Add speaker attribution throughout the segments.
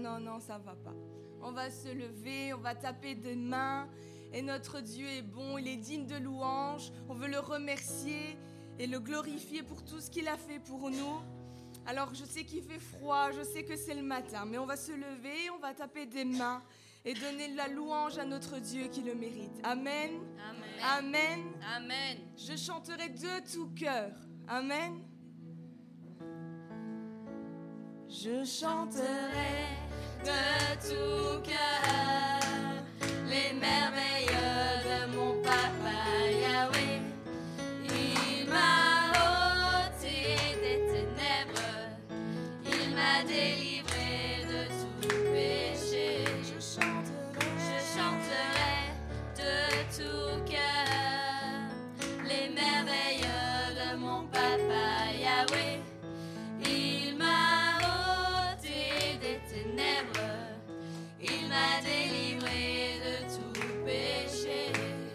Speaker 1: non, ça va pas. On va se lever, on va taper des mains. Et notre Dieu est bon, il est digne de louange. On veut le remercier et le glorifier pour tout ce qu'il a fait pour nous. Alors je sais qu'il fait froid, je sais que c'est le matin, mais on va se lever, on va taper des mains et donner la louange à notre Dieu qui le mérite. Amen.
Speaker 2: Amen.
Speaker 1: Amen.
Speaker 2: Amen.
Speaker 1: Je chanterai de tout cœur. Amen. Je chanterai
Speaker 2: De tout cœur, les merveilles de mon papa Yahweh. Il m'a ôté des ténèbres, il m'a délivré de tout péché. Je chanterai de tout cœur, les merveilles de mon papa Yahweh. Il m'a ôté des ténèbres, il m'a délivré de tout péché.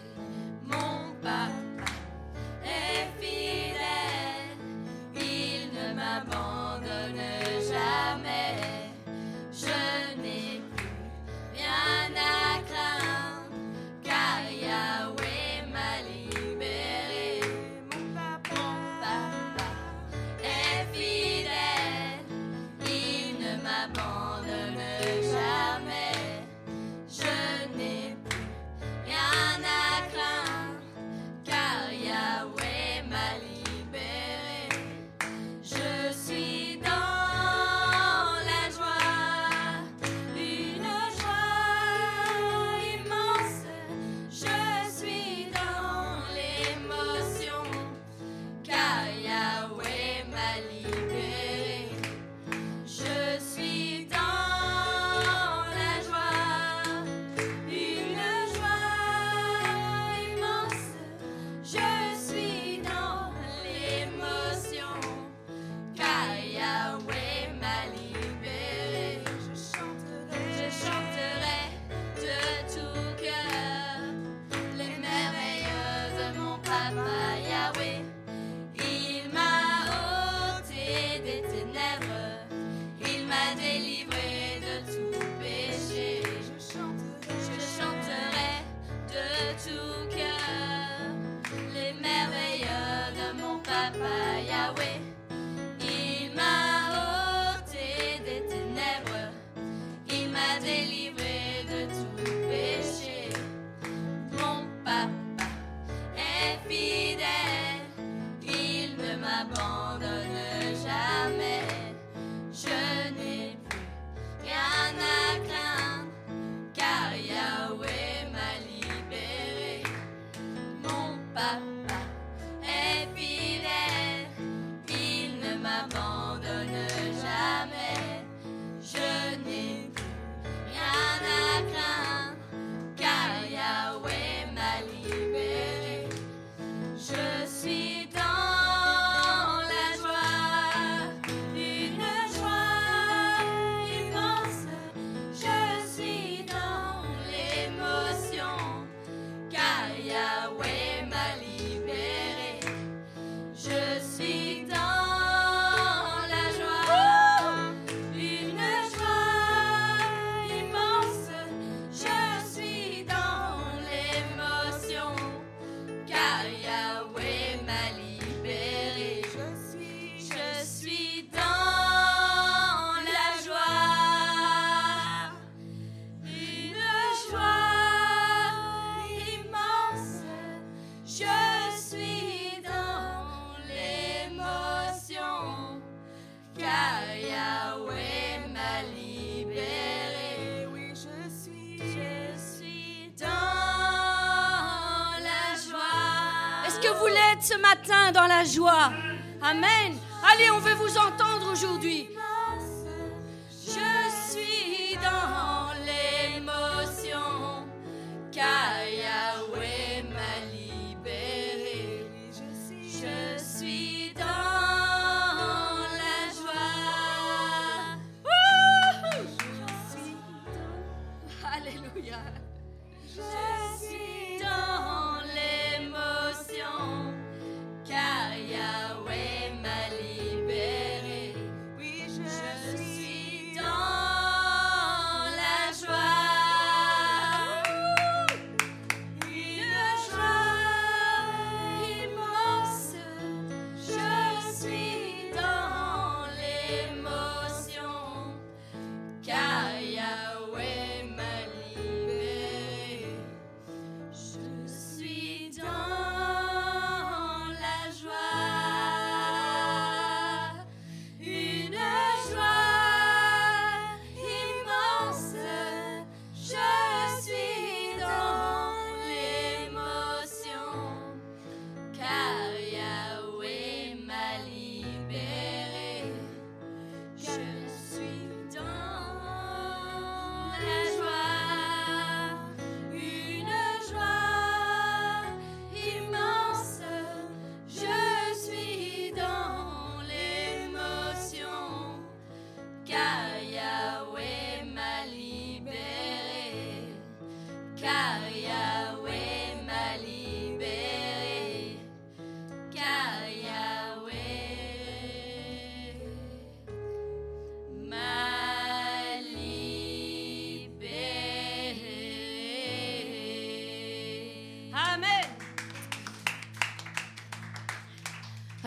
Speaker 2: Mon papa est fidèle, il ne m'abandonne jamais. Je n'ai plus rien à craindre, car Yahweh m'a libéré. Mon papa est fidèle, il ne m'abandonne jamais. Je n'ai plus rien à craindre, car Yahweh m'a libéré. Je suis dans la joie, une joie immense. Je suis dans l'émotion, car Yahweh m'a libéré. Je suis dans la joie, une joie immense. Je suis dans l'émotion, car Yahweh m'a libéré. Je chanterai de tout cœur les merveilles de mon papa Yahweh. Il m'a ôté des ténèbres, il m'a délivré de tout péché. Je chanterai de tout cœur les merveilles de mon papa Yahweh. Il m'a ôté des ténèbres, il m'a délivré de tout péché. Mon papa est fidèle, il ne m'abandonne jamais. Je n'ai plus rien à craindre, car Yahweh m'a libéré. Mon papa est fidèle, il ne m'abandonne jamais. Je n'ai plus rien à craindre, car Yahweh m'a libéré. Je suis dans la joie, une joie immense. Je suis dans l'émotion, car Yahweh m'a libéré. Je suis dans la joie, une joie immense. Je suis dans l'émotion, car Yahweh m'a libéré. Je suis dans la joie, une joie immense. Je suis dans l'émotion, car Yahweh m'a libéré. Oui, je suis dans la joie.
Speaker 3: Est-ce que vous l'êtes ce matin dans la joie? Amen. Allez, on veut vous entendre aujourd'hui.
Speaker 2: Je suis dans l'émotion, car Yahweh m'a libéré. Je suis dans la joie.
Speaker 3: Alléluia.
Speaker 2: Je suis dans l'émotion, car Yahweh m'a libéré. Oui,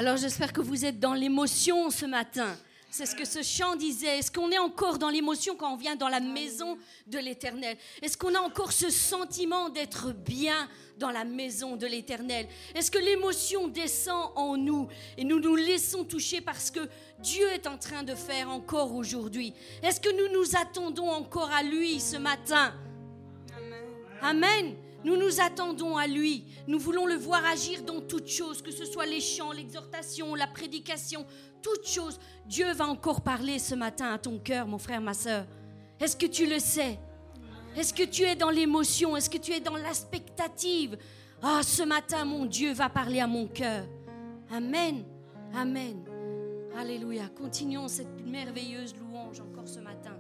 Speaker 3: Alors j'espère que vous êtes dans l'émotion ce matin. C'est ce que ce chant disait. Est-ce qu'on est encore dans l'émotion quand on vient dans la maison de l'Éternel? Est-ce qu'on a encore ce sentiment d'être bien dans la maison de l'Éternel? Est-ce que l'émotion descend en nous et nous nous laissons toucher par ce que Dieu est en train de faire encore aujourd'hui? Est-ce que nous nous attendons encore à lui ce matin? Amen. Nous nous attendons à lui. Nous voulons le voir agir dans toutes choses, que ce soit les chants, l'exhortation, la prédication, toutes choses. Dieu va encore parler ce matin à ton cœur, mon frère, ma sœur. Est-ce que tu le sais? Est-ce que tu es dans l'émotion? Est-ce que tu es dans l'expectative? Ah, ce matin, mon Dieu va parler à mon cœur. Amen. Amen. Alléluia. Continuons cette merveilleuse louange encore ce matin.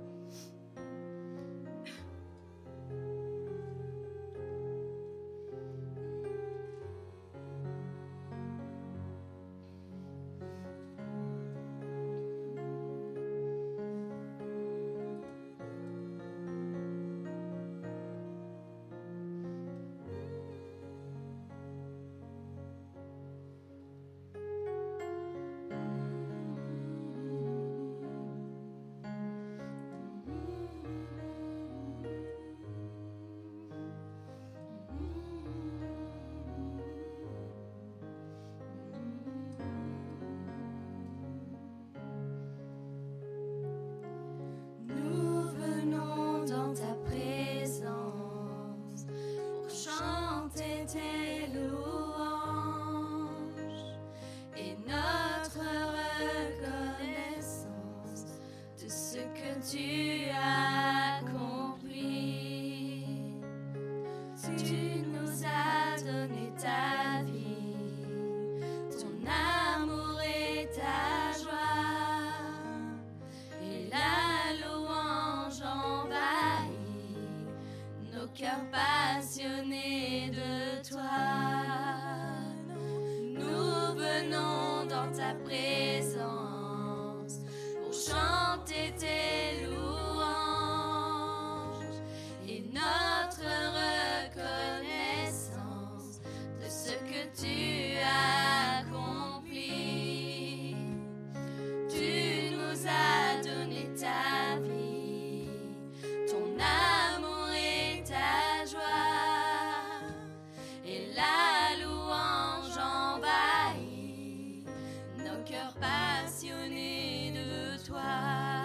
Speaker 2: Tu as accompli, tu nous as donné ta vie, ton amour et ta joie, et la louange envahit nos cœurs passionnés de toi. Nous venons dans ta présence pour chanter tes louanges et notre reconnaissance de ce que tu as accompli. Tu nous as donné ta vie, ton amour et ta joie, et la louange envahit nos cœurs passionnés de toi.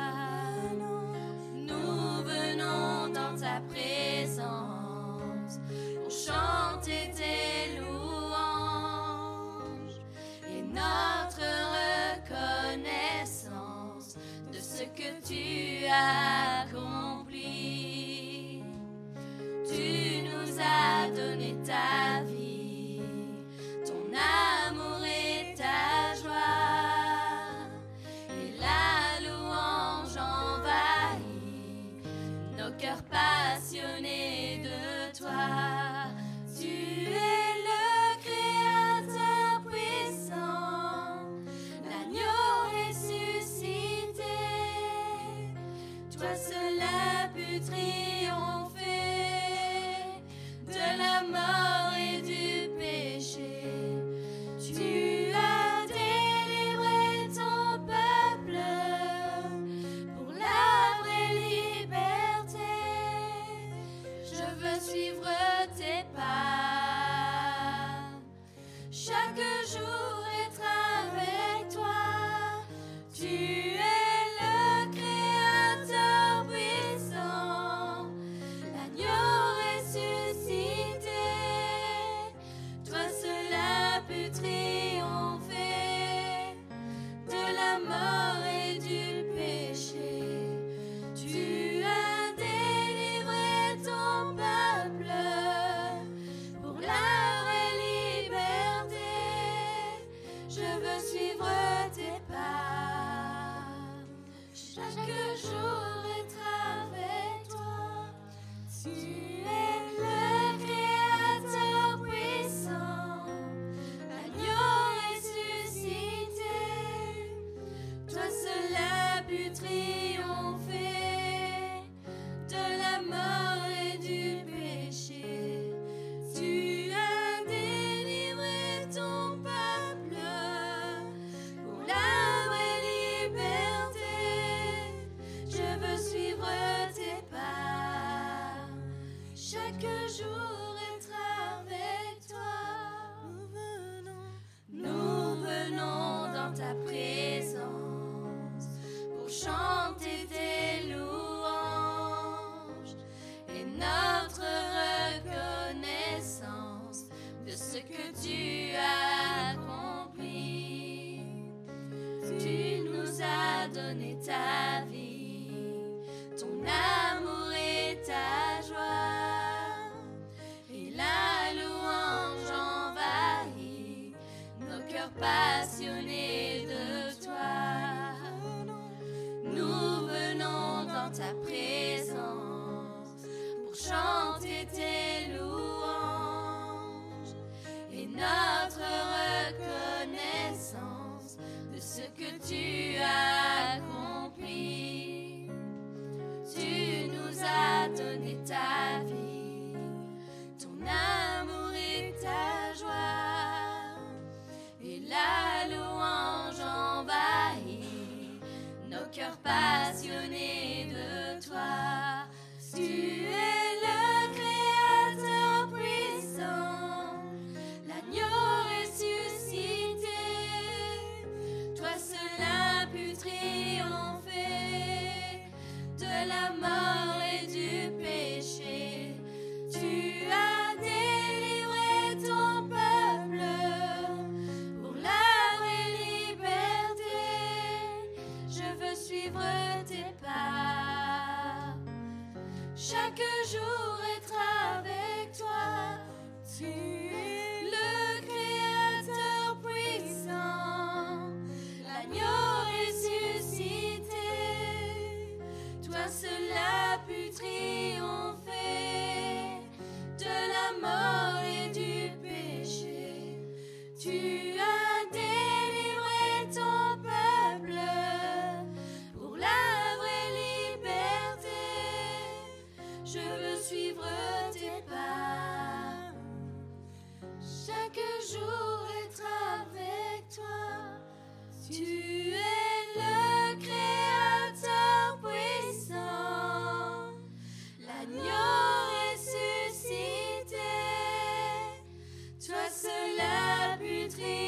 Speaker 2: Nous venons dans ta présence pour chanter tes louanges et notre reconnaissance de ce que tu as accompli. Tu nous as donné ta vie, ton amour et ta joie, et la louange envahit nos cœurs passionnés de toi. Tu es le Créateur puissant, l'agneau ressuscité. Toi seul as pu triompher de la mort et du péché. Tu as délivré ton peuple pour la vraie liberté. Je veux suivre tes pas, chaque jour être avec toi. Tu es le Créateur puissant, chaque jour être avec toi. Nous venons dans ta présence pour chanter tes louanges et notre reconnaissance de ce que tu as accompli. Tu nous as donné ta vie, ton amour et ta joie, et la louange envahit nos cœurs passionnés de toi. Nous venons dans ta présence pour chanter tes louanges et notre reconnaissance de ce que tu as accompli. Tu nous as donné ta vie, ton amour et ta joie, et la louange envahit nos cœurs passionnés de toi. Tu es le Créateur puissant, l'agneau ressuscité. Toi seul as pu triompher de la mort et du péché. Tu as délivré ton peuple pour la vraie liberté. Je veux suivre tes pas, chaque jour être avec toi. Tu es le Créateur puissant, l'agneau ressuscité. Toi seul as pu triompher de la mort et du péché. Tu as délivré ton peuple pour la vraie liberté. Je veux suivre tes pas, chaque jour être avec toi. Tu es le Créateur puissant, l'agneau ressuscité. Toi seul as pu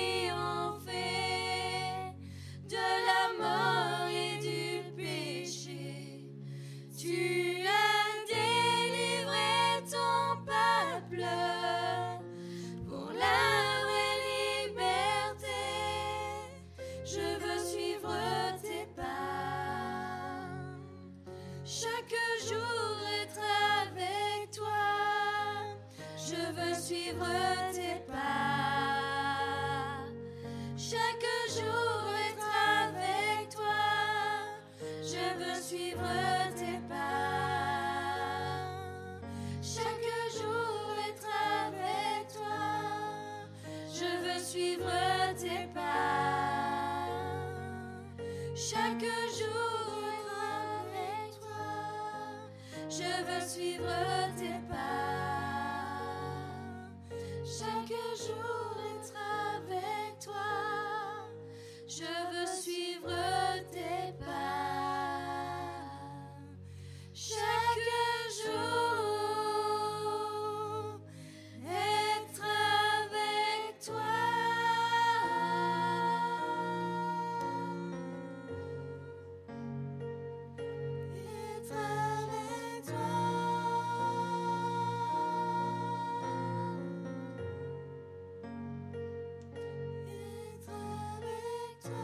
Speaker 2: triompher de la mort et du péché. Tu as délivré ton peuple pour la vraie liberté. Je veux suivre tes pas, chaque jour être avec toi. Je veux suivre tes pas, chaque jour être avec toi. Je veux suivre tes pas, chaque jour être avec toi. Je veux suivre tes pas, chaque jour être avec toi. Je veux suivre tes pas, chaque jour être avec toi. Je veux suivre tes pas, chaque jour être avec toi. Être avec toi. Être avec toi.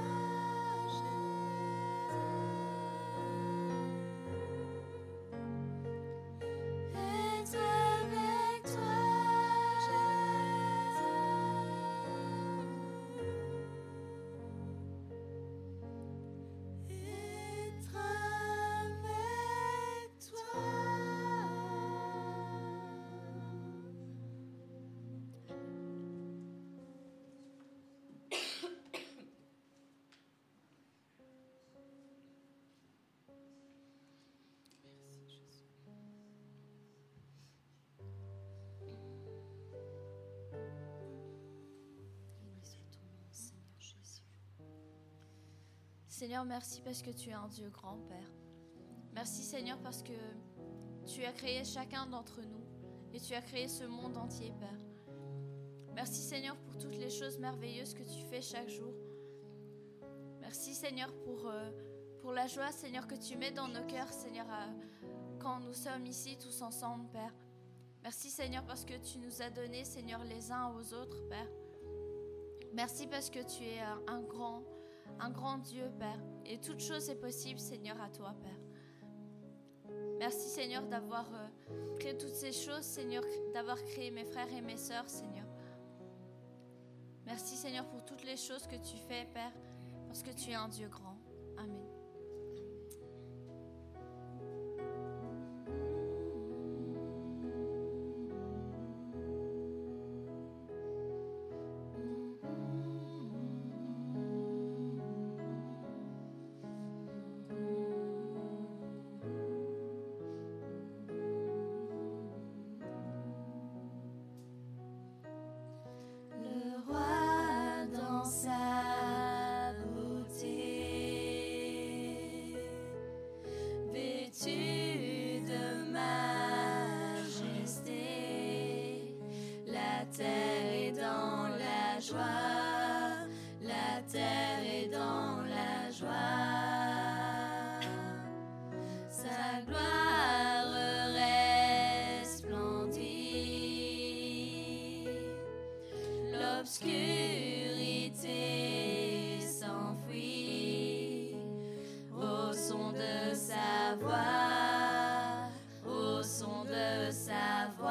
Speaker 2: Être avec toi. Être avec toi.
Speaker 4: Seigneur, merci parce que tu es un Dieu grand, Père. Merci, Seigneur, parce que tu as créé chacun d'entre nous et tu as créé ce monde entier, Père. Merci, Seigneur, pour toutes les choses merveilleuses que tu fais chaque jour. Merci, Seigneur, pour la joie, Seigneur, que tu mets dans nos cœurs, Seigneur, quand nous sommes ici tous ensemble, Père. Merci, Seigneur, parce que tu nous as donné, Seigneur, les uns aux autres, Père. Merci parce que tu es un grand Dieu, Père. Et toute chose est possible, Seigneur, à toi, Père. Merci, Seigneur, d'avoir créé toutes ces choses, Seigneur, d'avoir créé mes frères et mes sœurs, Seigneur. Merci, Seigneur, pour toutes les choses que tu fais, Père, parce que tu es un Dieu grand. Amen.
Speaker 2: L'obscurité s'enfuit au son de sa voix, au son de sa voix.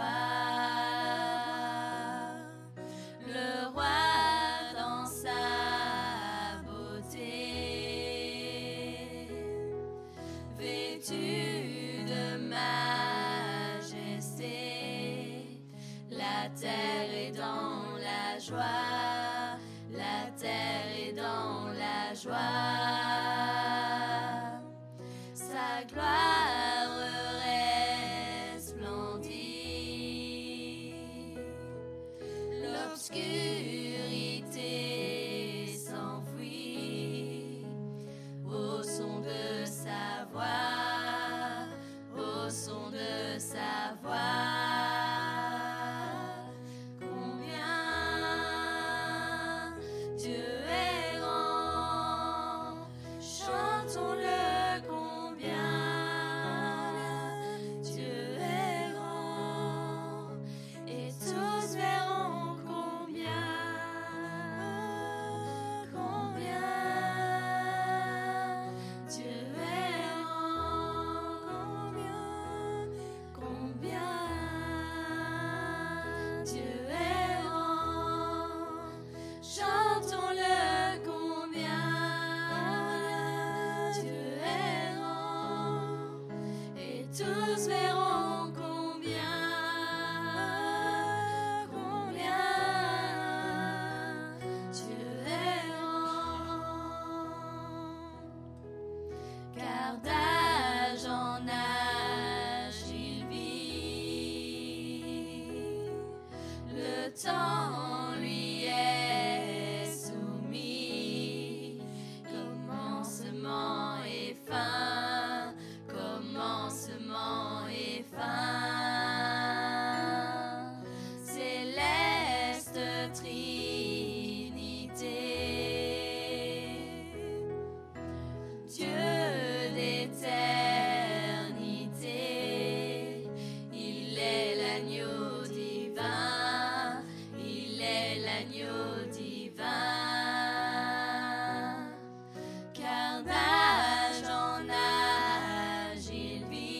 Speaker 2: Le roi dans sa beauté, vêtu de majesté, la terre est dans la joie, la terre est dans la joie. Sa gloire resplendit. L'obscurité s'enfuit au son de sa voix, au son de sa voix. Tous verront combien, combien Dieu est grand. Car d'âge en âge il vit, le temps lui est soumis, commencement et fin, commencement et fin. Céleste Trinité, Dieu d'éternité, il est l'agneau divin, il est l'agneau divin. Car d'âge en âge il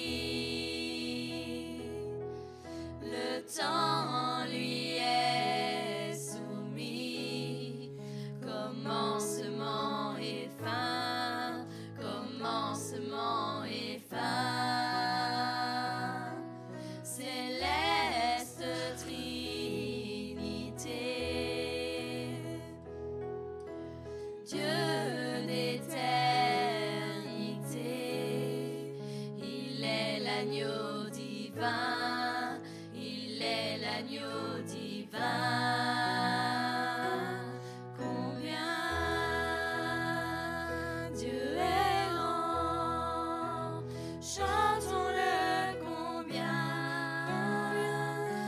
Speaker 2: vit, le temps lui est soumis, commencement et fin, commencement et fin. Céleste Trinité, Dieu d'éternité, il est l'agneau divin, il est l'agneau divin. Combien Dieu est grand, chantons-le combien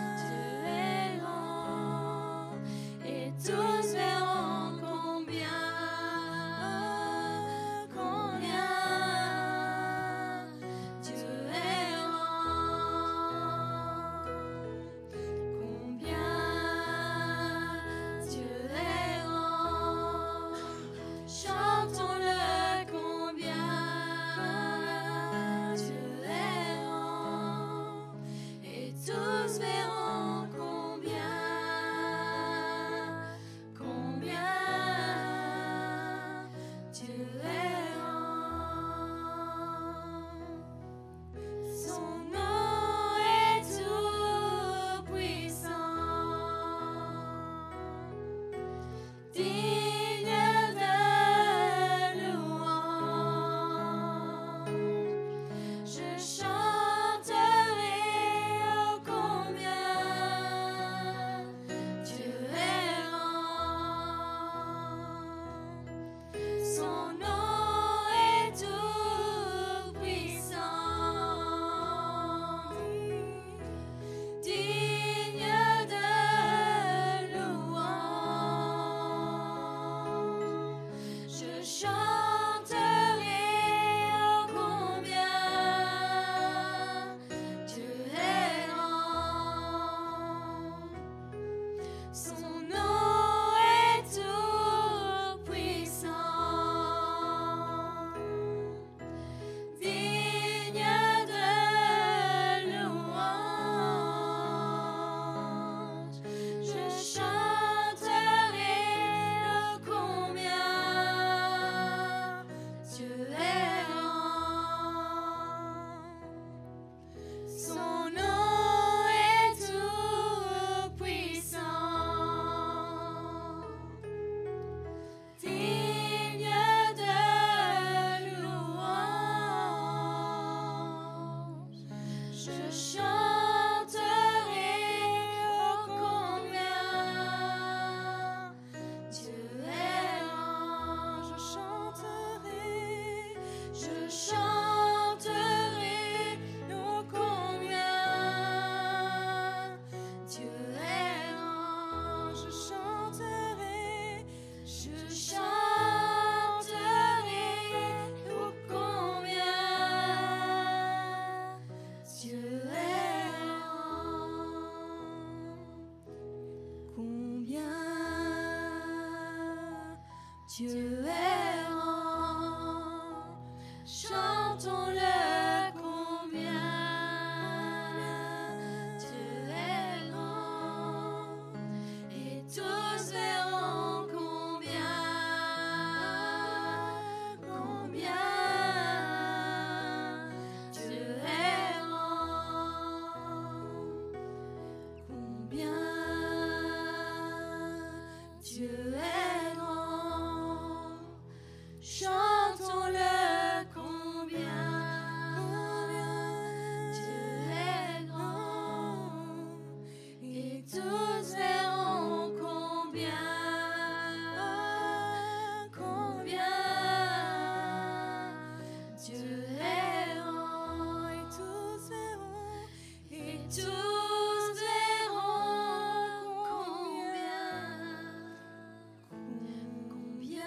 Speaker 2: Dieu est grand, chantons-le combien. Dieu est grand, et tous verront combien. Dieu est grand, combien Dieu est grand, chantons-le combien. Dieu est grand, et tous verront combien. Dieu est grand, et tous verront, combien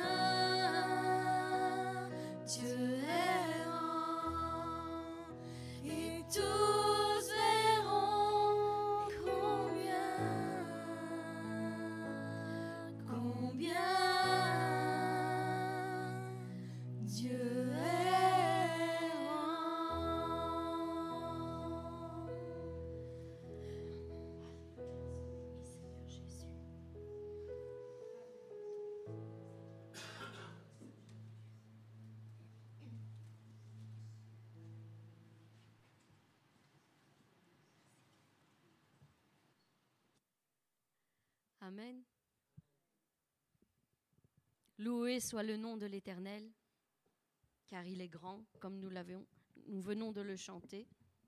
Speaker 2: Dieu est grand, et tous verront combien Dieu est grand.
Speaker 3: Amen. Loué soit le nom de l'Éternel, car il est grand, comme nous venons de le chanter.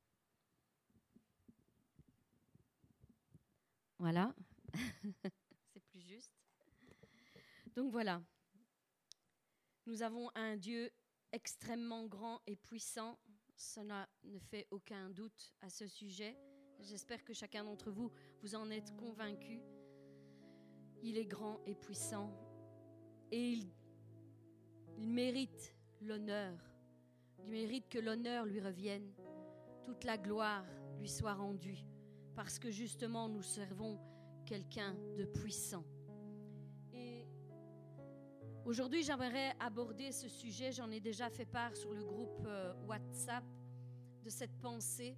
Speaker 3: Voilà, c'est plus juste. Donc voilà, nous avons un Dieu extrêmement grand et puissant. Cela ne fait aucun doute à ce sujet. J'espère que chacun d'entre vous, vous en êtes convaincus. Il est grand et puissant et il mérite l'honneur. Il mérite que l'honneur lui revienne, toute la gloire lui soit rendue, parce que justement nous servons quelqu'un de puissant. Et aujourd'hui, j'aimerais aborder ce sujet. J'en ai déjà fait part sur le groupe WhatsApp de cette pensée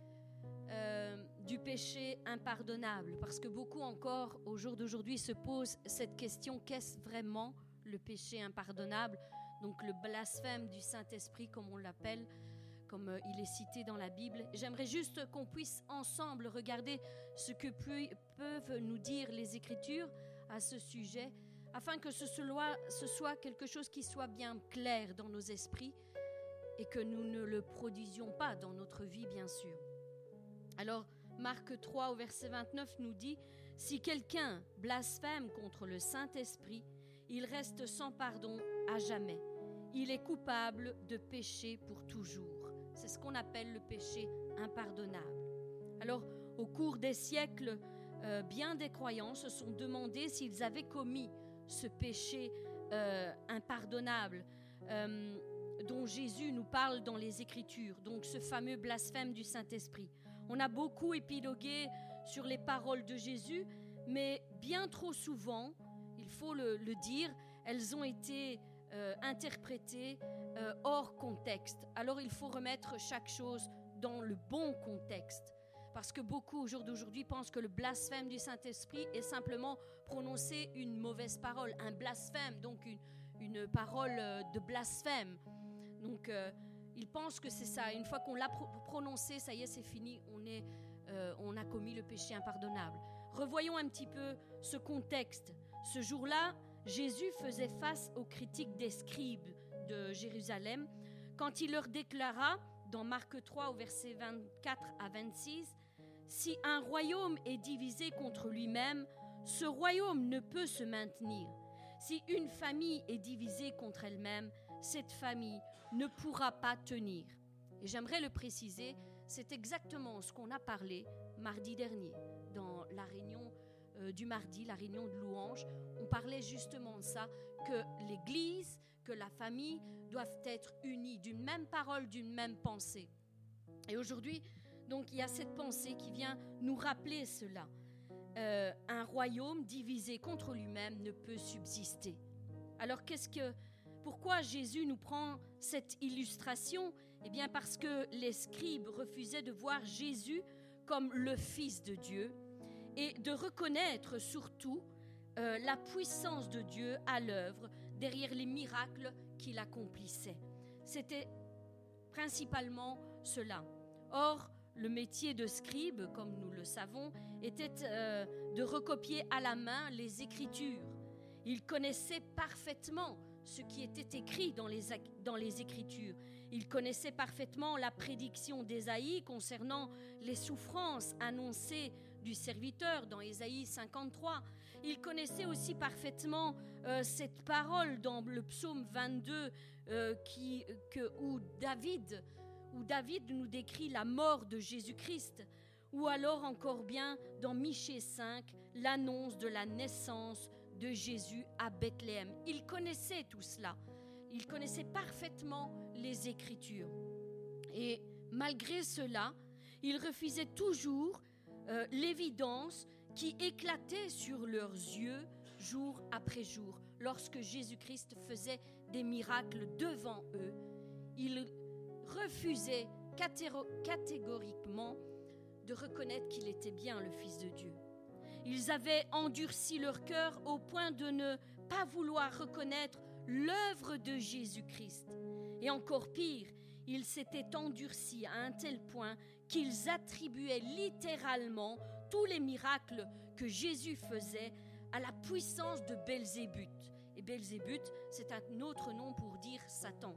Speaker 3: du péché impardonnable, parce que beaucoup encore au jour d'aujourd'hui se posent cette question: qu'est-ce vraiment le péché impardonnable? Donc le blasphème du Saint-Esprit, comme on l'appelle, comme il est cité dans la Bible. J'aimerais juste qu'on puisse ensemble regarder ce que peuvent nous dire les Écritures à ce sujet, afin que ce soit quelque chose qui soit bien clair dans nos esprits et que nous ne le produisions pas dans notre vie, bien sûr. Alors, Marc 3 au verset 29 nous dit: « Si quelqu'un blasphème contre le Saint-Esprit, il reste sans pardon à jamais. Il est coupable de péché pour toujours. » C'est ce qu'on appelle le péché impardonnable. Alors, au cours des siècles, bien des croyants se sont demandé s'ils avaient commis ce péché impardonnable dont Jésus nous parle dans les Écritures, donc ce fameux blasphème du Saint-Esprit. On a beaucoup épilogué sur les paroles de Jésus, mais bien trop souvent, il faut le dire, elles ont été interprétées hors contexte. Alors il faut remettre chaque chose dans le bon contexte, parce que beaucoup au jour d'aujourd'hui pensent que le blasphème du Saint-Esprit est simplement prononcer une mauvaise parole, un blasphème, donc une parole de blasphème. Donc ils pensent que c'est ça. Une fois qu'on l'a prononcé, ça y est, c'est fini, on a commis le péché impardonnable. Revoyons un petit peu ce contexte. Ce jour-là, Jésus faisait face aux critiques des scribes de Jérusalem quand il leur déclara dans Marc 3 au verset 24 à 26, « Si un royaume est divisé contre lui-même, ce royaume ne peut se maintenir. Si une famille est divisée contre elle-même, cette famille ne pourra pas tenir. » Et j'aimerais le préciser, c'est exactement ce qu'on a parlé mardi dernier, dans la réunion du mardi, la réunion de louange. On parlait justement de ça, que l'Église, que la famille doivent être unies d'une même parole, d'une même pensée. Et aujourd'hui, donc, il y a cette pensée qui vient nous rappeler cela. Un royaume divisé contre lui-même ne peut subsister. Alors, pourquoi Jésus nous prend cette illustration ? Eh bien, parce que les scribes refusaient de voir Jésus comme le Fils de Dieu et de reconnaître surtout la puissance de Dieu à l'œuvre derrière les miracles qu'il accomplissait. C'était principalement cela. Or, le métier de scribe, comme nous le savons, était de recopier à la main les Écritures. Ils connaissaient parfaitement ce qui était écrit dans les Écritures. Ils connaissaient parfaitement la prédiction d'Ésaïe concernant les souffrances annoncées du serviteur dans Ésaïe 53. Ils connaissaient aussi parfaitement cette parole dans le psaume 22 où David nous décrit la mort de Jésus-Christ, ou alors encore bien dans Michée 5, l'annonce de la naissance de Jésus à Bethléem. Ils connaissaient tout cela. Ils connaissaient parfaitement les Écritures. Et malgré cela, ils refusaient toujours l'évidence qui éclatait sur leurs yeux jour après jour. Lorsque Jésus-Christ faisait des miracles devant eux, ils refusaient catégoriquement de reconnaître qu'il était bien le Fils de Dieu. Ils avaient endurci leur cœur au point de ne pas vouloir reconnaître l'œuvre de Jésus-Christ. Et encore pire, ils s'étaient endurcis à un tel point qu'ils attribuaient littéralement tous les miracles que Jésus faisait à la puissance de Belzébuth. Et Belzébuth, c'est un autre nom pour dire Satan.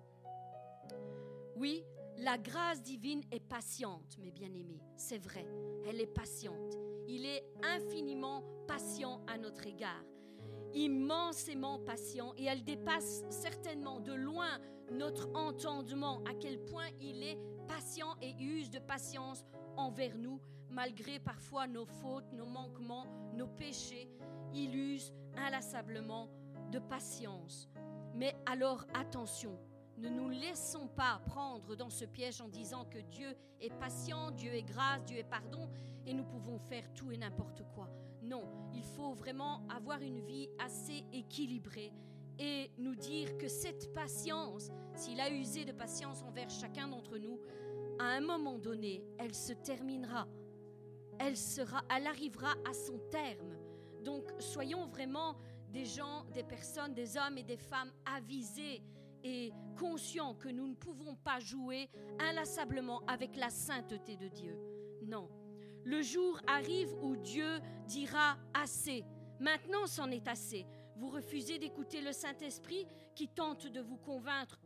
Speaker 3: Oui, la grâce divine est patiente, mes bien-aimés, c'est vrai, elle est patiente. Il est infiniment patient à notre égard, immensément patient, et elle dépasse certainement de loin notre entendement, à quel point il est patient et use de patience envers nous, malgré parfois nos fautes, nos manquements, nos péchés. Il use inlassablement de patience. Mais alors attention, ne nous laissons pas prendre dans ce piège en disant que Dieu est patient, Dieu est grâce, Dieu est pardon et nous pouvons faire tout et n'importe quoi. Non, il faut vraiment avoir une vie assez équilibrée et nous dire que cette patience, s'il a usé de patience envers chacun d'entre nous, à un moment donné, elle se terminera. Elle arrivera à son terme. Donc, soyons vraiment des gens, des personnes, des hommes et des femmes avisés et conscients que nous ne pouvons pas jouer inlassablement avec la sainteté de Dieu. Non. Le jour arrive où Dieu dira assez. Maintenant, c'en est assez. Vous refusez d'écouter le Saint-Esprit qui tente de vous convaincre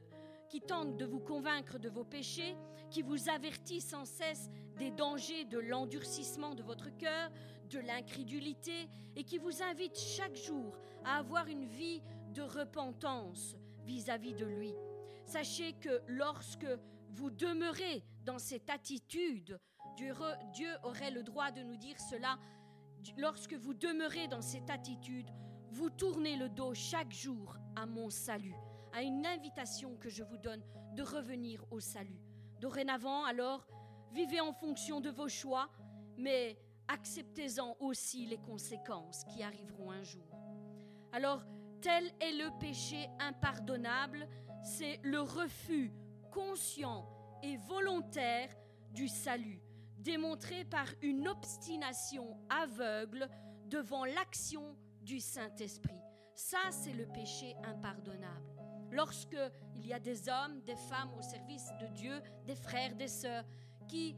Speaker 3: de vos péchés, qui vous avertit sans cesse des dangers de l'endurcissement de votre cœur, de l'incrédulité, et qui vous invite chaque jour à avoir une vie de repentance vis-à-vis de lui. Sachez que lorsque vous demeurez dans cette attitude, Dieu aurait le droit de nous dire cela, lorsque vous demeurez dans cette attitude, vous tournez le dos chaque jour à mon salut, à une invitation que je vous donne de revenir au salut. Dorénavant, alors, vivez en fonction de vos choix, mais acceptez-en aussi les conséquences qui arriveront un jour. Alors, tel est le péché impardonnable, c'est le refus conscient et volontaire du salut, démontré par une obstination aveugle devant l'action du Saint-Esprit. Ça, c'est le péché impardonnable. Lorsque il y a des hommes, des femmes au service de Dieu, des frères, des sœurs, qui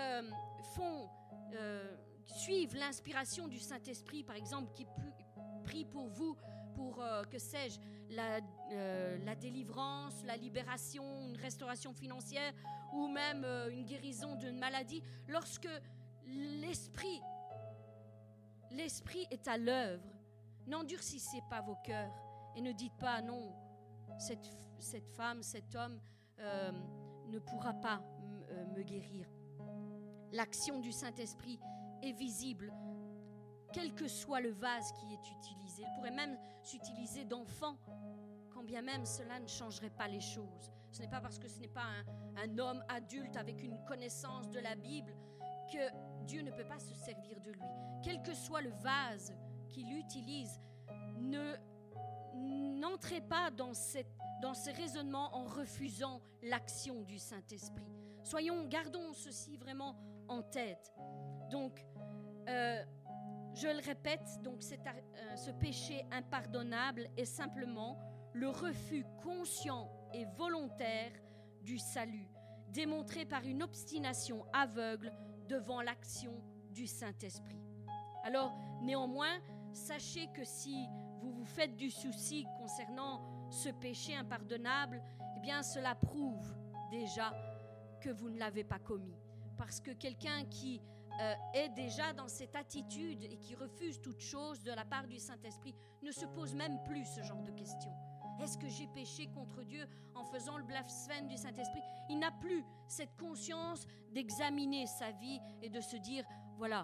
Speaker 3: suivent l'inspiration du Saint-Esprit, par exemple, qui prient pour vous, pour, que sais-je, la délivrance, la libération, une restauration financière ou même une guérison d'une maladie, lorsque l'esprit est à l'œuvre, n'endurcissez pas vos cœurs et ne dites pas non, cette femme, cet homme ne pourra pas me guérir. L'action du Saint-Esprit est visible, quel que soit le vase qui est utilisé. Il pourrait même s'utiliser d'enfants, quand bien même cela ne changerait pas les choses. Ce n'est pas parce que ce n'est pas un homme adulte avec une connaissance de la Bible que Dieu ne peut pas se servir de lui. Quel que soit le vase qu'il utilise, n'entrez pas dans ces raisonnements en refusant l'action du Saint-Esprit. Gardons ceci vraiment en tête. Donc, je le répète, donc ce péché impardonnable est simplement le refus conscient et volontaire du salut, démontré par une obstination aveugle devant l'action du Saint-Esprit. Alors, néanmoins, sachez que si vous vous faites du souci concernant ce péché impardonnable, eh bien, cela prouve déjà que vous ne l'avez pas commis. Parce que quelqu'un qui est déjà dans cette attitude et qui refuse toute chose de la part du Saint-Esprit ne se pose même plus ce genre de questions. Est-ce que j'ai péché contre Dieu en faisant le blasphème du Saint-Esprit? Il n'a plus cette conscience d'examiner sa vie et de se dire, voilà,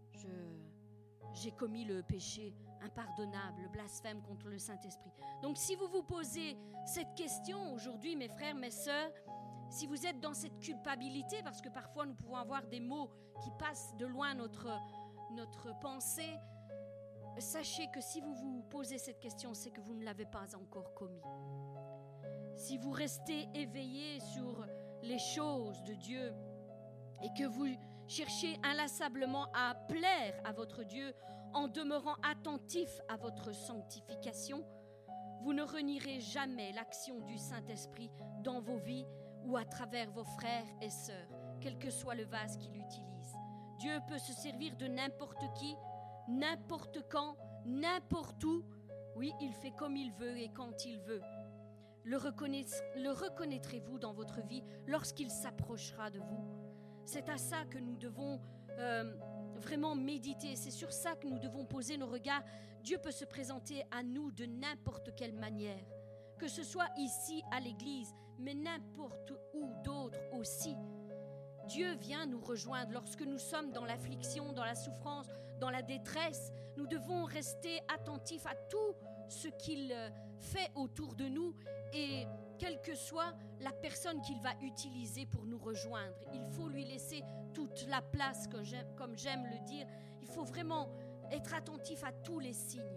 Speaker 3: j'ai commis le péché impardonnable, le blasphème contre le Saint-Esprit. Donc si vous vous posez cette question aujourd'hui, mes frères, mes sœurs, si vous êtes dans cette culpabilité, parce que parfois nous pouvons avoir des mots qui passent de loin notre pensée, sachez que si vous vous posez cette question, c'est que vous ne l'avez pas encore commis. Si vous restez éveillé sur les choses de Dieu et que vous cherchez inlassablement à plaire à votre Dieu en demeurant attentif à votre sanctification, vous ne renierez jamais l'action du Saint-Esprit dans vos vies ou à travers vos frères et sœurs, quel que soit le vase qu'il utilise. Dieu peut se servir de n'importe qui, n'importe quand, n'importe où. Oui, il fait comme il veut et quand il veut. Le reconnaîtrez-vous dans votre vie lorsqu'il s'approchera de vous? C'est à ça que nous devons vraiment méditer. C'est sur ça que nous devons poser nos regards. Dieu peut se présenter à nous de n'importe quelle manière, que ce soit ici à l'église, mais n'importe où d'autre aussi. Dieu vient nous rejoindre lorsque nous sommes dans l'affliction, dans la souffrance, dans la détresse. Nous devons rester attentifs à tout ce qu'il fait autour de nous et quelle que soit la personne qu'il va utiliser pour nous rejoindre. Il faut lui laisser toute la place, comme j'aime le dire. Il faut vraiment être attentif à tous les signes.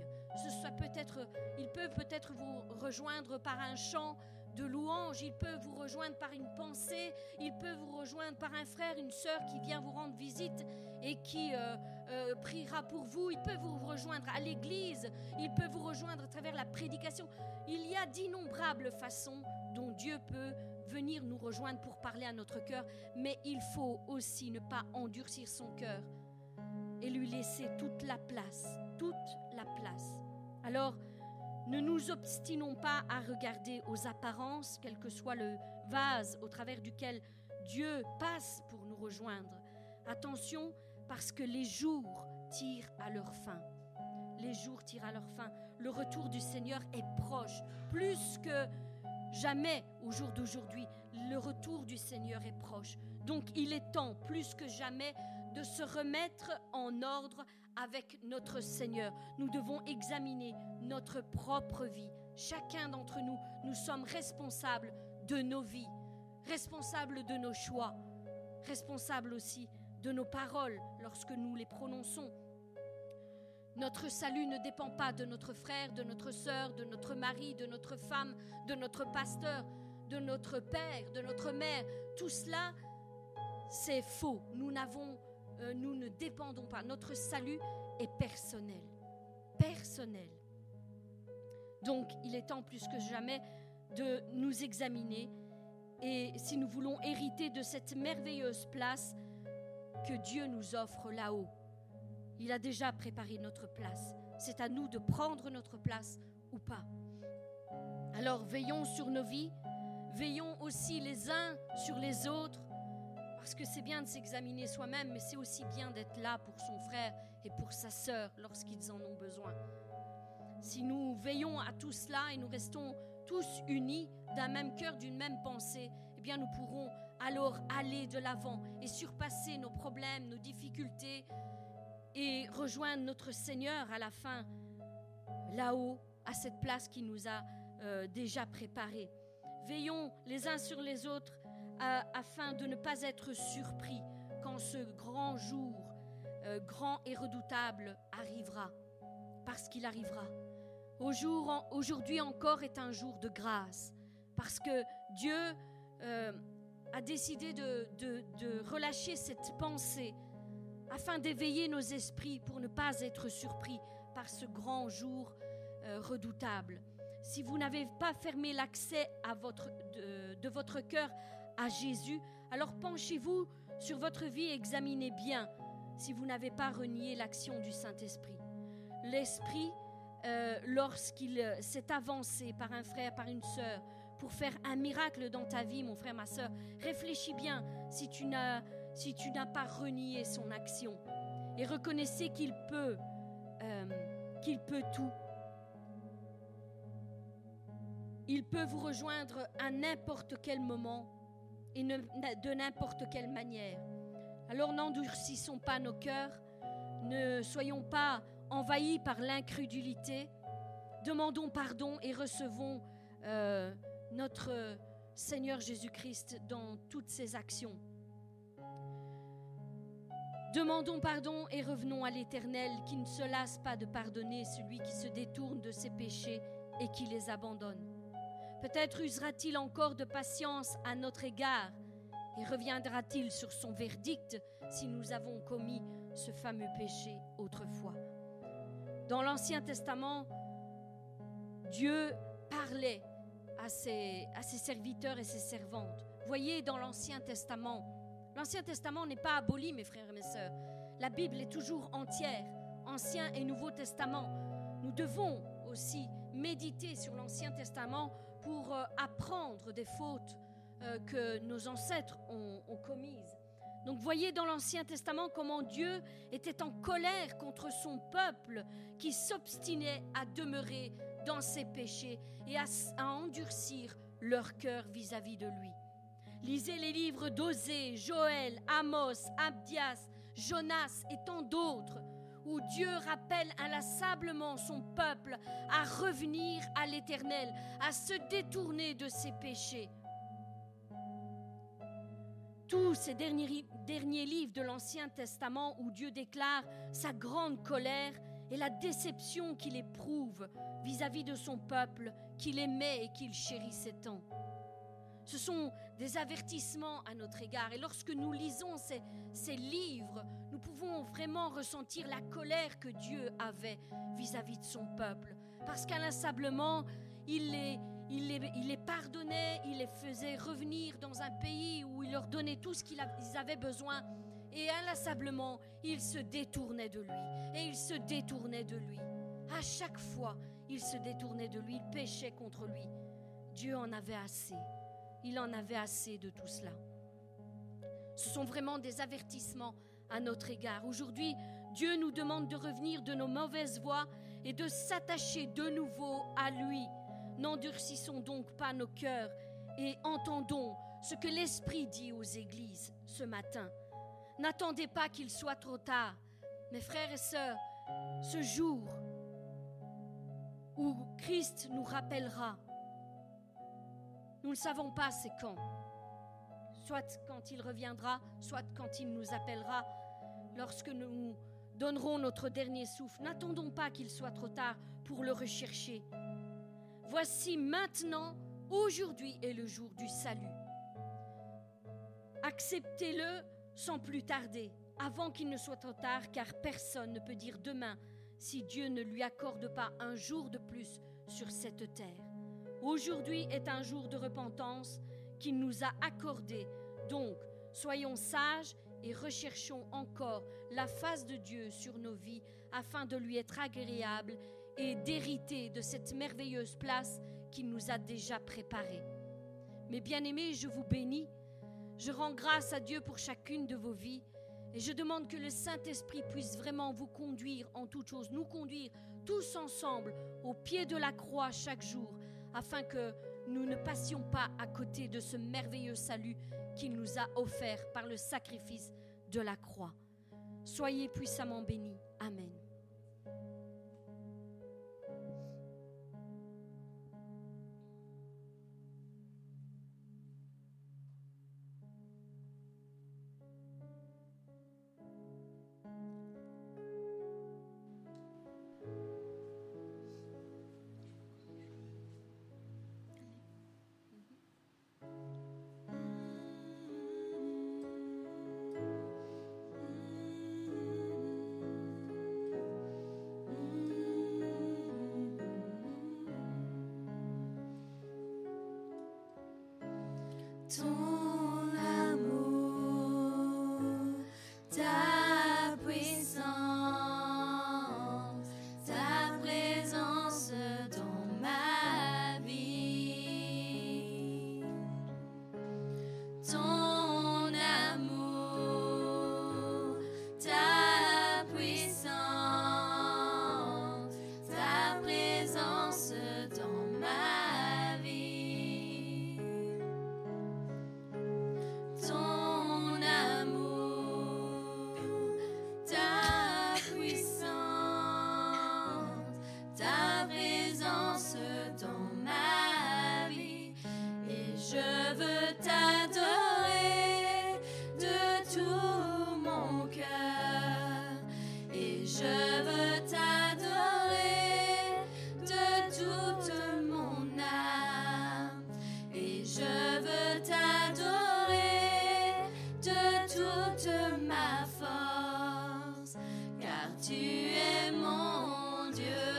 Speaker 3: Il peut peut-être vous rejoindre par un chant de louange, il peut vous rejoindre par une pensée, il peut vous rejoindre par un frère, une sœur qui vient vous rendre visite et qui priera pour vous. Il peut vous rejoindre à l'église, il peut vous rejoindre à travers la prédication. Il y a d'innombrables façons dont Dieu peut venir nous rejoindre pour parler à notre cœur, mais il faut aussi ne pas endurcir son cœur et lui laisser toute la place, toute la place. Alors, ne nous obstinons pas à regarder aux apparences, quel que soit le vase au travers duquel Dieu passe pour nous rejoindre. Attention, parce que les jours tirent à leur fin. Les jours tirent à leur fin. Le retour du Seigneur est proche. Plus que jamais au jour d'aujourd'hui, le retour du Seigneur est proche. Donc il est temps, plus que jamais, de se remettre en ordre avec notre Seigneur. Nous devons examiner notre propre vie. Chacun d'entre nous, nous sommes responsables de nos vies, responsables de nos choix, responsables aussi de nos paroles lorsque nous les prononçons. Notre salut ne dépend pas de notre frère, de notre sœur, de notre mari, de notre femme, de notre pasteur, de notre père, de notre mère. Tout cela, c'est faux. Nous ne dépendons pas. Notre salut est personnel. Personnel. Donc, il est temps plus que jamais de nous examiner et si nous voulons hériter de cette merveilleuse place que Dieu nous offre là-haut. Il a déjà préparé notre place. C'est à nous de prendre notre place ou pas. Alors veillons sur nos vies, veillons aussi les uns sur les autres, parce que c'est bien de s'examiner soi-même, mais c'est aussi bien d'être là pour son frère et pour sa sœur lorsqu'ils en ont besoin. Si nous veillons à tout cela et nous restons tous unis d'un même cœur, d'une même pensée, eh bien nous pourrons alors aller de l'avant et surpasser nos problèmes, nos difficultés et rejoindre notre Seigneur à la fin, là-haut, à cette place qu'il nous a déjà préparée. Veillons les uns sur les autres afin de ne pas être surpris quand ce grand jour, grand et redoutable, arrivera, parce qu'il arrivera. Aujourd'hui encore est un jour de grâce, parce que Dieu a décidé de relâcher cette pensée afin d'éveiller nos esprits pour ne pas être surpris par ce grand jour redoutable. Si vous n'avez pas fermé l'accès de votre cœur à Jésus, alors penchez-vous sur votre vie et examinez bien si vous n'avez pas renié l'action du Saint-Esprit. L'Esprit, lorsqu'il s'est avancé par un frère, par une sœur, pour faire un miracle dans ta vie, mon frère, ma sœur, réfléchis bien si tu n'as pas renié son action. Et reconnaissez qu'il peut tout. Il peut vous rejoindre à n'importe quel moment et de n'importe quelle manière. Alors n'endurcissons pas nos cœurs, ne soyons pas envahis par l'incrédulité. Demandons pardon et recevons notre Seigneur Jésus-Christ dans toutes ses actions. Demandons pardon et revenons à l'Éternel qui ne se lasse pas de pardonner celui qui se détourne de ses péchés et qui les abandonne. Peut-être usera-t-il encore de patience à notre égard et reviendra-t-il sur son verdict si nous avons commis ce fameux péché autrefois. Dans l'Ancien Testament, Dieu parlait à ses serviteurs et ses servantes. Voyez, dans l'Ancien Testament n'est pas aboli, mes frères et mes sœurs. La Bible est toujours entière, Ancien et Nouveau Testament. Nous devons aussi méditer sur l'Ancien Testament pour apprendre des fautes que nos ancêtres ont commises. Donc voyez dans l'Ancien Testament comment Dieu était en colère contre son peuple qui s'obstinait à demeurer dans ses péchés et à endurcir leur cœur vis-à-vis de lui. Lisez les livres d'Osée, Joël, Amos, Abdias, Jonas et tant d'autres où Dieu rappelle inlassablement son peuple à revenir à l'Éternel, à se détourner de ses péchés. Tous ces derniers livres de l'Ancien Testament où Dieu déclare sa grande colère et la déception qu'il éprouve vis-à-vis de son peuple qu'il aimait et qu'il chérissait tant. Ce sont des avertissements à notre égard. Et lorsque nous lisons ces livres, nous pouvons vraiment ressentir la colère que Dieu avait vis-à-vis de son peuple. Parce qu'inlassablement, il les pardonnait, il les faisait revenir dans un pays où il leur donnait tout ce qu'ils avaient besoin. Et inlassablement, ils se détournaient de lui. Et ils se détournaient de lui. À chaque fois, ils se détournaient de lui, ils péchaient contre lui. Dieu en avait assez. Il en avait assez de tout cela. Ce sont vraiment des avertissements à notre égard. Aujourd'hui, Dieu nous demande de revenir de nos mauvaises voies et de s'attacher de nouveau à lui. N'endurcissons donc pas nos cœurs et entendons ce que l'Esprit dit aux églises ce matin. N'attendez pas qu'il soit trop tard. Mes frères et sœurs, ce jour où Christ nous rappellera, nous ne savons pas c'est quand. Soit quand il reviendra, soit quand il nous appellera, lorsque nous donnerons notre dernier souffle. N'attendons pas qu'il soit trop tard pour le rechercher. Voici maintenant, aujourd'hui est le jour du salut. Acceptez-le sans plus tarder, avant qu'il ne soit trop tard, car personne ne peut dire demain si Dieu ne lui accorde pas un jour de plus sur cette terre. Aujourd'hui est un jour de repentance qu'il nous a accordé. Donc, soyons sages et recherchons encore la face de Dieu sur nos vies afin de lui être agréable et d'hériter de cette merveilleuse place qu'il nous a déjà préparées. Mes bien-aimés, je vous bénis. Je rends grâce à Dieu pour chacune de vos vies et je demande que le Saint-Esprit puisse vraiment vous conduire en toutes choses, nous conduire tous ensemble au pied de la croix chaque jour, afin que nous ne passions pas à côté de ce merveilleux salut qu'il nous a offert par le sacrifice de la croix. Soyez puissamment bénis. Amen.
Speaker 2: Ton amour, ta puissance, ta présence dans ma vie. Ton amour, ta puissance, ta présence dans ma vie. Ton amour, ta puissance, ta présence dans ma vie. Et je veux t'adorer de tout mon cœur. Et je veux t'adorer de toute mon âme. Et je veux t'adorer de toute ma force, car tu es mon Dieu.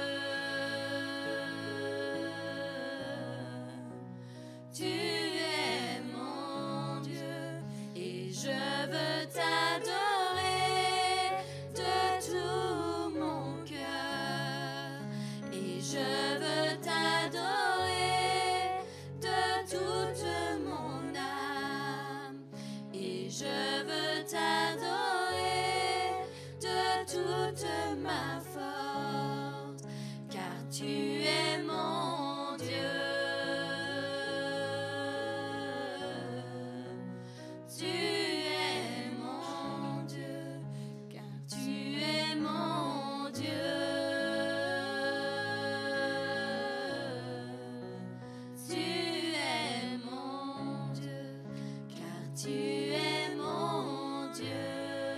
Speaker 2: Tu es mon Dieu, et je veux t'adorer de tout mon cœur. Et je veux t'adorer de toute mon âme. Et je veux t'adorer de toute ma force, car tu es mon Dieu. Tu es mon Dieu, car tu es mon Dieu. Tu es mon Dieu, car tu es mon Dieu.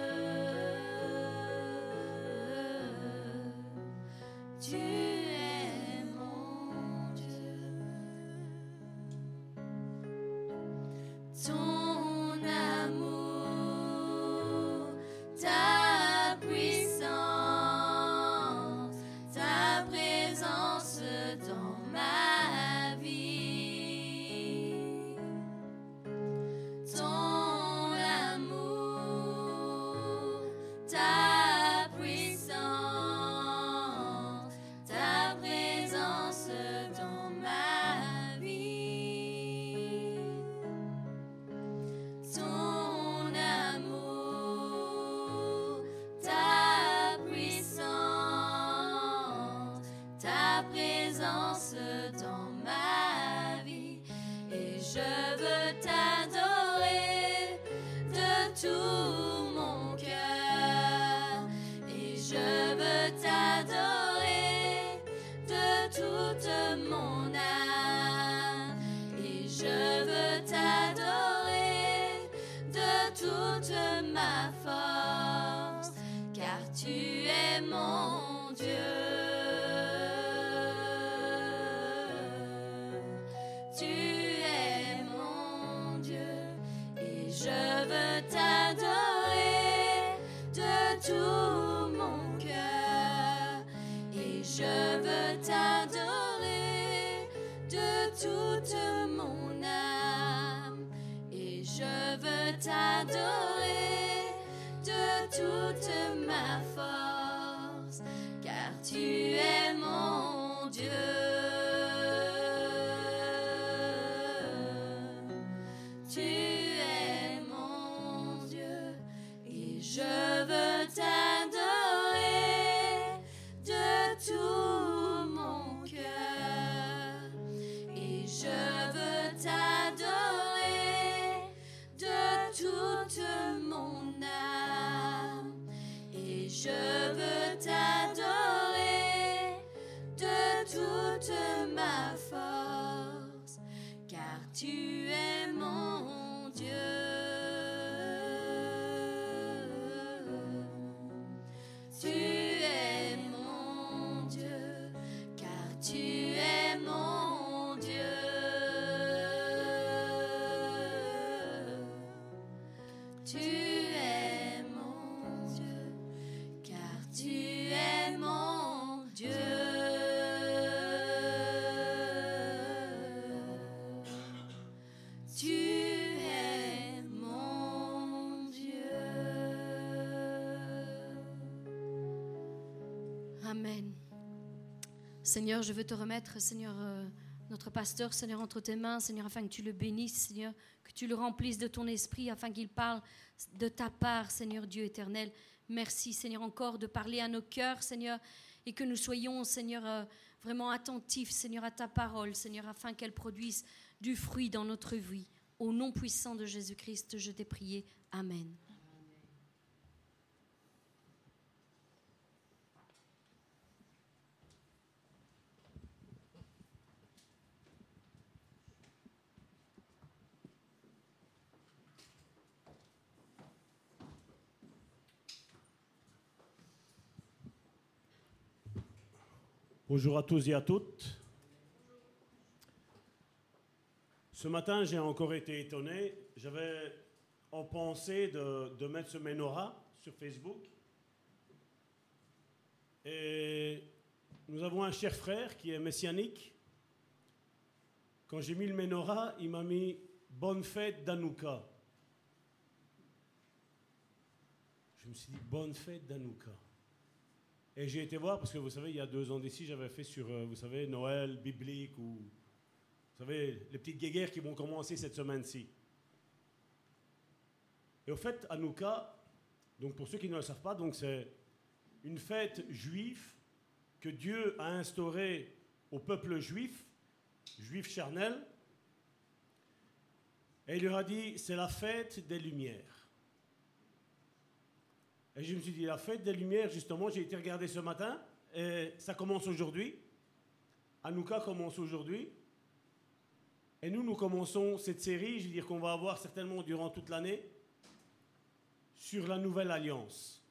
Speaker 2: Tu es mon Dieu. Ton amour, ta puissance, ta présence dans ma vie. Ton amour, ta puissance, ta présence dans ma vie. Ton amour, ta puissance, ta présence dans ma vie. Et je veux t'adorer de tout mon cœur. Et je veux t'adorer de toute mon âme. Et je veux t'adorer de toute ma force, car tu es mon Dieu. Tu es mon Dieu, et je veux t'adorer de tout mon cœur. Et je veux t'adorer de toute mon âme. Et je veux t'adorer de toute ma force, car tu es mon Dieu. Tu es mon Dieu, car tu es mon Dieu. Tu es mon Dieu.
Speaker 3: Amen. Seigneur, je veux te remettre, Seigneur, notre pasteur, Seigneur, entre tes mains, Seigneur, afin que tu le bénisses, Seigneur, que tu le remplisses de ton esprit, afin qu'il parle de ta part, Seigneur Dieu éternel. Merci, Seigneur, encore de parler à nos cœurs, Seigneur, et que nous soyons, Seigneur, vraiment attentifs, Seigneur, à ta parole, Seigneur, afin qu'elle produise du fruit dans notre vie. Au nom puissant de Jésus-Christ, je t'ai prié. Amen.
Speaker 5: Bonjour à tous et à toutes. Ce matin, j'ai encore été étonné. J'avais en pensée de mettre ce menorah sur Facebook. Et nous avons un cher frère qui est messianique. Quand j'ai mis le menorah, il m'a mis « Bonne fête d'Hanouka ». Je me suis dit « Bonne fête d'Hanouka ». Et j'ai été voir, parce que vous savez, il y a 2 ans d'ici, j'avais fait sur, vous savez, Noël biblique, ou, vous savez, les petites guéguerres qui vont commencer cette semaine-ci. Et au fait, Hanouka, donc pour ceux qui ne le savent pas, donc c'est une fête juive que Dieu a instaurée au peuple juif charnel, et il leur a dit, c'est la fête des Lumières. Et je me suis dit, la fête des Lumières, justement, j'ai été regarder ce matin, et ça commence aujourd'hui. Hanouka commence aujourd'hui. Et nous commençons cette série, je veux dire qu'on va avoir certainement durant toute l'année, sur la nouvelle alliance.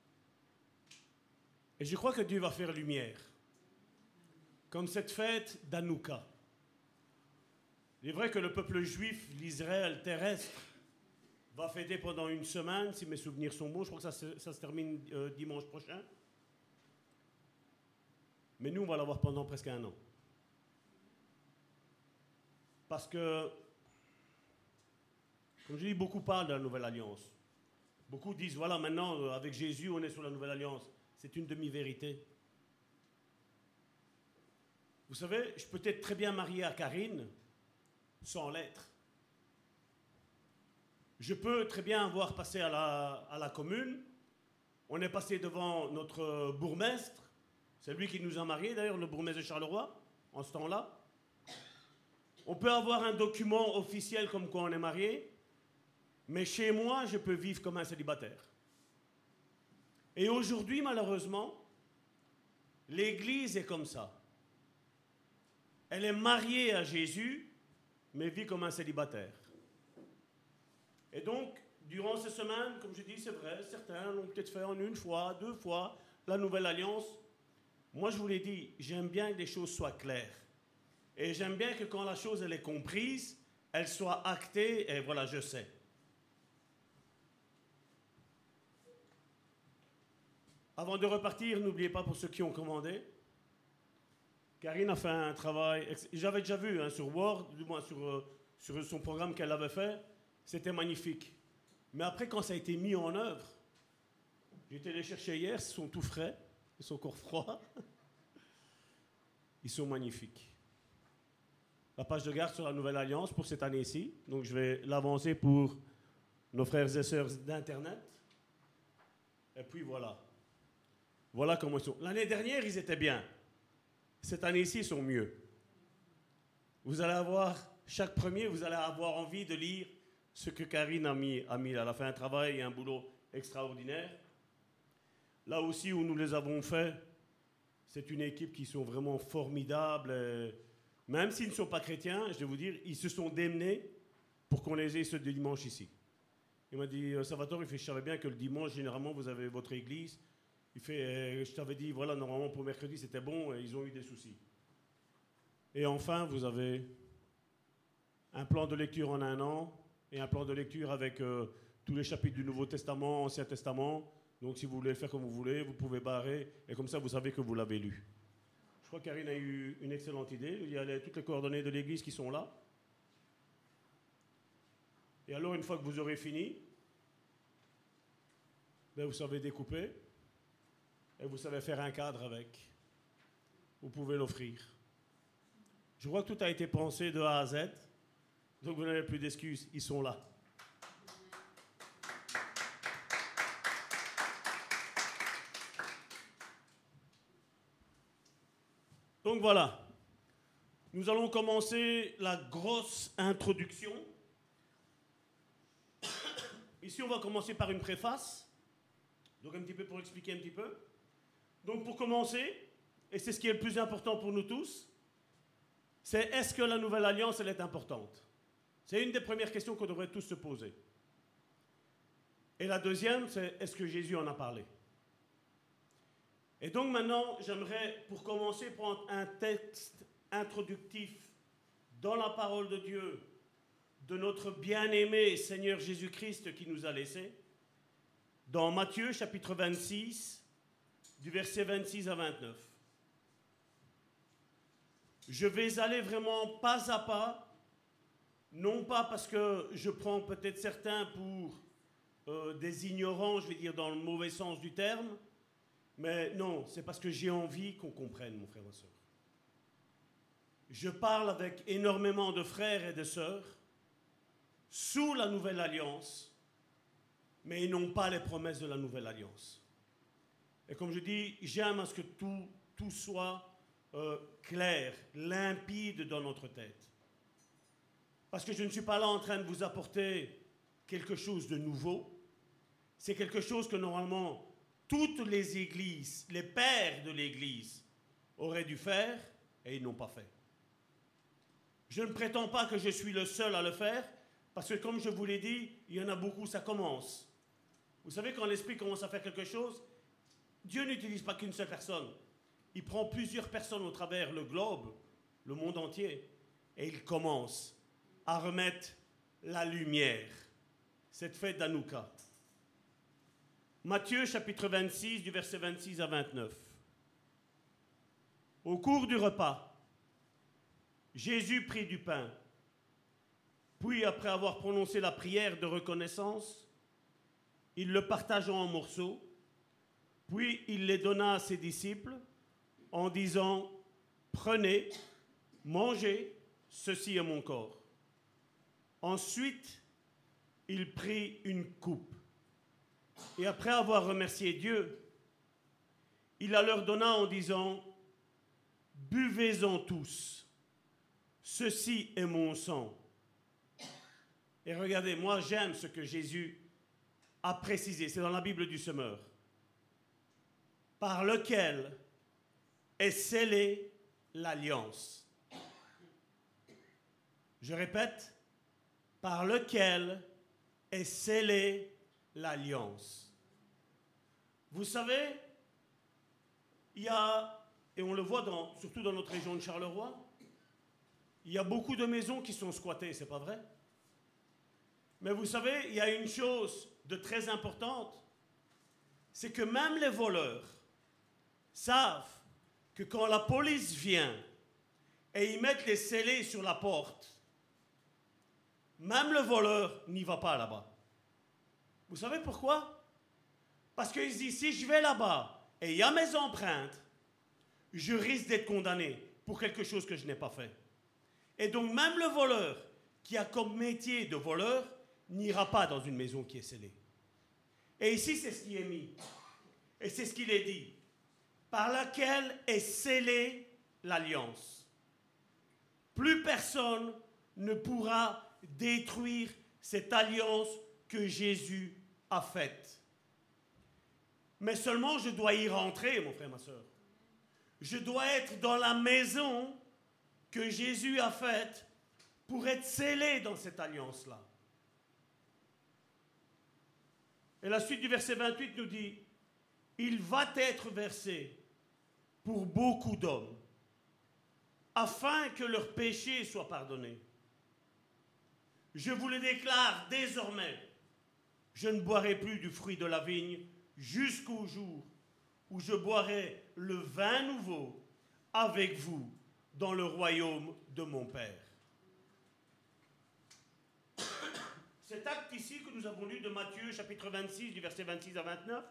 Speaker 5: Et je crois que Dieu va faire lumière, comme cette fête d'Hanouka. Il est vrai que le peuple juif, l'Israël terrestre, va fêter pendant 1 semaine, si mes souvenirs sont bons. Je crois que ça se termine dimanche prochain. Mais nous, on va l'avoir pendant presque 1 an. Parce que, comme je dis, beaucoup parlent de la Nouvelle Alliance. Beaucoup disent, voilà, maintenant, avec Jésus, on est sur la Nouvelle Alliance. C'est une demi-vérité. Vous savez, je peux être très bien marié à Karine, sans l'être. Je peux très bien avoir passé à la commune. On est passé devant notre bourgmestre. C'est lui qui nous a mariés, d'ailleurs, le bourgmestre de Charleroi, en ce temps-là. On peut avoir un document officiel comme quoi on est marié, mais chez moi, je peux vivre comme un célibataire. Et aujourd'hui, malheureusement, l'Église est comme ça. Elle est mariée à Jésus, mais vit comme un célibataire. Et donc, durant ces semaines, comme je dis, c'est vrai, certains l'ont peut-être fait en 1 fois, 2 fois, la Nouvelle Alliance. Moi, je vous l'ai dit, j'aime bien que les choses soient claires. Et j'aime bien que quand la chose elle est comprise, elle soit actée, et voilà, je sais. Avant de repartir, n'oubliez pas pour ceux qui ont commandé, Karine a fait un travail, j'avais déjà vu sur Word, du moins sur son programme qu'elle avait fait. C'était magnifique. Mais après, quand ça a été mis en œuvre, j'ai été les chercher hier, ils sont tout frais, ils sont encore froids. Ils sont magnifiques. La page de garde sur la Nouvelle Alliance pour cette année-ci. Donc je vais l'avancer pour nos frères et sœurs d'Internet. Et puis voilà. Voilà comment ils sont. L'année dernière, ils étaient bien. Cette année-ci, ils sont mieux. Vous allez avoir, chaque premier, vous allez avoir envie de lire ce que Karine a mis là. Elle a fait un travail et un boulot extraordinaire. Là aussi où nous les avons fait, c'est une équipe qui sont vraiment formidables. Même s'ils ne sont pas chrétiens, je vais vous dire, ils se sont démenés pour qu'on les ait ce dimanche ici. Il m'a dit, Salvatore, je savais bien que le dimanche, généralement, vous avez votre église. Il fait, je t'avais dit, voilà, normalement pour mercredi, c'était bon, et ils ont eu des soucis. Et enfin, vous avez un plan de lecture en 1 an, et un plan de lecture avec tous les chapitres du Nouveau Testament, Ancien Testament. Donc si vous voulez le faire comme vous voulez, vous pouvez barrer, et comme ça vous savez que vous l'avez lu. Je crois que Karine a eu une excellente idée. Il y a toutes les coordonnées de l'église qui sont là. Et alors, une fois que vous aurez fini, ben vous savez découper et vous savez faire un cadre avec. Vous pouvez l'offrir. Je vois que tout a été pensé de A à Z, donc vous n'avez plus d'excuses, ils sont là. Donc voilà, nous allons commencer la grosse introduction. Ici, on va commencer par une préface, donc un petit peu pour expliquer un petit peu. Donc pour commencer, et c'est ce qui est le plus important pour nous tous, c'est est-ce que la nouvelle alliance, elle est importante? C'est une des premières questions qu'on devrait tous se poser. Et la deuxième, c'est est-ce que Jésus en a parlé? Et donc maintenant, j'aimerais, pour commencer, prendre un texte introductif dans la parole de Dieu, de notre bien-aimé Seigneur Jésus-Christ qui nous a laissés, dans Matthieu chapitre 26, du verset 26 à 29. Je vais aller vraiment pas à pas, non pas parce que je prends peut-être certains pour des ignorants, je vais dire dans le mauvais sens du terme, mais non, c'est parce que j'ai envie qu'on comprenne, mon frère, ma soeur. Je parle avec énormément de frères et de sœurs sous la nouvelle alliance, mais ils n'ont pas les promesses de la nouvelle alliance. Et comme je dis, j'aime à ce que tout soit clair, limpide dans notre tête. Parce que je ne suis pas là en train de vous apporter quelque chose de nouveau. C'est quelque chose que normalement toutes les églises, les pères de l'église auraient dû faire et ils n'ont pas fait. Je ne prétends pas que je suis le seul à le faire, parce que comme je vous l'ai dit, il y en a beaucoup, ça commence. Vous savez, quand l'Esprit commence à faire quelque chose, Dieu n'utilise pas qu'une seule personne. Il prend plusieurs personnes au travers le globe, le monde entier, et il commence à remettre la lumière. Cette fête d'Hanouka. Matthieu chapitre 26, du verset 26 à 29. Au cours du repas, Jésus prit du pain. Puis, après avoir prononcé la prière de reconnaissance, il le partagea en morceaux. Puis, il les donna à ses disciples en disant « Prenez, mangez, ceci est mon corps. » Ensuite, il prit une coupe. Et après avoir remercié Dieu, il la leur donna en disant « Buvez-en tous, ceci est mon sang. » Et regardez, moi j'aime ce que Jésus a précisé, c'est dans la Bible du Semeur. Par lequel est scellée l'alliance. Je répète, par lequel est scellée l'alliance. Vous savez, il y a, et on le voit surtout dans notre région de Charleroi, il y a beaucoup de maisons qui sont squattées, c'est pas vrai? Mais vous savez, il y a une chose de très importante, c'est que même les voleurs savent que quand la police vient et ils mettent les scellés sur la porte, même le voleur n'y va pas là-bas. Vous savez pourquoi? Parce qu'ils disent, si je vais là-bas et il y a mes empreintes, je risque d'être condamné pour quelque chose que je n'ai pas fait. Et donc même le voleur qui a comme métier de voleur n'ira pas dans une maison qui est scellée. Et ici, c'est ce qui est mis. Et c'est ce qu'il est dit. Par laquelle est scellée l'alliance. Plus personne ne pourra détruire cette alliance que Jésus a faite. Mais seulement je dois y rentrer, mon frère, ma soeur. Je dois être dans la maison que Jésus a faite pour être scellé dans cette alliance-là. Et la suite du verset 28 nous dit, « Il va être versé pour beaucoup d'hommes, afin que leurs péchés soient pardonnés. Je vous le déclare désormais, Je ne boirai plus du fruit de la vigne jusqu'au jour où je boirai le vin nouveau avec vous dans le royaume de mon Père. Cet acte ici que nous avons lu de Matthieu, chapitre 26, du verset 26 à 29,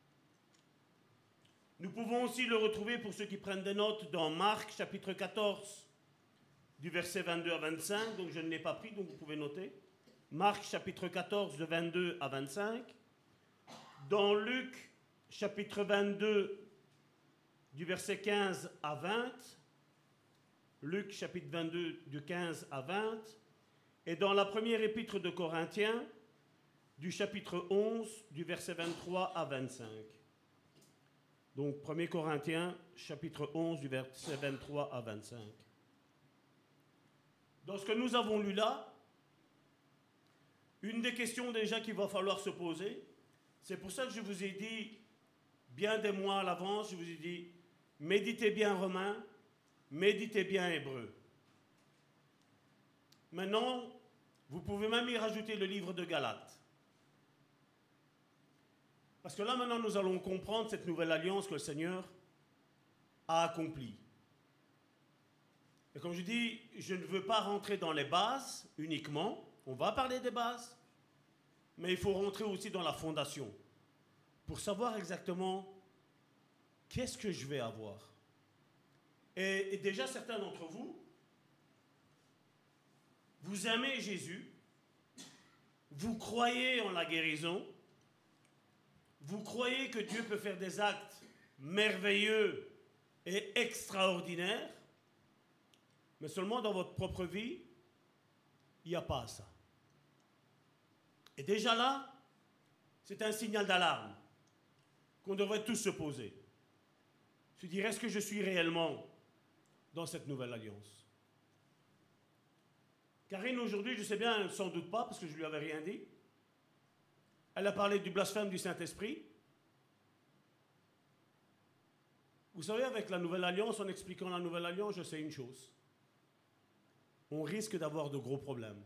Speaker 5: nous pouvons aussi le retrouver, pour ceux qui prennent des notes, dans Marc, chapitre 14, du verset 22 à 25, donc je ne l'ai pas pris, donc vous pouvez noter. Marc, chapitre 14, de 22 à 25. Dans Luc, chapitre 22, du verset 15 à 20. Luc, chapitre 22, du 15 à 20. Et dans la première épître de Corinthiens, du chapitre 11, du verset 23 à 25. Donc, 1 Corinthiens, chapitre 11, du verset 23 à 25. Dans ce que nous avons lu là, une des questions déjà qu'il va falloir se poser, c'est pour ça que je vous ai dit, bien des mois à l'avance, je vous ai dit, méditez bien romain, méditez bien hébreu. Maintenant, vous pouvez même y rajouter le livre de Galates. Parce que là, maintenant, nous allons comprendre cette nouvelle alliance que le Seigneur a accomplie. Et comme je dis, je ne veux pas rentrer dans les bases uniquement. On va parler des bases. Mais il faut rentrer aussi dans la fondation. Pour savoir exactement qu'est-ce que je vais avoir. Et déjà, certains d'entre vous, vous aimez Jésus. Vous croyez en la guérison. Vous croyez que Dieu peut faire des actes merveilleux et extraordinaires, mais seulement dans votre propre vie, il n'y a pas ça. Et déjà là, c'est un signal d'alarme qu'on devrait tous se poser. Se dire, est-ce que je suis réellement dans cette nouvelle alliance? Karine, aujourd'hui, je sais bien, elle sans doute pas, parce que je ne lui avais rien dit. Elle a parlé du blasphème du Saint-Esprit. Vous savez, avec la Nouvelle Alliance, en expliquant la Nouvelle Alliance, je sais une chose. On risque d'avoir de gros problèmes.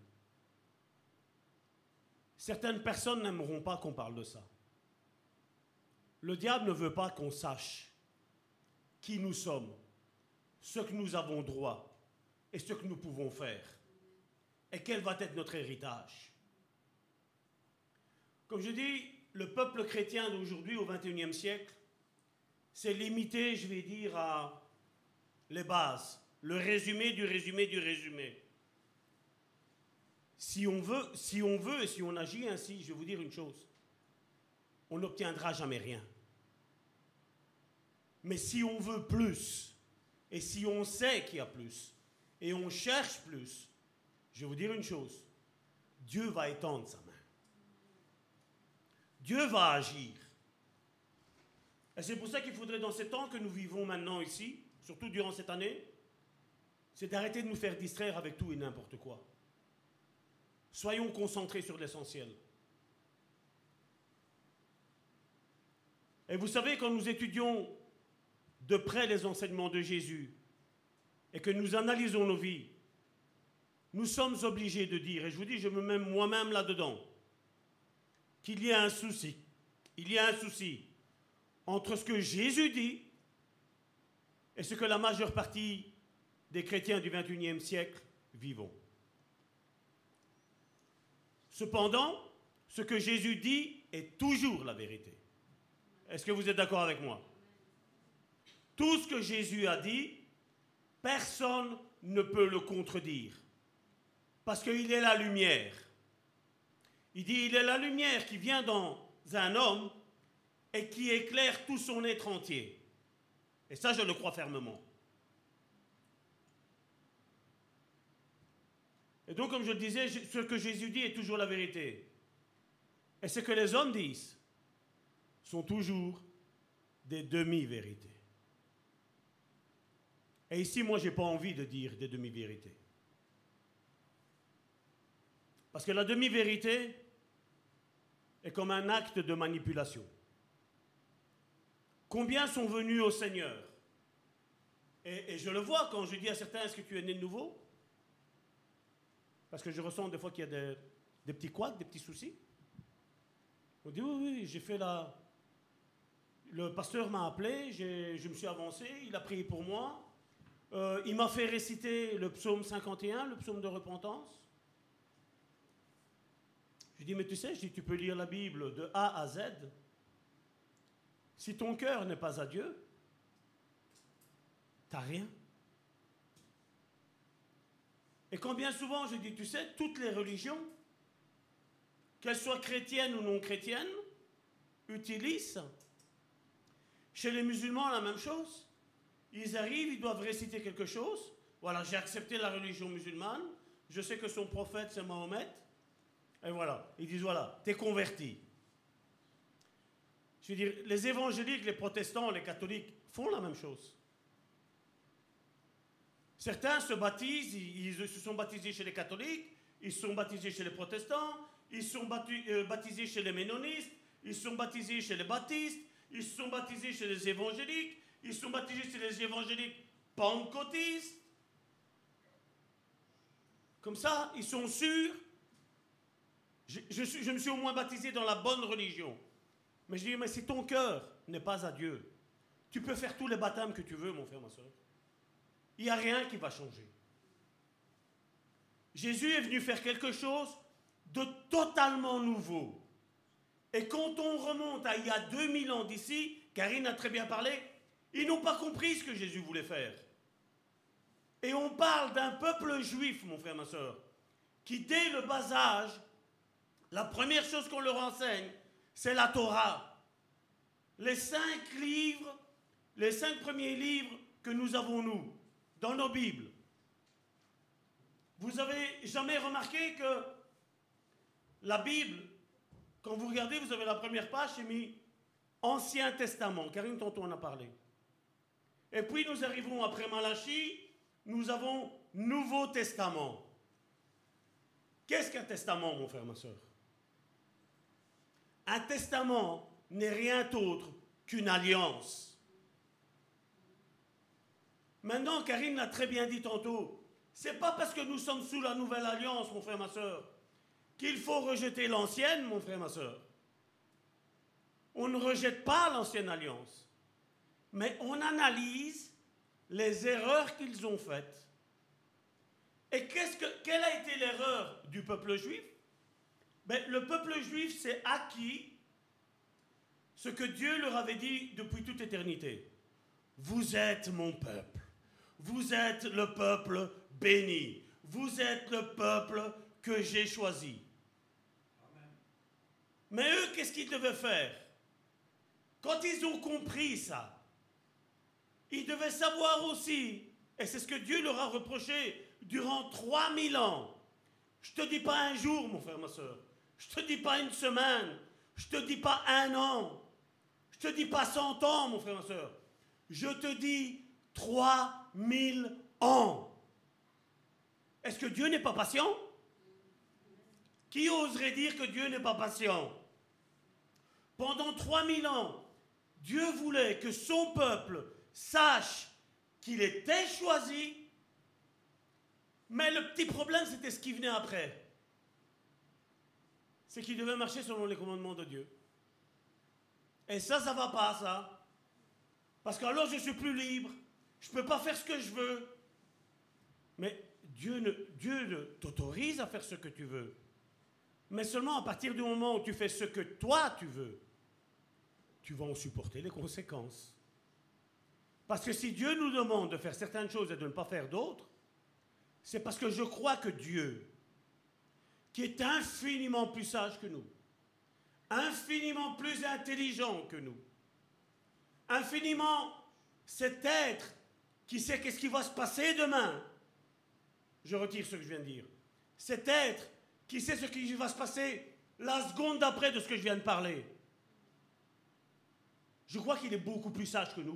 Speaker 5: Certaines personnes n'aimeront pas qu'on parle de ça. Le diable ne veut pas qu'on sache qui nous sommes, ce que nous avons droit et ce que nous pouvons faire. Et quel va être notre héritage. Comme je dis, le peuple chrétien d'aujourd'hui, au XXIe siècle, c'est limité, je vais dire, à les bases, le résumé du résumé du résumé. Si on veut et si on agit ainsi, je vais vous dire une chose, on n'obtiendra jamais rien. Mais si on veut plus, et si on sait qu'il y a plus, et on cherche plus, je vais vous dire une chose, Dieu va étendre sa main. Dieu va agir. Et c'est pour ça qu'il faudrait, dans ces temps que nous vivons maintenant ici, surtout durant cette année, c'est d'arrêter de nous faire distraire avec tout et n'importe quoi. Soyons concentrés sur l'essentiel. Et vous savez, quand nous étudions de près les enseignements de Jésus et que nous analysons nos vies, nous sommes obligés de dire, et je vous dis, je me mets moi-même là-dedans, qu'il y a un souci. Il y a un souci entre ce que Jésus dit et ce que la majeure partie des chrétiens du XXIe siècle vivent. Cependant, ce que Jésus dit est toujours la vérité. Est-ce que vous êtes d'accord avec moi? Tout ce que Jésus a dit, personne ne peut le contredire. Parce qu'il est la lumière. Il dit, il est la lumière qui vient dans un homme et qui éclaire tout son être entier. Et ça, je le crois fermement. Et donc, comme je le disais, ce que Jésus dit est toujours la vérité. Et ce que les hommes disent sont toujours des demi-vérités. Et ici, moi, je n'ai pas envie de dire des demi-vérités. Parce que la demi-vérité est comme un acte de manipulation. Combien sont venus au Seigneur? Et je le vois quand je dis à certains, est-ce que tu es né de nouveau? Parce que je ressens des fois qu'il y a des petits couacs, des petits soucis. On dit, oui, j'ai fait la... Le pasteur m'a appelé, je me suis avancé, il a prié pour moi. Il m'a fait réciter le psaume 51, le psaume de repentance. Je dis, mais tu sais, tu peux lire la Bible de A à Z. Si ton cœur n'est pas à Dieu, t'as rien. Et quand bien souvent, je dis, tu sais, toutes les religions, qu'elles soient chrétiennes ou non chrétiennes, utilisent, chez les musulmans, la même chose. Ils arrivent, ils doivent réciter quelque chose. Voilà, j'ai accepté la religion musulmane, je sais que son prophète, c'est Mahomet. Et voilà, ils disent, voilà, t'es converti. Je veux dire, les évangéliques, les protestants, les catholiques font la même chose. Certains se baptisent, ils se sont baptisés chez les catholiques, ils se sont baptisés chez les protestants, ils se sont baptisés chez les ménonistes, ils se sont baptisés chez les baptistes, ils se sont baptisés chez les évangéliques, ils se sont baptisés chez les évangéliques pentecôtistes. Comme ça, ils sont sûrs. Je me suis au moins baptisé dans la bonne religion. Mais je dis, mais si ton cœur n'est pas à Dieu, tu peux faire tous les baptêmes que tu veux, mon frère, ma soeur. Il n'y a rien qui va changer. Jésus est venu faire quelque chose de totalement nouveau. Et quand on remonte à il y a 2000 ans d'ici, Karine a très bien parlé, ils n'ont pas compris ce que Jésus voulait faire. Et on parle d'un peuple juif, mon frère, ma soeur, qui dès le bas âge, la première chose qu'on leur enseigne, c'est la Torah. Les 5 livres, les 5 premiers livres que nous avons, nous, dans nos Bibles. Vous avez jamais remarqué que la Bible, quand vous regardez, vous avez la première page, c'est mis Ancien Testament. Karine, tantôt on a parlé. Et puis nous arrivons après Malachie, nous avons Nouveau Testament. Qu'est-ce qu'un testament, mon frère, ma soeur? Un testament n'est rien d'autre qu'une alliance. Maintenant, Karine l'a très bien dit tantôt, c'est pas parce que nous sommes sous la nouvelle alliance, mon frère, ma soeur, qu'il faut rejeter l'ancienne, mon frère, ma soeur. On ne rejette pas l'ancienne alliance, mais on analyse les erreurs qu'ils ont faites. Et quelle a été l'erreur du peuple juif? Le peuple juif s'est acquis ce que Dieu leur avait dit depuis toute éternité. Vous êtes mon peuple. Vous êtes le peuple béni. Vous êtes le peuple que j'ai choisi. Amen. Mais eux, qu'est-ce qu'ils devaient faire? Quand ils ont compris ça, ils devaient savoir aussi, et c'est ce que Dieu leur a reproché durant 3000 ans. Je ne te dis pas un jour, mon frère, ma soeur. Je ne te dis pas une semaine. Je ne te dis pas un an. Je ne te dis pas 100 ans, mon frère, ma soeur. Je te dis 3000 ans. Est-ce que Dieu n'est pas patient? Qui oserait dire que Dieu n'est pas patient? Pendant 3000 ans, Dieu voulait que son peuple sache qu'il était choisi, mais le petit problème, c'était ce qui venait après. C'est qu'il devait marcher selon les commandements de Dieu. Et ça ne va pas, ça. Parce qu'alors, je ne suis plus libre. Je ne peux pas faire ce que je veux. Mais Dieu t'autorise à faire ce que tu veux. Mais seulement à partir du moment où tu fais ce que toi, tu veux, tu vas en supporter les conséquences. Parce que si Dieu nous demande de faire certaines choses et de ne pas faire d'autres, c'est parce que je crois que Dieu, qui est infiniment plus sage que nous, infiniment plus intelligent que nous, infiniment cet être qui sait qu'est-ce qui va se passer demain, je retire ce que je viens de dire, cet être qui sait ce qui va se passer la seconde d'après de ce que je viens de parler, je crois qu'il est beaucoup plus sage que nous.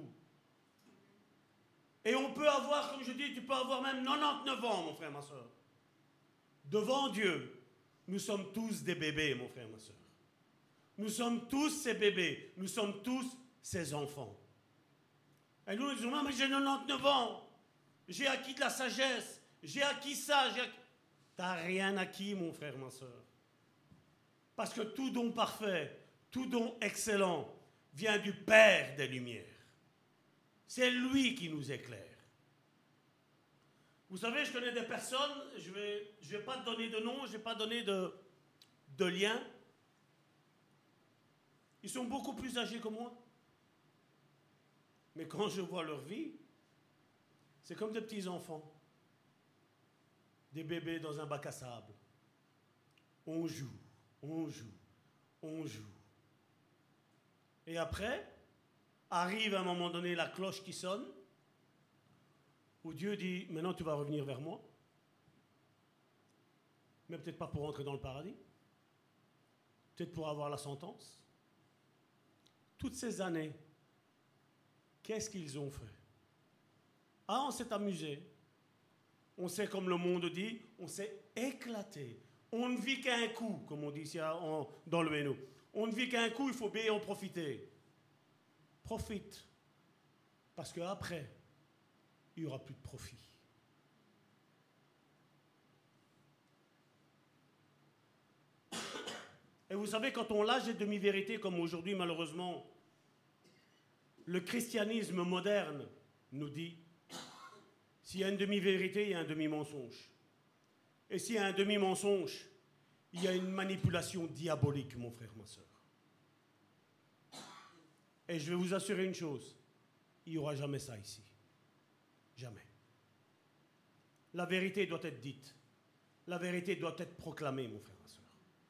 Speaker 5: Et on peut avoir, comme je dis, tu peux avoir même 99 ans, mon frère, ma soeur. Devant Dieu, nous sommes tous des bébés, mon frère, ma soeur. Nous sommes tous ces bébés. Nous sommes tous ces enfants. Et nous disons, mais j'ai 99 ans. J'ai acquis de la sagesse. J'ai acquis ça. T'as rien acquis, mon frère, ma soeur. Parce que tout don parfait, tout don excellent vient du Père des Lumières. C'est lui qui nous éclaire. Vous savez, je connais des personnes, je vais pas te donner de nom, je vais pas donner de lien. Ils sont beaucoup plus âgés que moi. Mais quand je vois leur vie, c'est comme des petits enfants. Des bébés dans un bac à sable. On joue, on joue, on joue. Et après, arrive à un moment donné la cloche qui sonne, où Dieu dit, maintenant tu vas revenir vers moi. Mais peut-être pas pour entrer dans le paradis. Peut-être pour avoir la sentence. Toutes ces années, qu'est-ce qu'ils ont fait? Ah, on s'est amusé. On s'est, comme le monde dit, on s'est éclaté. On ne vit qu'un coup, comme on dit ici dans le Hainaut. On ne vit qu'un coup, il faut bien en profiter. Profite. Parce qu'après, il n'y aura plus de profit. Et vous savez, quand on lâche des demi-vérités, comme aujourd'hui, malheureusement, le christianisme moderne nous dit, s'il y a une demi-vérité, il y a un demi-mensonge. Et s'il y a un demi-mensonge, il y a une manipulation diabolique, mon frère, ma soeur. Et je vais vous assurer une chose, il n'y aura jamais ça ici. Jamais. La vérité doit être dite. La vérité doit être proclamée, mon frère, ma soeur.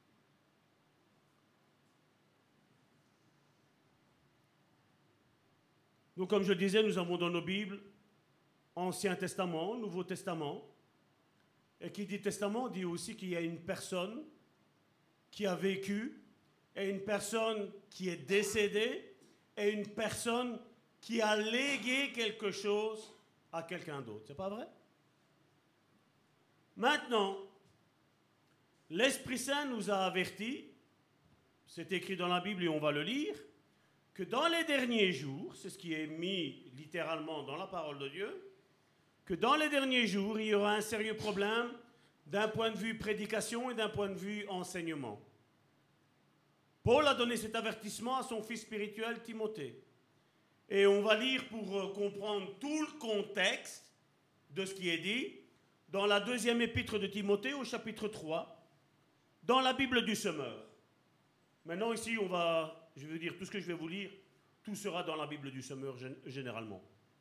Speaker 5: Donc, comme je disais, nous avons dans nos Bibles Ancien Testament, Nouveau Testament. Et qui dit testament dit aussi qu'il y a une personne qui a vécu, et une personne qui est décédée, et une personne qui a légué quelque chose à quelqu'un d'autre. C'est pas vrai? Maintenant, l'Esprit Saint nous a avertis, c'est écrit dans la Bible et on va le lire, que dans les derniers jours, c'est ce qui est mis littéralement dans la parole de Dieu, que dans les derniers jours, il y aura un sérieux problème d'un point de vue prédication et d'un point de vue enseignement. Paul a donné cet avertissement à son fils spirituel Timothée. Et on va lire pour comprendre tout le contexte de ce qui est dit dans la deuxième épître de Timothée au chapitre 3, dans la Bible du semeur. Maintenant ici, je veux dire tout ce que je vais vous lire, tout sera dans la Bible du semeur généralement.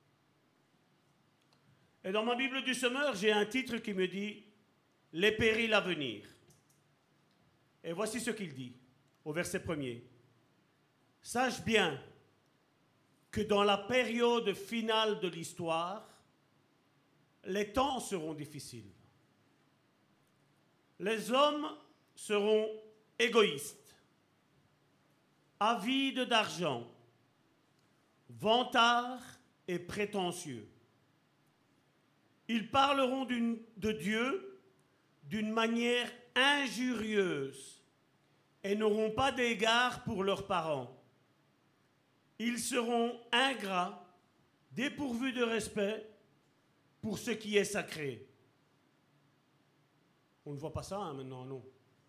Speaker 5: Et dans ma Bible du semeur, j'ai un titre qui me dit « Les périls à venir ». Et voici ce qu'il dit, au verset 1er. « Sache bien que dans la période finale de l'histoire, les temps seront difficiles. Les hommes seront égoïstes, avides d'argent, vantards et prétentieux. Ils parleront de Dieu d'une manière injurieuse et n'auront pas d'égard pour leurs parents. Ils seront ingrats, dépourvus de respect pour ce qui est sacré. On ne voit pas ça maintenant, non.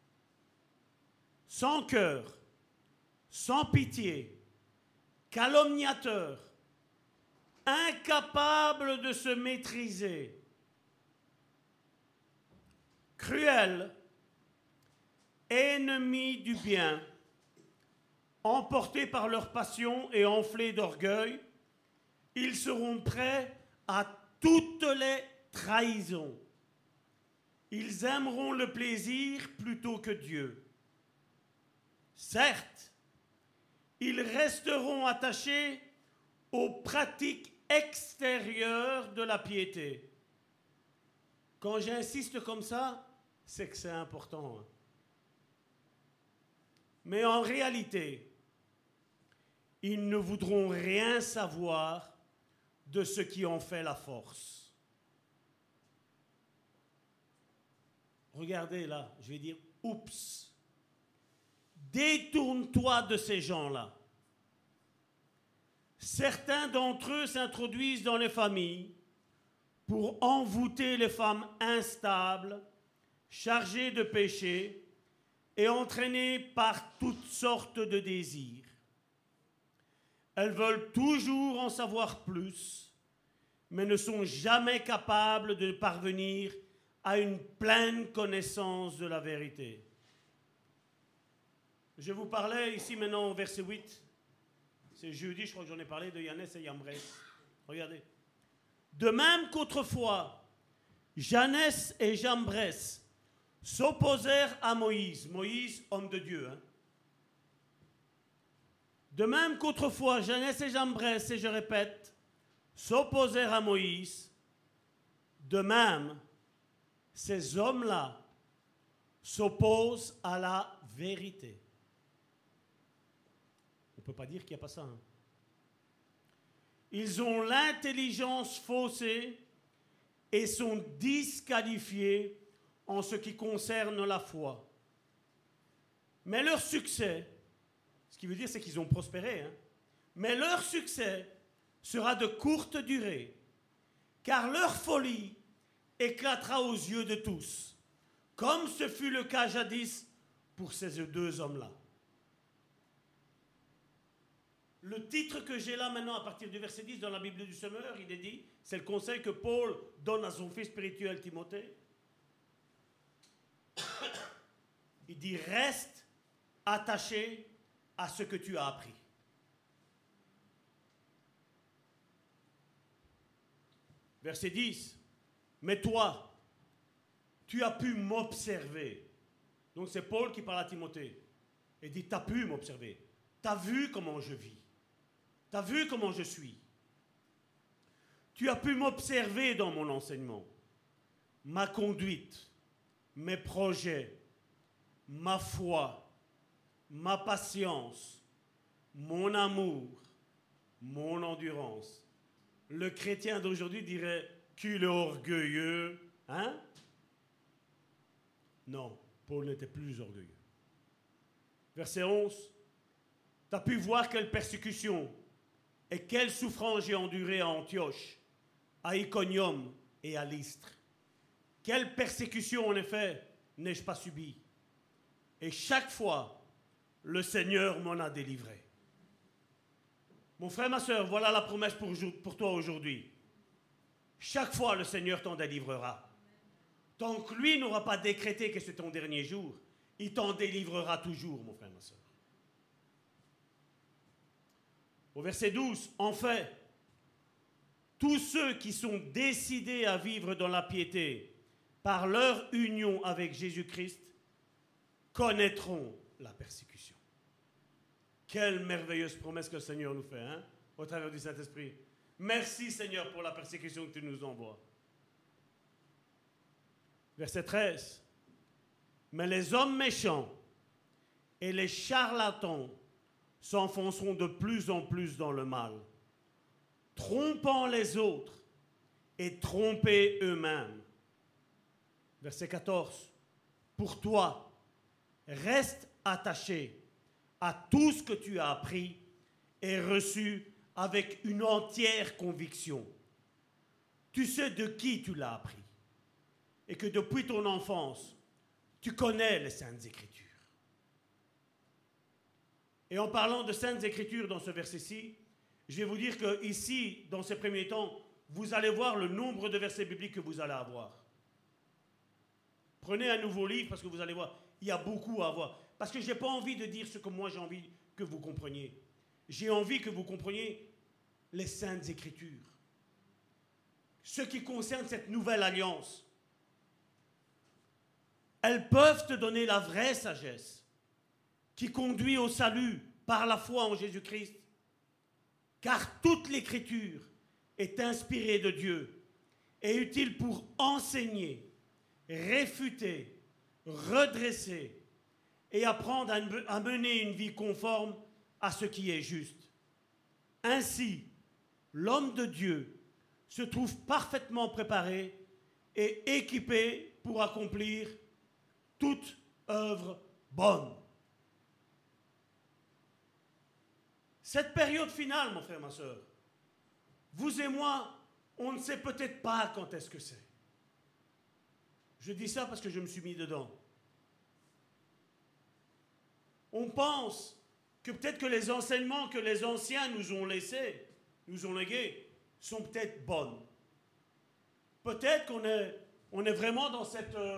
Speaker 5: Sans cœur, sans pitié, calomniateurs, incapables de se maîtriser, cruels, ennemis du bien, emportés par leur passion et enflés d'orgueil, ils seront prêts à toutes les trahisons. Ils aimeront le plaisir plutôt que Dieu. Certes, ils resteront attachés aux pratiques extérieures de la piété. Quand j'insiste comme ça, c'est que c'est important. Mais en réalité, ils ne voudront rien savoir de ce qui en fait la force. Regardez là, je vais dire, oups. Détourne-toi de ces gens-là. Certains d'entre eux s'introduisent dans les familles pour envoûter les femmes instables, chargées de péché, et entraînées par toutes sortes de désirs. Elles veulent toujours en savoir plus, mais ne sont jamais capables de parvenir à une pleine connaissance de la vérité. Je vous parlais ici maintenant au verset 8. C'est jeudi, je crois que j'en ai parlé, de Yannès et Yambres. Regardez. De même qu'autrefois, Yannès et Jambres s'opposèrent à Moïse. Moïse, homme de Dieu. De même qu'autrefois, Yannès et Jambres, et je répète, s'opposèrent à Moïse, de même, ces hommes-là s'opposent à la vérité. On ne peut pas dire qu'il n'y a pas ça. Ils ont l'intelligence faussée et sont disqualifiés en ce qui concerne la foi. Mais leur succès, ce qui veut dire c'est qu'ils ont prospéré, mais leur succès sera de courte durée, car leur folie éclatera aux yeux de tous, comme ce fut le cas jadis pour ces deux hommes-là. Le titre que j'ai là maintenant, à partir du verset 10 dans la Bible du Semeur, il est dit, c'est le conseil que Paul donne à son fils spirituel Timothée. Il dit, reste attaché à ce que tu as appris. Verset 10, mais toi, tu as pu m'observer. Donc c'est Paul qui parle à Timothée. Il dit, tu as pu m'observer. Tu as vu comment je vis. Tu as vu comment je suis. Tu as pu m'observer dans mon enseignement, ma conduite, mes projets, ma foi, ma patience, mon amour, mon endurance. Le chrétien d'aujourd'hui dirait qu'il est orgueilleux. Hein? Non, Paul n'était plus orgueilleux. Verset 11. Tu as pu voir quelle persécution et quelle souffrance j'ai endurée à Antioche, à Iconium et à Lystre. Quelle persécution, en effet, n'ai-je pas subie? Et chaque fois, le Seigneur m'en a délivré. Mon frère, ma soeur, voilà la promesse pour toi aujourd'hui. Chaque fois, le Seigneur t'en délivrera. Tant que lui n'aura pas décrété que c'est ton dernier jour, il t'en délivrera toujours, mon frère, ma soeur. Au verset 12, en fait, tous ceux qui sont décidés à vivre dans la piété par leur union avec Jésus-Christ connaîtront la persécution. Quelle merveilleuse promesse que le Seigneur nous fait, au travers du Saint-Esprit. Merci Seigneur pour la persécution que tu nous envoies. Verset 13. Mais les hommes méchants et les charlatans s'enfonceront de plus en plus dans le mal, trompant les autres et trompés eux-mêmes. Verset 14. Pour toi, reste attaché à tout ce que tu as appris et reçu avec une entière conviction. Tu sais de qui tu l'as appris et que depuis ton enfance, tu connais les Saintes Écritures. Et en parlant de Saintes Écritures dans ce verset-ci, je vais vous dire que ici, dans ces premiers temps, vous allez voir le nombre de versets bibliques que vous allez avoir. Prenez un nouveau livre parce que vous allez voir, il y a beaucoup à voir. Parce que je n'ai pas envie de dire ce que moi j'ai envie que vous compreniez. J'ai envie que vous compreniez les Saintes Écritures. Ce qui concerne cette nouvelle alliance. Elles peuvent te donner la vraie sagesse qui conduit au salut par la foi en Jésus-Christ. Car toute l'Écriture est inspirée de Dieu et utile pour enseigner, réfuter, redresser et apprendre à mener une vie conforme à ce qui est juste. Ainsi, l'homme de Dieu se trouve parfaitement préparé et équipé pour accomplir toute œuvre bonne. Cette période finale, mon frère, ma soeur, vous et moi, on ne sait peut-être pas quand est-ce que c'est. Je dis ça parce que je me suis mis dedans. on pense que peut-être que les enseignements que les anciens nous ont laissés, nous ont légués, sont peut-être bonnes. Peut-être qu'on est vraiment dans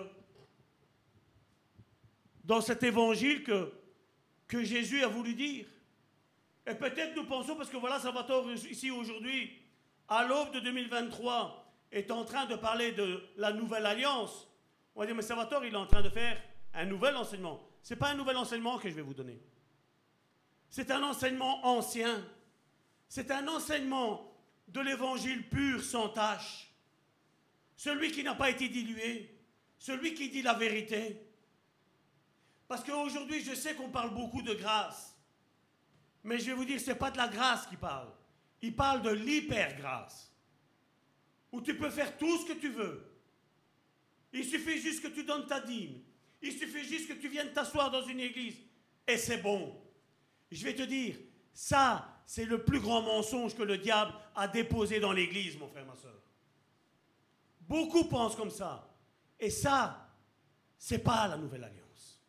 Speaker 5: cet évangile que Jésus a voulu dire. Et peut-être nous pensons, parce que voilà, Salvatore ici aujourd'hui, à l'aube de 2023, est en train de parler de la nouvelle alliance. On va dire, mais Salvatore, il est en train de faire un nouvel enseignement. Ce n'est pas un nouvel enseignement que je vais vous donner. C'est un enseignement ancien. C'est un enseignement de l'évangile pur, sans tache. Celui qui n'a pas été dilué. Celui qui dit la vérité. Parce qu'aujourd'hui, je sais qu'on parle beaucoup de grâce. Mais je vais vous dire, ce n'est pas de la grâce qu'il parle. Il parle de l'hyper-grâce. Où tu peux faire tout ce que tu veux. Il suffit juste que tu donnes ta dîme. Il suffit juste que tu viennes t'asseoir dans une église. Et c'est bon. Je vais te dire, ça, c'est le plus grand mensonge que le diable a déposé dans l'église, mon frère, ma soeur. Beaucoup pensent comme ça. Et ça, c'est pas la nouvelle alliance.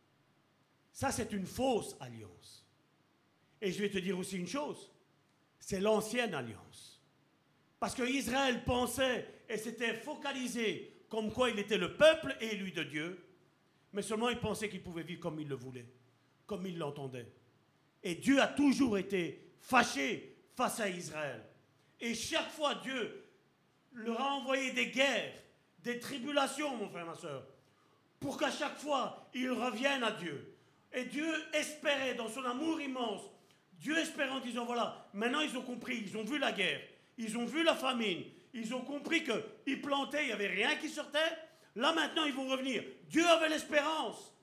Speaker 5: Ça, c'est une fausse alliance. Et je vais te dire aussi une chose. C'est l'ancienne alliance. Parce que Israël pensait et s'était focalisé comme quoi il était le peuple élu de Dieu. Mais seulement il pensait qu'il pouvait vivre comme il le voulait, comme il l'entendait. Et Dieu a toujours été fâché face à Israël. Et chaque fois, Dieu leur a envoyé des guerres, des tribulations, mon frère, ma soeur, pour qu'à chaque fois, ils reviennent à Dieu. Et Dieu espérait, dans son amour immense, Dieu espérait en disant, voilà, maintenant ils ont compris, ils ont vu la guerre, ils ont vu la famine, ils ont compris qu'ils plantaient, il n'y avait rien qui sortait. Là, maintenant, ils vont revenir. Dieu avait l'espérance.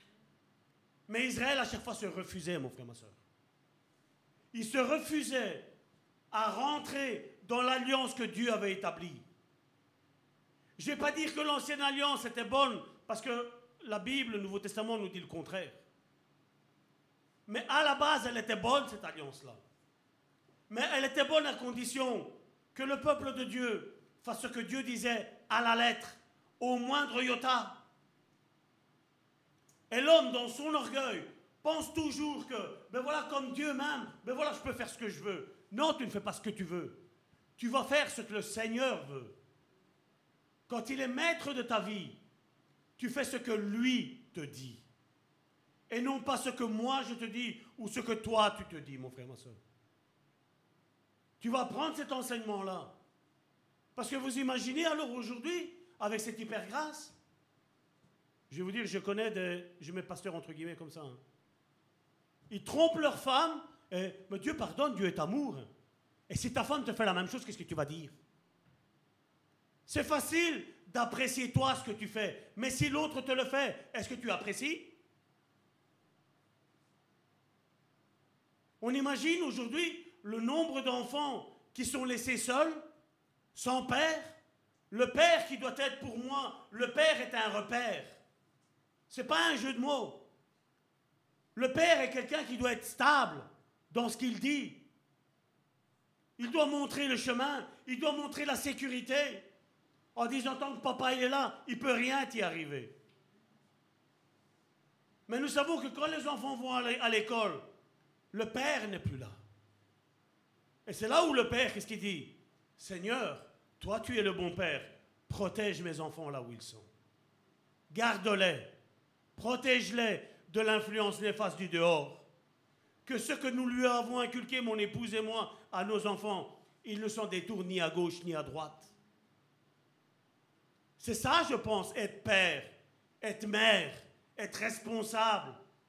Speaker 5: Mais Israël, à chaque fois, se refusait, mon frère, ma soeur. Il se refusait à rentrer dans l'alliance que Dieu avait établie. Je ne vais pas dire que l'ancienne alliance était bonne, parce que la Bible, le Nouveau Testament, nous dit le contraire. Mais à la base, elle était bonne, cette alliance-là. Mais elle était bonne à condition que le peuple de Dieu fasse ce que Dieu disait à la lettre, au moindre iota. Et l'homme, dans son orgueil, pense toujours que, ben voilà, comme Dieu m'aime, ben voilà, je peux faire ce que je veux. Non, tu ne fais pas ce que tu veux. Tu vas faire ce que le Seigneur veut. Quand il est maître de ta vie, tu fais ce que lui te dit. Et non pas ce que moi je te dis ou ce que toi tu te dis, mon frère, ma soeur. Tu vas prendre cet enseignement-là. Parce que vous imaginez alors aujourd'hui, avec cette hyper-grâce, je vais vous dire, je mets pasteur entre guillemets comme ça. Hein. Ils trompent leur femme, mais Dieu pardonne, Dieu est amour. Et si ta femme te fait la même chose, qu'est-ce que tu vas dire? C'est facile d'apprécier toi ce que tu fais, mais si l'autre te le fait, est-ce que tu apprécies? On imagine aujourd'hui le nombre d'enfants qui sont laissés seuls, sans père. Le père qui doit être pour moi, le père est un repère. Ce n'est pas un jeu de mots. Le père est quelqu'un qui doit être stable dans ce qu'il dit. Il doit montrer le chemin, il doit montrer la sécurité. En disant, tant que papa il est là, il ne peut rien t'y arriver. Mais nous savons que quand les enfants vont à l'école, le père n'est plus là. Et c'est là où le père, qu'est-ce qu'il dit? Seigneur, toi tu es le bon père, protège mes enfants là où ils sont. Garde-les, protège-les de l'influence néfaste du dehors. Que ce que nous lui avons inculqué, mon épouse et moi, à nos enfants, ils ne s'en détournent ni à gauche ni à droite. C'est ça, je pense, être père, être mère, être responsable.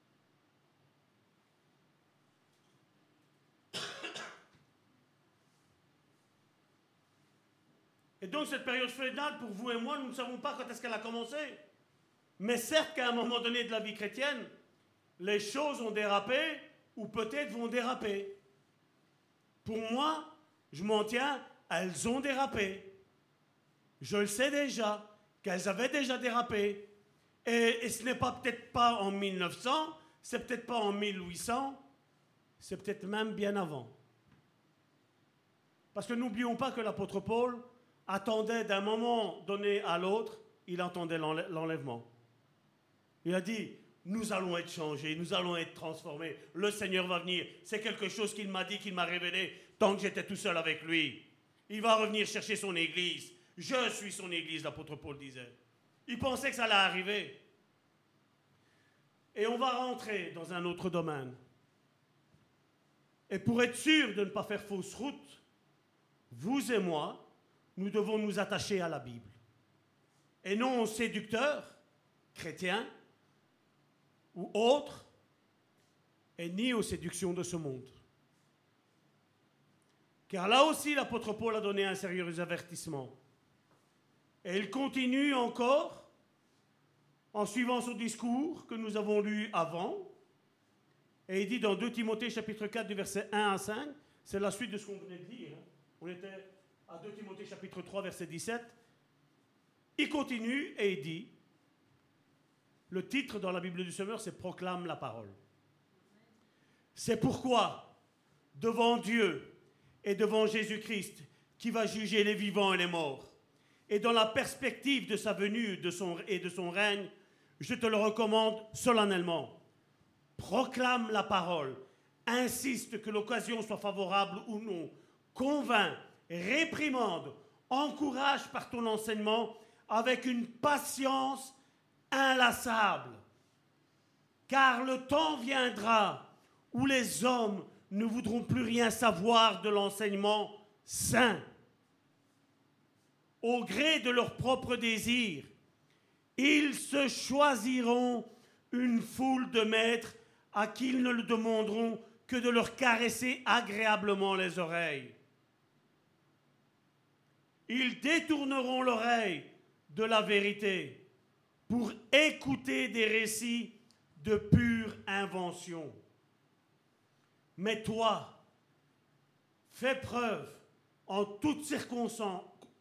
Speaker 5: Et donc cette période finale, pour vous et moi, nous ne savons pas quand est-ce qu'elle a commencé. Mais certes qu'à un moment donné de la vie chrétienne, les choses ont dérapé, ou peut-être vont déraper. Pour moi, je m'en tiens, elles ont dérapé. Je le sais déjà, qu'elles avaient déjà dérapé. Et ce n'est peut-être pas en 1900, c'est peut-être pas en 1800, c'est peut-être même bien avant. Parce que n'oublions pas que l'apôtre Paul attendait d'un moment donné à l'autre, il entendait l'enlèvement. Il a dit, nous allons être changés, nous allons être transformés. Le Seigneur va venir. C'est quelque chose qu'il m'a dit, qu'il m'a révélé tant que j'étais tout seul avec lui. Il va revenir chercher son église. Je suis son église, l'apôtre Paul disait. Il pensait que ça allait arriver. Et on va rentrer dans un autre domaine. Et pour être sûr de ne pas faire fausse route, vous et moi, nous devons nous attacher à la Bible. Et non aux séducteurs, chrétiens ou autres, et ni aux séductions de ce monde. Car là aussi, l'apôtre Paul a donné un sérieux avertissement. Et il continue encore, en suivant son discours que nous avons lu avant, et il dit dans 2 Timothée chapitre 4 du verset 1 à 5, c'est la suite de ce qu'on venait de dire. On était à 2 Timothée chapitre 3 verset 17. Il continue et il dit, le titre dans la Bible du Semeur, c'est « Proclame la parole ». C'est pourquoi, devant Dieu et devant Jésus-Christ, qui va juger les vivants et les morts, et dans la perspective de sa venue et de son règne, je te le recommande solennellement. Proclame la parole, insiste que l'occasion soit favorable ou non, convainc, réprimande, encourage par ton enseignement avec une patience inlassable. Car le temps viendra où les hommes ne voudront plus rien savoir de l'enseignement saint. Au gré de leurs propres désirs, ils se choisiront une foule de maîtres à qui ils ne le demanderont que de leur caresser agréablement les oreilles. Ils détourneront l'oreille de la vérité pour écouter des récits de pure invention. Mais toi, fais preuve en toutes circonstances,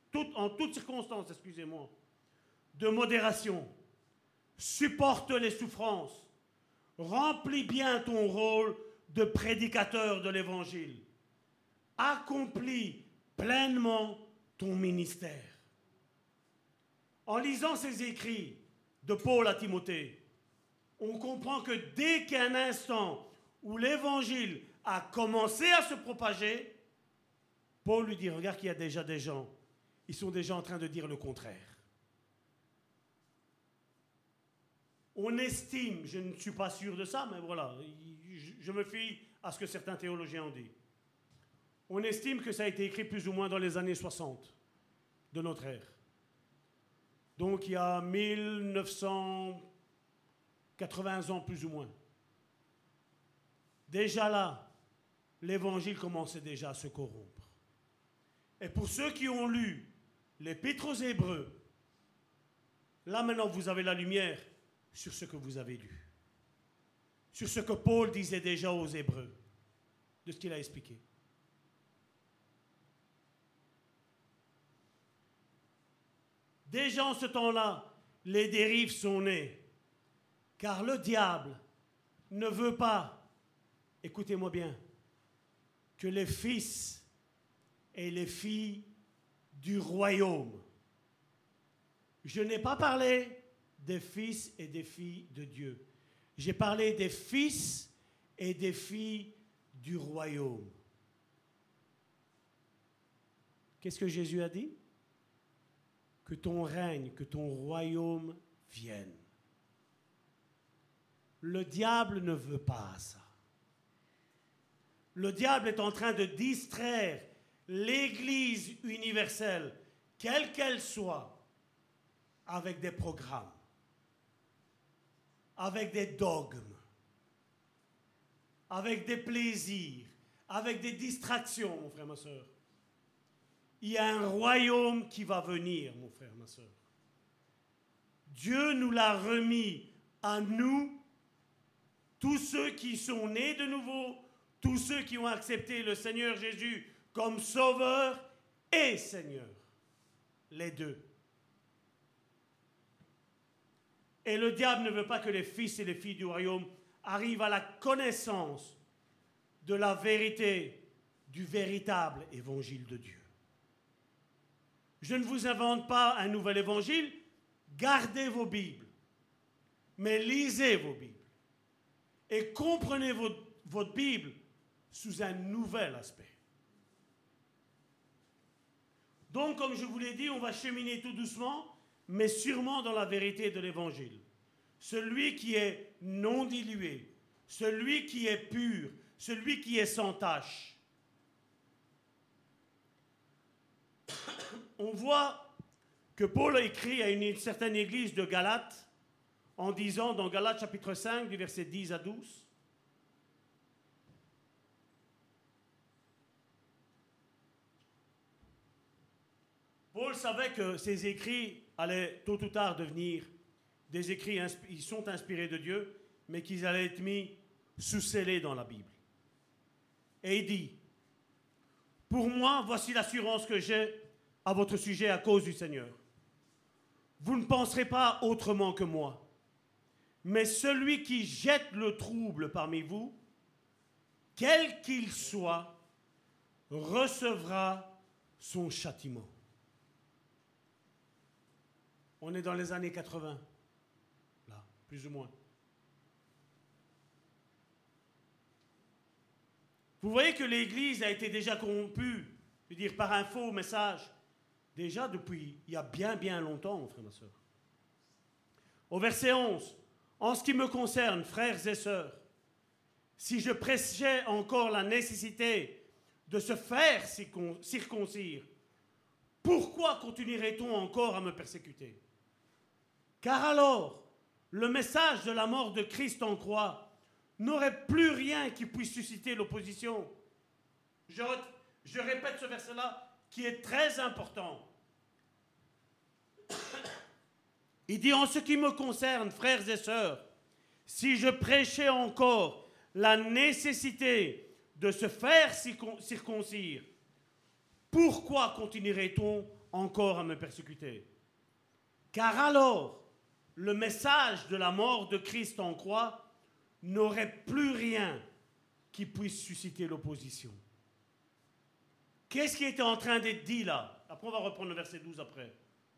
Speaker 5: de modération, supporte les souffrances, remplis bien ton rôle de prédicateur de l'Évangile, accomplis pleinement ton ministère. En lisant ces écrits de Paul à Timothée, on comprend que dès qu'un instant où l'Évangile a commencé à se propager, Paul lui dit, regarde qu'il y a déjà des gens, ils sont déjà en train de dire le contraire. On estime, je ne suis pas sûr de ça, mais voilà, je me fie à ce que certains théologiens ont dit. On estime que ça a été écrit plus ou moins dans les années 60 de notre ère. Donc il y a 1980 ans plus ou moins. Déjà là, l'évangile commençait déjà à se corrompre. Et pour ceux qui ont lu l'Épître aux Hébreux, là maintenant vous avez la lumière sur ce que vous avez lu. Sur ce que Paul disait déjà aux Hébreux, de ce qu'il a expliqué. Déjà en ce temps-là, les dérives sont nées. Car le diable ne veut pas, écoutez-moi bien, que les fils et les filles du royaume. Je n'ai pas parlé des fils et des filles de Dieu. J'ai parlé des fils et des filles du royaume. Qu'est-ce que Jésus a dit? Que ton règne, que ton royaume vienne. Le diable ne veut pas ça. Le diable est en train de distraire l'Église universelle, quelle qu'elle soit, avec des programmes, avec des dogmes, avec des plaisirs, avec des distractions, mon frère, ma soeur. Il y a un royaume qui va venir, mon frère, ma soeur. Dieu nous l'a remis à nous, tous ceux qui sont nés de nouveau, tous ceux qui ont accepté le Seigneur Jésus comme Sauveur et Seigneur. Les deux. Et le diable ne veut pas que les fils et les filles du royaume arrivent à la connaissance de la vérité, du véritable évangile de Dieu. Je ne vous invente pas un nouvel évangile, gardez vos Bibles, mais lisez vos Bibles. et comprenez votre Bible sous un nouvel aspect. Donc, comme je vous l'ai dit, on va cheminer tout doucement, mais sûrement dans la vérité de l'Évangile. Celui qui est non dilué, celui qui est pur, celui qui est sans tache. On voit que Paul a écrit à une certaine église de Galates en disant dans Galates chapitre 5 du verset 10 à 12, Paul savait que ses écrits allaient tôt ou tard devenir des écrits, ils sont inspirés de Dieu, mais qu'ils allaient être mis sous scellés dans la Bible. Et il dit, pour moi, voici l'assurance que j'ai à votre sujet à cause du Seigneur. Vous ne penserez pas autrement que moi, mais celui qui jette le trouble parmi vous, quel qu'il soit, recevra son châtiment. On est dans les années 80, là, plus ou moins. Vous voyez que l'Église a été déjà corrompue, je veux dire, par un faux message, déjà depuis il y a bien longtemps, mon frère, ma soeur. Au verset 11, en ce qui me concerne, frères et sœurs, si je prêchais encore la nécessité de se faire circoncire, pourquoi continuerait-on encore à me persécuter? Car alors, le message de la mort de Christ en croix n'aurait plus rien qui puisse susciter l'opposition. Je répète ce verset-là qui est très important. Il dit, en ce qui me concerne, frères et sœurs, si je prêchais encore la nécessité de se faire circoncire, pourquoi continuerait-on encore à me persécuter? Car alors, le message de la mort de Christ en croix n'aurait plus rien qui puisse susciter l'opposition. Qu'est-ce qui était en train d'être dit là? Après, on va reprendre le verset 12 après.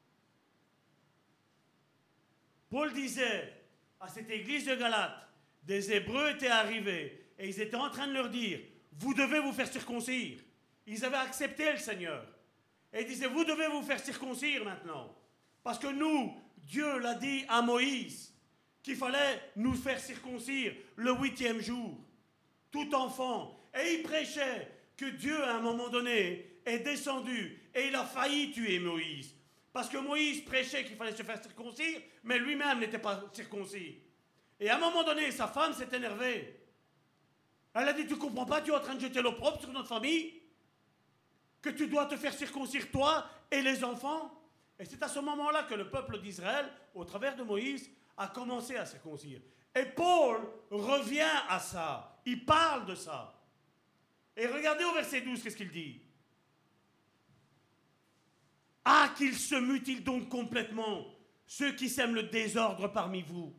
Speaker 5: Paul disait à cette église de Galates, des Hébreux étaient arrivés et ils étaient en train de leur dire, vous devez vous faire circoncire. Ils avaient accepté le Seigneur. Et ils disaient, vous devez vous faire circoncire maintenant. Parce que nous, Dieu l'a dit à Moïse, qu'il fallait nous faire circoncire le 8e jour, tout enfant. Et il prêchait que Dieu, à un moment donné, est descendu et il a failli tuer Moïse. Parce que Moïse prêchait qu'il fallait se faire circoncire, mais lui-même n'était pas circoncis. Et à un moment donné, sa femme s'est énervée. Elle a dit, tu ne comprends pas, tu es en train de jeter l'opprobre sur notre famille? Que tu dois te faire circoncire toi et les enfants? Et c'est à ce moment-là que le peuple d'Israël, au travers de Moïse, a commencé à circoncire. Et Paul revient à ça. Il parle de ça. Et regardez au verset 12, qu'est-ce qu'il dit? Ah, qu'ils se mutilent donc complètement, ceux qui sèment le désordre parmi vous.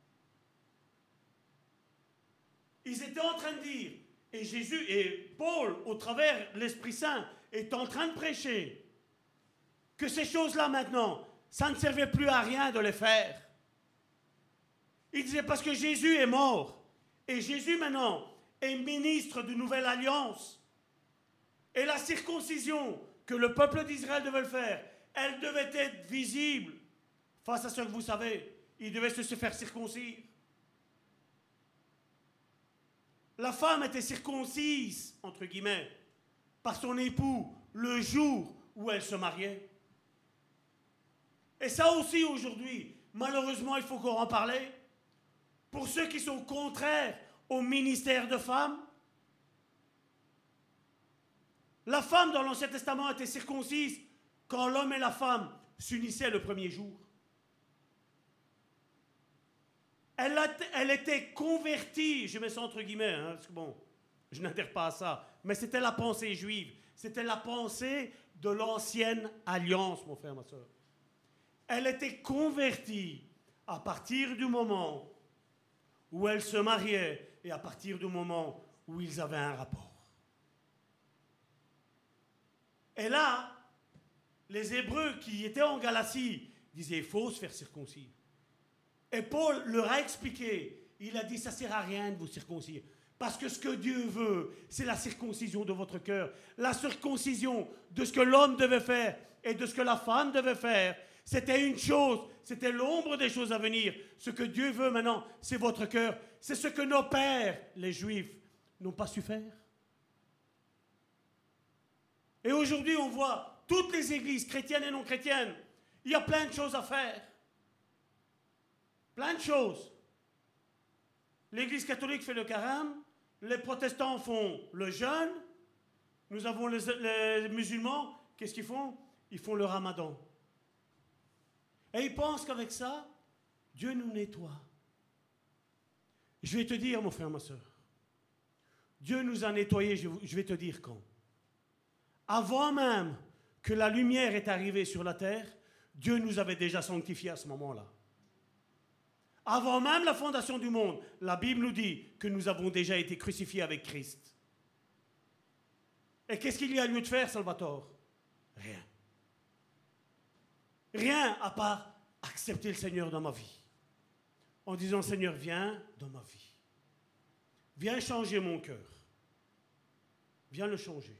Speaker 5: Ils étaient en train de dire, et Jésus et Paul, au travers de l'Esprit Saint, est en train de prêcher que ces choses-là maintenant, ça ne servait plus à rien de les faire. Il disait parce que Jésus est mort, et Jésus maintenant est ministre de nouvelle alliance. Et la circoncision que le peuple d'Israël devait le faire, elle devait être visible face à ce que vous savez. Il devait se faire circoncire. La femme était circoncise, entre guillemets, par son époux le jour où elle se mariait. Et ça aussi aujourd'hui, malheureusement, il faut qu'on en parle. Pour ceux qui sont contraires au ministère de femmes, la femme dans l'Ancien Testament était circoncise quand l'homme et la femme s'unissaient le premier jour. Elle était convertie, je mets ça entre guillemets, parce que bon, je n'adhère pas à ça, mais c'était la pensée juive, c'était la pensée de l'ancienne alliance, mon frère, ma soeur. Elle était convertie à partir du moment où elle se mariait et à partir du moment où ils avaient un rapport. Et là, les Hébreux qui étaient en Galatie disaient, il faut se faire circoncire. Et Paul leur a expliqué il a dit, ça ne sert à rien de vous circoncire. Parce que ce que Dieu veut, c'est la circoncision de votre cœur. La circoncision de ce que l'homme devait faire et de ce que la femme devait faire. C'était une chose, c'était l'ombre des choses à venir. Ce que Dieu veut maintenant, c'est votre cœur. C'est ce que nos pères, les Juifs, n'ont pas su faire. Et aujourd'hui, on voit toutes les églises, chrétiennes et non chrétiennes, il y a plein de choses à faire. Plein de choses. L'Église catholique fait le carême, les protestants font le jeûne, nous avons les musulmans, qu'est-ce qu'ils font? Ils font le ramadan. Et ils pensent qu'avec ça, Dieu nous nettoie. Je vais te dire, mon frère, ma soeur, Dieu nous a nettoyés, je vais te dire quand. Avant même que la lumière est arrivée sur la terre, Dieu nous avait déjà sanctifiés à ce moment-là. Avant même la fondation du monde, la Bible nous dit que nous avons déjà été crucifiés avec Christ. Et qu'est-ce qu'il y a lieu de faire, Salvatore? Rien. Rien à part accepter le Seigneur dans ma vie. En disant, Seigneur, viens dans ma vie. Viens changer mon cœur. Viens le changer.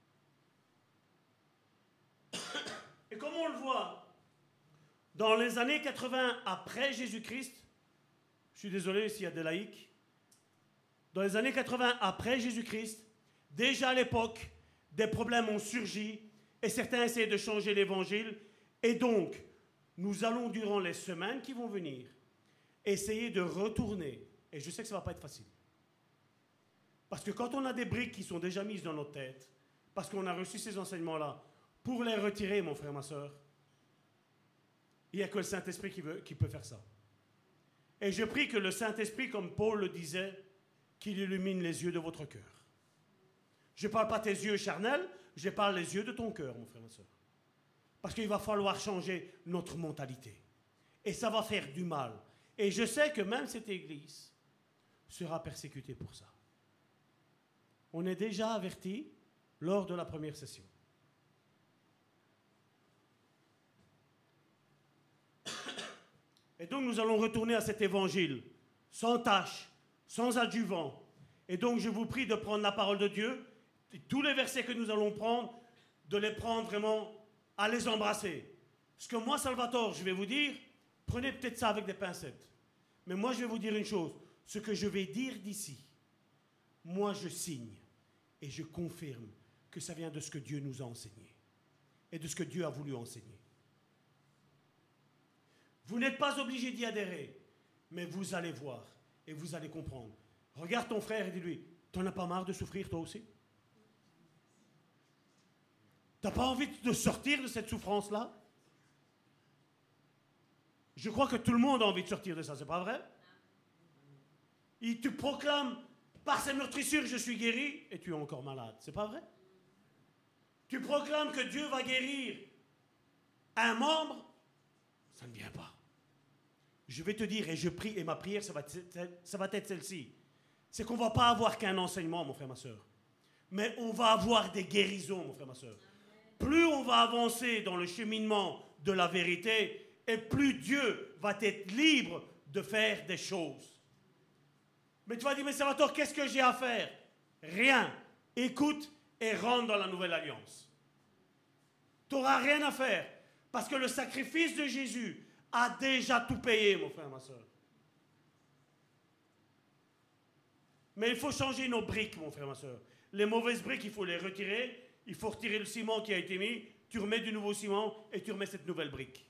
Speaker 5: Et comme on le voit, dans les années 80 après Jésus-Christ, je suis désolé s'il y a des laïcs, dans les années 80 après Jésus-Christ, déjà à l'époque, des problèmes ont surgi et certains essaient de changer l'évangile. Et donc, nous allons durant les semaines qui vont venir essayer de retourner. Et je sais que ça ne va pas être facile. Parce que quand on a des briques qui sont déjà mises dans notre tête, parce qu'on a reçu ces enseignements-là, pour les retirer, mon frère, ma soeur, il n'y a que le Saint-Esprit qui peut faire ça. Et je prie que le Saint-Esprit, comme Paul le disait, qu'il illumine les yeux de votre cœur. Je ne parle pas tes yeux charnels, je parle les yeux de ton cœur, mon frère, ma soeur. Parce qu'il va falloir changer notre mentalité. Et ça va faire du mal. Et je sais que même cette église sera persécutée pour ça. On est déjà averti lors de la première session. Et donc nous allons retourner à cet évangile, sans tâche, sans adjuvant. Et donc je vous prie de prendre la parole de Dieu, et tous les versets que nous allons prendre, de les prendre vraiment, à les embrasser. Ce que moi, Salvatore, je vais vous dire, prenez peut-être ça avec des pincettes. Mais moi, je vais vous dire une chose, ce que je vais dire d'ici, moi je signe et je confirme que ça vient de ce que Dieu nous a enseigné et de ce que Dieu a voulu enseigner. Vous n'êtes pas obligé d'y adhérer, mais vous allez voir et vous allez comprendre. Regarde ton frère et dis-lui, t'en as pas marre de souffrir toi aussi? T'as pas envie de sortir de cette souffrance-là? Je crois que tout le monde a envie de sortir de ça, c'est pas vrai? Il te proclame, par ses meurtrissures je suis guéri, et tu es encore malade, c'est pas vrai? Tu proclames que Dieu va guérir un membre, ça ne vient pas. Je vais te dire, et je prie, et ma prière, ça va être celle-ci. C'est qu'on ne va pas avoir qu'un enseignement, mon frère, ma soeur. Mais on va avoir des guérisons, mon frère, ma soeur. Plus on va avancer dans le cheminement de la vérité, et plus Dieu va être libre de faire des choses. Mais tu vas dire, mais Salvatore, qu'est-ce que j'ai à faire? Rien. Écoute et rentre dans la nouvelle alliance. Tu n'auras rien à faire. Parce que le sacrifice de Jésus a déjà tout payé, mon frère, ma soeur. Mais il faut changer nos briques, mon frère, ma soeur. Les mauvaises briques, il faut les retirer. Il faut retirer le ciment qui a été mis. Tu remets du nouveau ciment et tu remets cette nouvelle brique.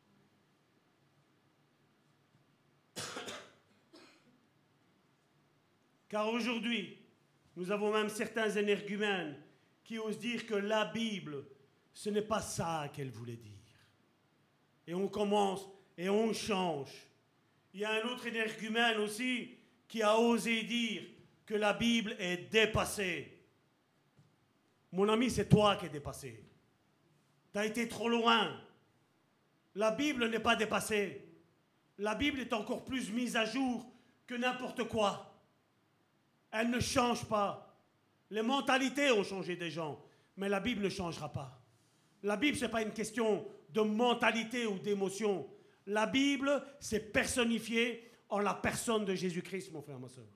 Speaker 5: Car aujourd'hui, nous avons même certains énergumènes qui osent dire que la Bible, ce n'est pas ça qu'elle voulait dire. Et on commence et on change. Il y a un autre énergumène aussi qui a osé dire que la Bible est dépassée. Mon ami, c'est toi qui es dépassé. Tu as été trop loin. La Bible n'est pas dépassée. La Bible est encore plus mise à jour que n'importe quoi. Elle ne change pas. Les mentalités ont changé des gens, mais la Bible ne changera pas. La Bible, ce n'est pas une question de mentalité ou d'émotion. La Bible, c'est personnifié en la personne de Jésus-Christ, mon frère, ma soeur.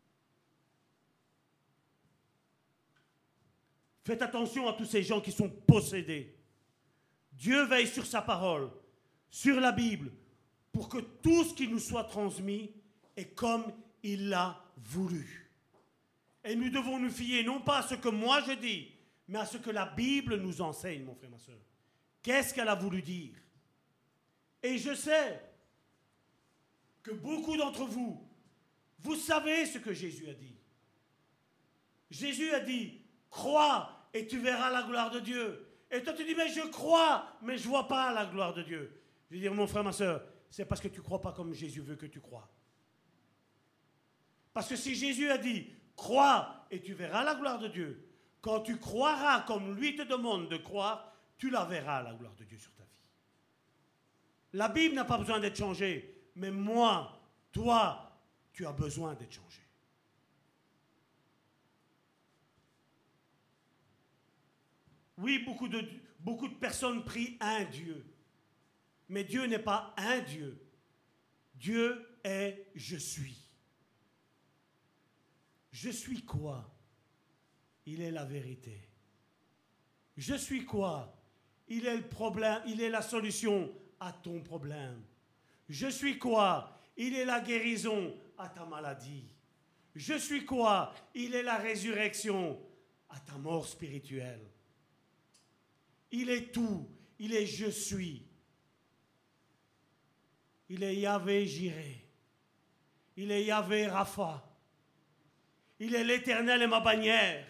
Speaker 5: Faites attention à tous ces gens qui sont possédés. Dieu veille sur sa parole, sur la Bible, pour que tout ce qui nous soit transmis est comme il l'a voulu. Et nous devons nous fier non pas à ce que moi je dis, mais à ce que la Bible nous enseigne, mon frère, ma soeur. Qu'est-ce qu'elle a voulu dire? Et je sais que beaucoup d'entre vous, vous savez ce que Jésus a dit. Jésus a dit, crois et tu verras la gloire de Dieu. Et toi tu dis, mais je crois, mais je ne vois pas la gloire de Dieu. Je veux dire, mon frère, ma soeur, c'est parce que tu ne crois pas comme Jésus veut que tu crois. Parce que si Jésus a dit, crois et tu verras la gloire de Dieu, quand tu croiras comme lui te demande de croire, tu la verras, la gloire de Dieu sur ta vie. La Bible n'a pas besoin d'être changée, mais moi, toi, tu as besoin d'être changé. Oui, beaucoup de personnes prient un Dieu. Mais Dieu n'est pas un Dieu. Dieu est « je suis ». Je suis quoi? Il est la vérité. Je suis quoi? Il est le problème, il est la solution à ton problème. Je suis quoi? Il est la guérison à ta maladie. Je suis quoi? Il est la résurrection à ta mort spirituelle. Il est tout. Il est je suis. Il est Yahvé Jireh. Il est Yahvé Rapha. Il est l'Éternel et ma bannière.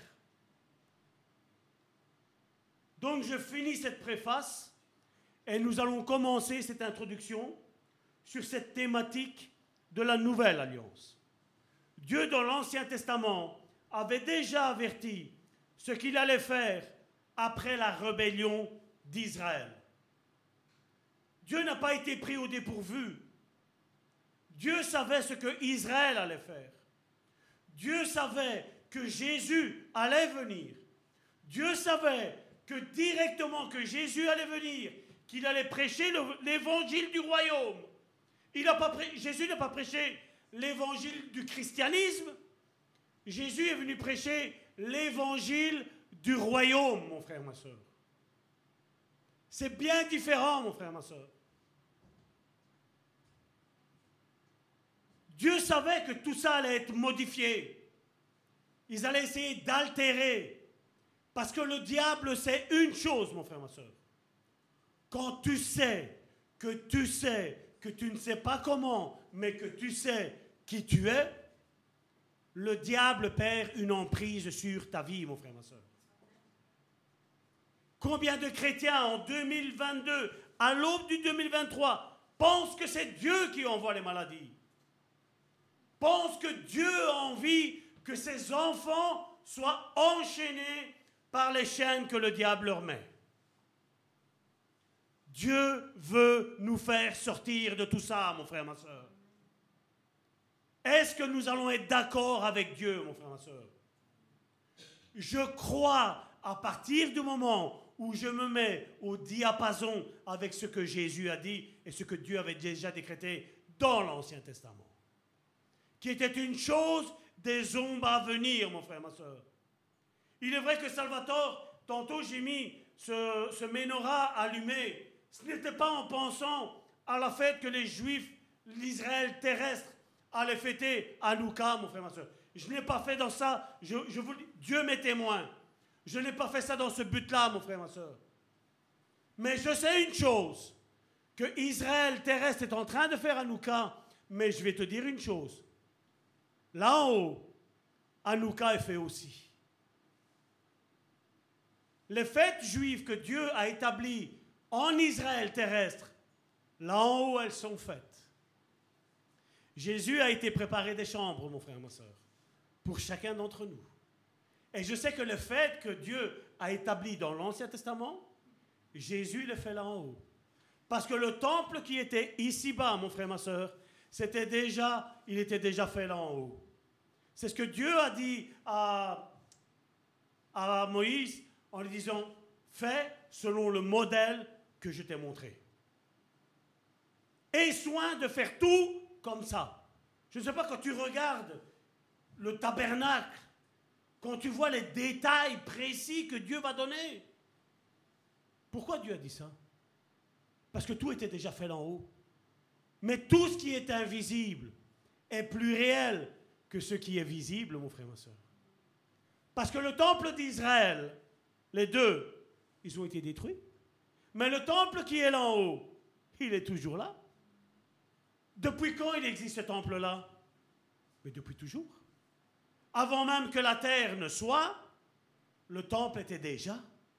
Speaker 5: Donc je finis cette préface et nous allons commencer cette introduction sur cette thématique de la Nouvelle Alliance. Dieu, dans l'Ancien Testament, avait déjà averti ce qu'il allait faire après la rébellion d'Israël. Dieu n'a pas été pris au dépourvu. Dieu savait ce que Israël allait faire. Dieu savait que Jésus allait venir. Dieu savait que directement que Jésus allait venir, qu'il allait prêcher l'évangile du royaume. Jésus n'a pas prêché l'évangile du christianisme. Jésus est venu prêcher l'évangile du royaume, mon frère, ma soeur. C'est bien différent, mon frère, ma soeur. Dieu savait que tout ça allait être modifié. Ils allaient essayer d'altérer. Parce que le diable sait une chose, mon frère, ma soeur. Quand tu sais que tu ne sais pas comment, mais que tu sais qui tu es, le diable perd une emprise sur ta vie, mon frère, ma soeur. Combien de chrétiens en 2022, à l'aube du 2023, pensent que c'est Dieu qui envoie les maladies? Pensent que Dieu a envie que ses enfants soient enchaînés par les chaînes que le diable leur met. Dieu veut nous faire sortir de tout ça, mon frère, ma soeur. Est-ce que nous allons être d'accord avec Dieu, mon frère, ma soeur? Je crois, à partir du moment où je me mets au diapason avec ce que Jésus a dit et ce que Dieu avait déjà décrété dans l'Ancien Testament, qui était une chose des ombres à venir, mon frère, ma soeur. Il est vrai que Salvatore, tantôt j'ai mis ce menorah allumé. Ce n'était pas en pensant à la fête que les Juifs, l'Israël terrestre, allaient fêter Hanouka, mon frère, ma soeur. Je n'ai pas fait dans ça, je vous dis, Dieu m'est témoin. Je n'ai pas fait ça dans ce but-là, mon frère, ma soeur. Mais je sais une chose, que Israël terrestre est en train de faire Hanouka, mais je vais te dire une chose. Là en haut, Hanouka est fait aussi. Les fêtes juives que Dieu a établies en Israël terrestre, là en haut, elles sont faites. Jésus a été préparé des chambres, mon frère, ma soeur, pour chacun d'entre nous. Et je sais que les fêtes que Dieu a établies dans l'Ancien Testament, Jésus les fait là en haut. Parce que le temple qui était ici-bas, mon frère, ma soeur, il était déjà fait là en haut. C'est ce que Dieu a dit à Moïse en lui disant, fais selon le modèle que je t'ai montré. Aie soin de faire tout comme ça. Je ne sais pas, quand tu regardes le tabernacle, quand tu vois les détails précis que Dieu va donner. Pourquoi Dieu a dit ça? Parce que tout était déjà fait là en haut. Mais tout ce qui est invisible est plus réel que ce qui est visible, mon frère, ma soeur. Parce que le temple d'Israël, les deux, ils ont été détruits. Mais le temple qui est là en haut, il est toujours là. Depuis quand il existe ce temple-là? Mais depuis toujours. Avant même que la terre ne soit, le temple était déjà.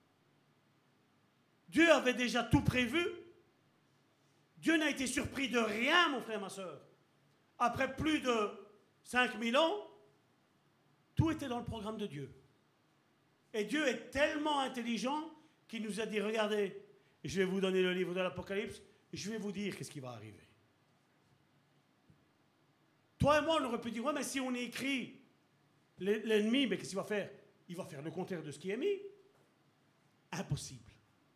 Speaker 5: Dieu avait déjà tout prévu. Dieu n'a été surpris de rien, mon frère, ma soeur. Après plus de 5000 ans, tout était dans le programme de Dieu. Et Dieu est tellement intelligent qu'il nous a dit, regardez, je vais vous donner le livre de l'Apocalypse, et je vais vous dire qu'est-ce qui va arriver. Toi et moi, on aurait pu dire, ouais, mais si on écrit l'ennemi, mais qu'est-ce qu'il va faire? Il va faire le contraire de ce qui est mis. Impossible.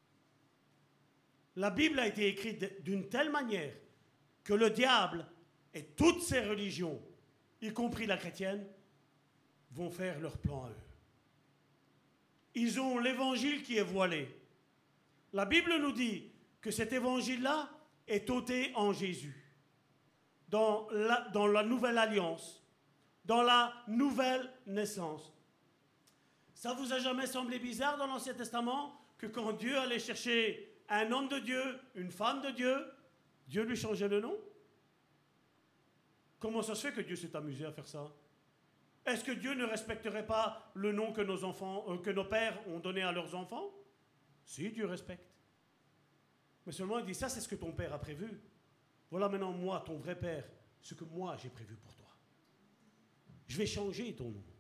Speaker 5: La Bible a été écrite d'une telle manière que le diable et toutes ces religions, y compris la chrétienne, vont faire leur plan à eux. Ils ont l'évangile qui est voilé. La Bible nous dit que cet évangile-là est ôté en Jésus, dans la nouvelle alliance, dans la nouvelle naissance. Ça vous a jamais semblé bizarre dans l'Ancien Testament que quand Dieu allait chercher un homme de Dieu, une femme de Dieu, Dieu lui changeait le nom? Comment ça se fait que Dieu s'est amusé à faire ça? Est-ce que Dieu ne respecterait pas le nom que nos pères ont donné à leurs enfants? Si, Dieu respecte. Mais seulement il dit, ça c'est ce que ton père a prévu. Voilà maintenant moi, ton vrai père, ce que moi j'ai prévu pour toi. Je vais changer ton nom.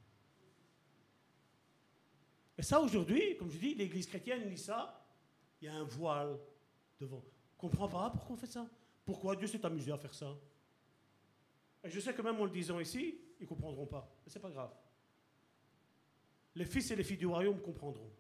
Speaker 5: Et ça aujourd'hui, comme je dis, l'Église chrétienne lit ça, il y a un voile devant. On ne comprend pas pourquoi on fait ça. Pourquoi Dieu s'est amusé à faire ça? Et je sais que même en le disant ici, ils ne comprendront pas. Mais ce n'est pas grave. Les fils et les filles du royaume comprendront.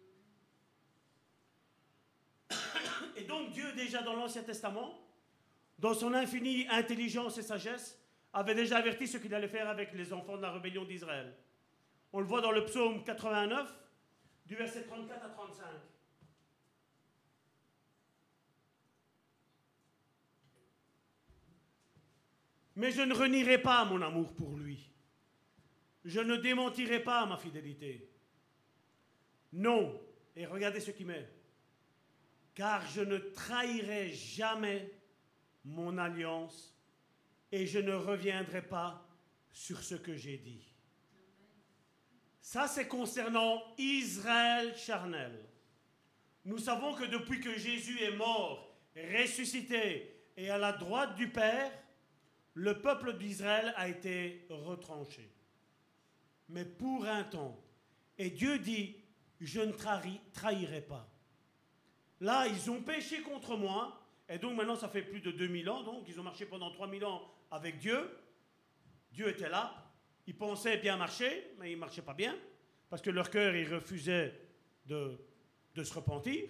Speaker 5: Et donc Dieu, déjà dans l'Ancien Testament, dans son infinie intelligence et sagesse, avait déjà averti ce qu'il allait faire avec les enfants de la rébellion d'Israël. On le voit dans le psaume 89, du verset 34 à 35. Mais je ne renierai pas mon amour pour lui. Je ne démentirai pas ma fidélité. Non, et regardez ce qu'il met. Car je ne trahirai jamais mon alliance et je ne reviendrai pas sur ce que j'ai dit. Ça, c'est concernant Israël charnel. Nous savons que depuis que Jésus est mort, ressuscité et à la droite du Père, le peuple d'Israël a été retranché. Mais pour un temps. Et Dieu dit, je ne trahirai pas. Là, ils ont péché contre moi. Et donc maintenant, ça fait plus de 2000 ans. Donc, ils ont marché pendant 3000 ans avec Dieu. Dieu était là. Ils pensaient bien marcher, mais ils ne marchaient pas bien. Parce que leur cœur, ils refusaient de se repentir.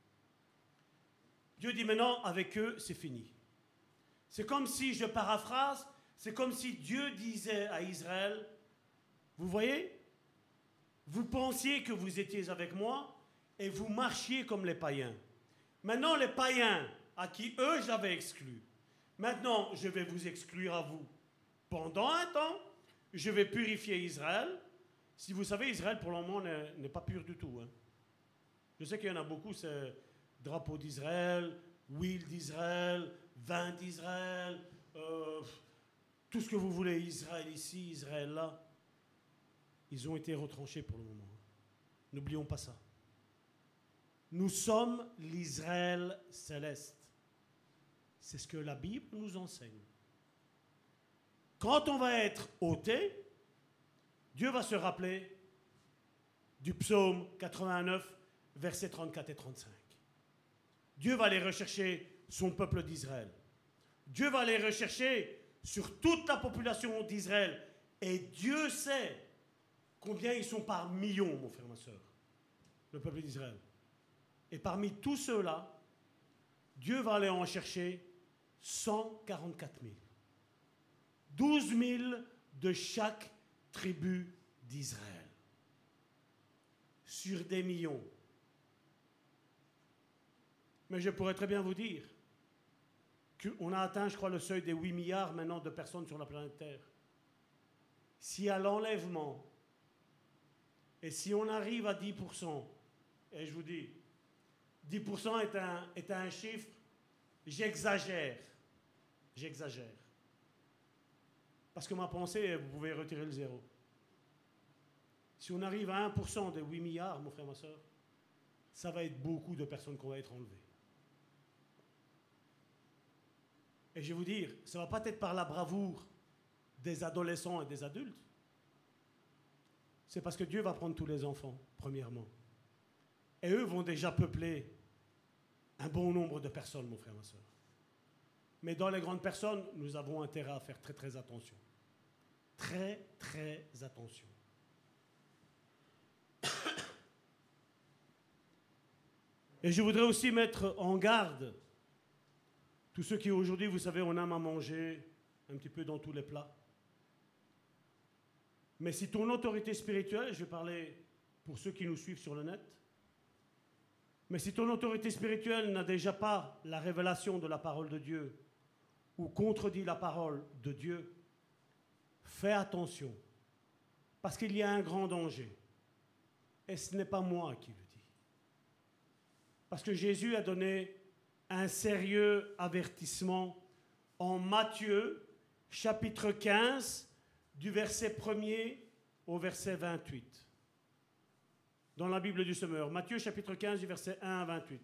Speaker 5: Dieu dit maintenant, avec eux, c'est fini. C'est comme si, je paraphrase, c'est comme si Dieu disait à Israël, vous voyez, vous pensiez que vous étiez avec moi et vous marchiez comme les païens. Maintenant, les païens, à qui eux j'avais exclu, maintenant je vais vous exclure à vous. Pendant un temps, je vais purifier Israël. Si vous savez, Israël pour le moment n'est pas pur du tout. Hein. Je sais qu'il y en a beaucoup, c'est drapeau d'Israël, huile d'Israël, vin d'Israël, tout ce que vous voulez, Israël ici, Israël là. Ils ont été retranchés pour le moment. N'oublions pas ça. Nous sommes l'Israël céleste. C'est ce que la Bible nous enseigne. Quand on va être ôté, Dieu va se rappeler du psaume 89, versets 34 et 35. Dieu va aller rechercher son peuple d'Israël. Dieu va aller rechercher sur toute la population d'Israël. Et Dieu sait combien ils sont par millions, mon frère, ma soeur, le peuple d'Israël. Et parmi tous ceux-là, Dieu va aller en chercher 144 000. 12 000 de chaque tribu d'Israël. Sur des millions. Mais je pourrais très bien vous dire qu'on a atteint, je crois, le seuil des 8 milliards maintenant de personnes sur la planète Terre. Si à l'enlèvement, et si on arrive à 10%, et je vous dis, 10% est un chiffre, j'exagère. Parce que ma pensée, vous pouvez retirer le zéro. Si on arrive à 1% des 8 milliards, mon frère, ma soeur, ça va être beaucoup de personnes qui vont être enlevées. Et je vais vous dire, ça ne va pas être par la bravoure des adolescents et des adultes. C'est parce que Dieu va prendre tous les enfants, premièrement. Et eux vont déjà peupler un bon nombre de personnes, mon frère, ma soeur. Mais dans les grandes personnes, nous avons intérêt à faire très, très attention. Très, très attention. Et je voudrais aussi mettre en garde tous ceux qui aujourd'hui, vous savez, on aime à manger un petit peu dans tous les plats. Mais si ton autorité spirituelle, je vais parler pour ceux qui nous suivent sur le net, mais si ton autorité spirituelle n'a déjà pas la révélation de la parole de Dieu ou contredit la parole de Dieu, fais attention, parce qu'il y a un grand danger. Et ce n'est pas moi qui le dis. Parce que Jésus a donné un sérieux avertissement en Matthieu, chapitre 15, du verset 1er au verset 28. Dans la Bible du Semeur. Matthieu, chapitre 15, du verset 1 à 28.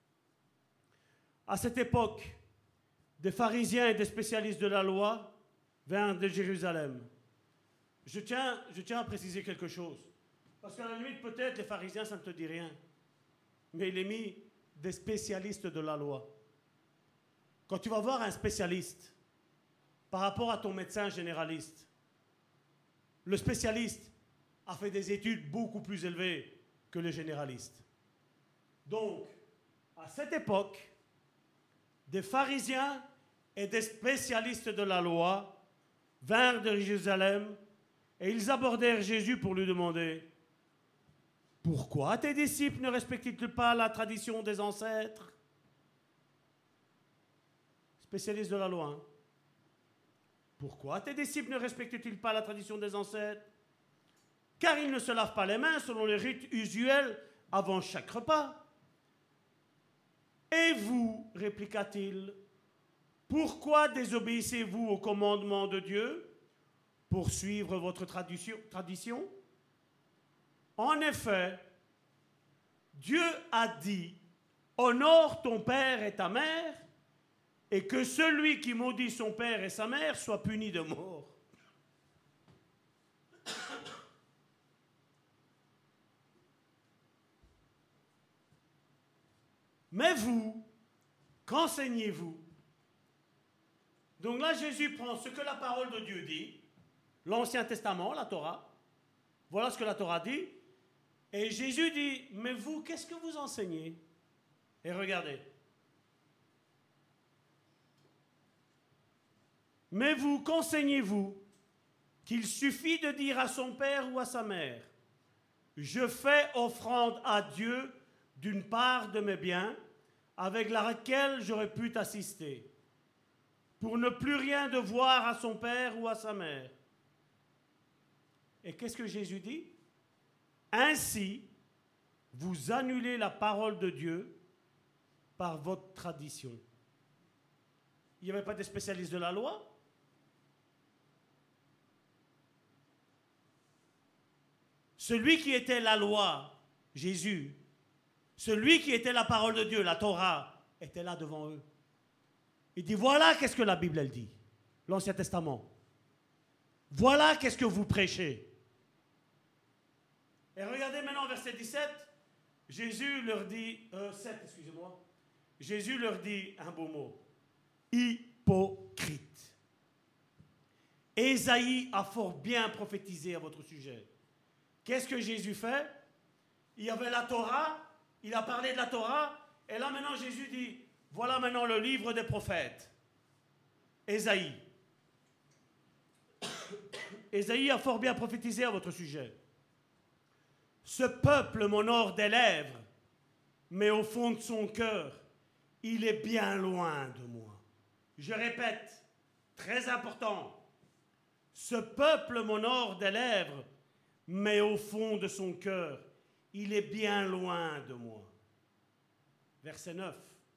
Speaker 5: À cette époque, des pharisiens et des spécialistes de la loi vinrent de Jérusalem. Je tiens à préciser quelque chose. Parce qu'à la limite, peut-être, les pharisiens, ça ne te dit rien. Mais il est mis des spécialistes de la loi. Quand tu vas voir un spécialiste, par rapport à ton médecin généraliste, le spécialiste a fait des études beaucoup plus élevées que le généraliste. Donc, à cette époque, des pharisiens et des spécialistes de la loi vinrent de Jérusalem et ils abordèrent Jésus pour lui demander « Pourquoi tes disciples ne respectent-ils pas la tradition des ancêtres ?» Spécialistes de la loi. Hein? Pourquoi tes disciples ne respectent-ils pas la tradition des ancêtres? Car ils ne se lavent pas les mains selon les rites usuels avant chaque repas. Et vous, répliqua-t-il, pourquoi désobéissez-vous au commandement de Dieu pour suivre votre tradition? En effet, Dieu a dit, honore ton père et ta mère, et que celui qui maudit son père et sa mère soit puni de mort. Mais vous, qu'enseignez-vous? Donc là, Jésus prend ce que la parole de Dieu dit, l'Ancien Testament, la Torah, voilà ce que la Torah dit, et Jésus dit, mais vous, qu'est-ce que vous enseignez? Et regardez. Mais vous, qu'enseignez-vous? Qu'il suffit de dire à son père ou à sa mère, je fais offrande à Dieu d'une part de mes biens, avec laquelle j'aurais pu t'assister, pour ne plus rien devoir à son père ou à sa mère. Et qu'est-ce que Jésus dit? Ainsi, vous annulez la parole de Dieu par votre tradition. Il n'y avait pas des spécialistes de la loi? Celui qui était la loi, Jésus, celui qui était la parole de Dieu, la Torah, était là devant eux. Il dit, voilà qu'est-ce que la Bible elle dit, l'Ancien Testament. Voilà qu'est-ce que vous prêchez. Et regardez maintenant verset 17, Jésus leur dit, 7, excusez-moi, Jésus leur dit un beau mot, hypocrite. Ésaïe a fort bien prophétisé à votre sujet. Qu'est-ce que Jésus fait? Il y avait la Torah, il a parlé de la Torah, et là maintenant Jésus dit, voilà maintenant le livre des prophètes, Ésaïe. Ésaïe a fort bien prophétisé à votre sujet. Ce peuple m'honore des lèvres, mais au fond de son cœur, il est bien loin de moi. Je répète, très important. Ce peuple m'honore des lèvres, mais au fond de son cœur, il est bien loin de moi. Verset 9.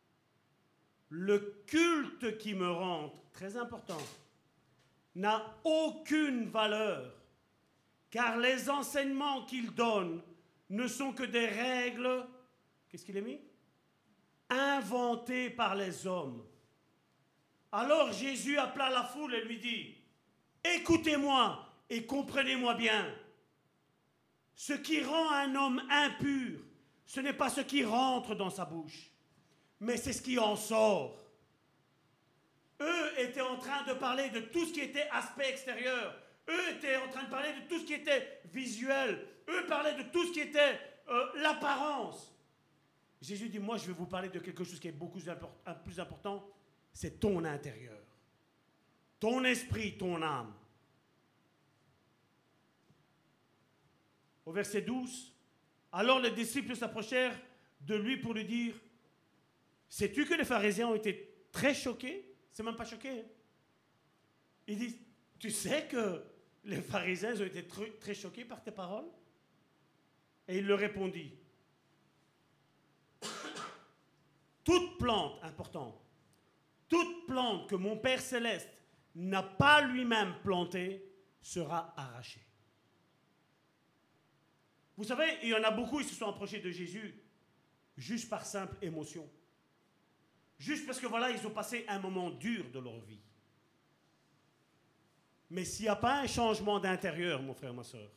Speaker 5: Le culte qui me rentre, très important, n'a aucune valeur, car les enseignements qu'il donne ne sont que des règles, qu'est-ce qu'il a mis? Inventées par les hommes. Alors Jésus appela la foule et lui dit, écoutez-moi et comprenez-moi bien. Ce qui rend un homme impur, ce n'est pas ce qui rentre dans sa bouche, mais c'est ce qui en sort. Eux étaient en train de parler de tout ce qui était aspect extérieur. Eux étaient en train de parler de tout ce qui était visuel. Eux parlaient de tout ce qui était l'apparence. Jésus dit, moi je vais vous parler de quelque chose qui est beaucoup plus important, c'est ton intérieur. Ton esprit, ton âme. Au verset 12, alors les disciples s'approchèrent de lui pour lui dire, sais-tu que les pharisiens ont été très choqués? C'est même pas choqué. Hein? Il dit, tu sais que les pharisiens ont été très choqués par tes paroles? Et il leur répondit, toute plante, important, toute plante que mon Père Céleste n'a pas lui-même plantée sera arrachée. Vous savez, il y en a beaucoup, ils se sont approchés de Jésus juste par simple émotion. Juste parce que voilà, ils ont passé un moment dur de leur vie. Mais s'il n'y a pas un changement d'intérieur, mon frère, ma soeur,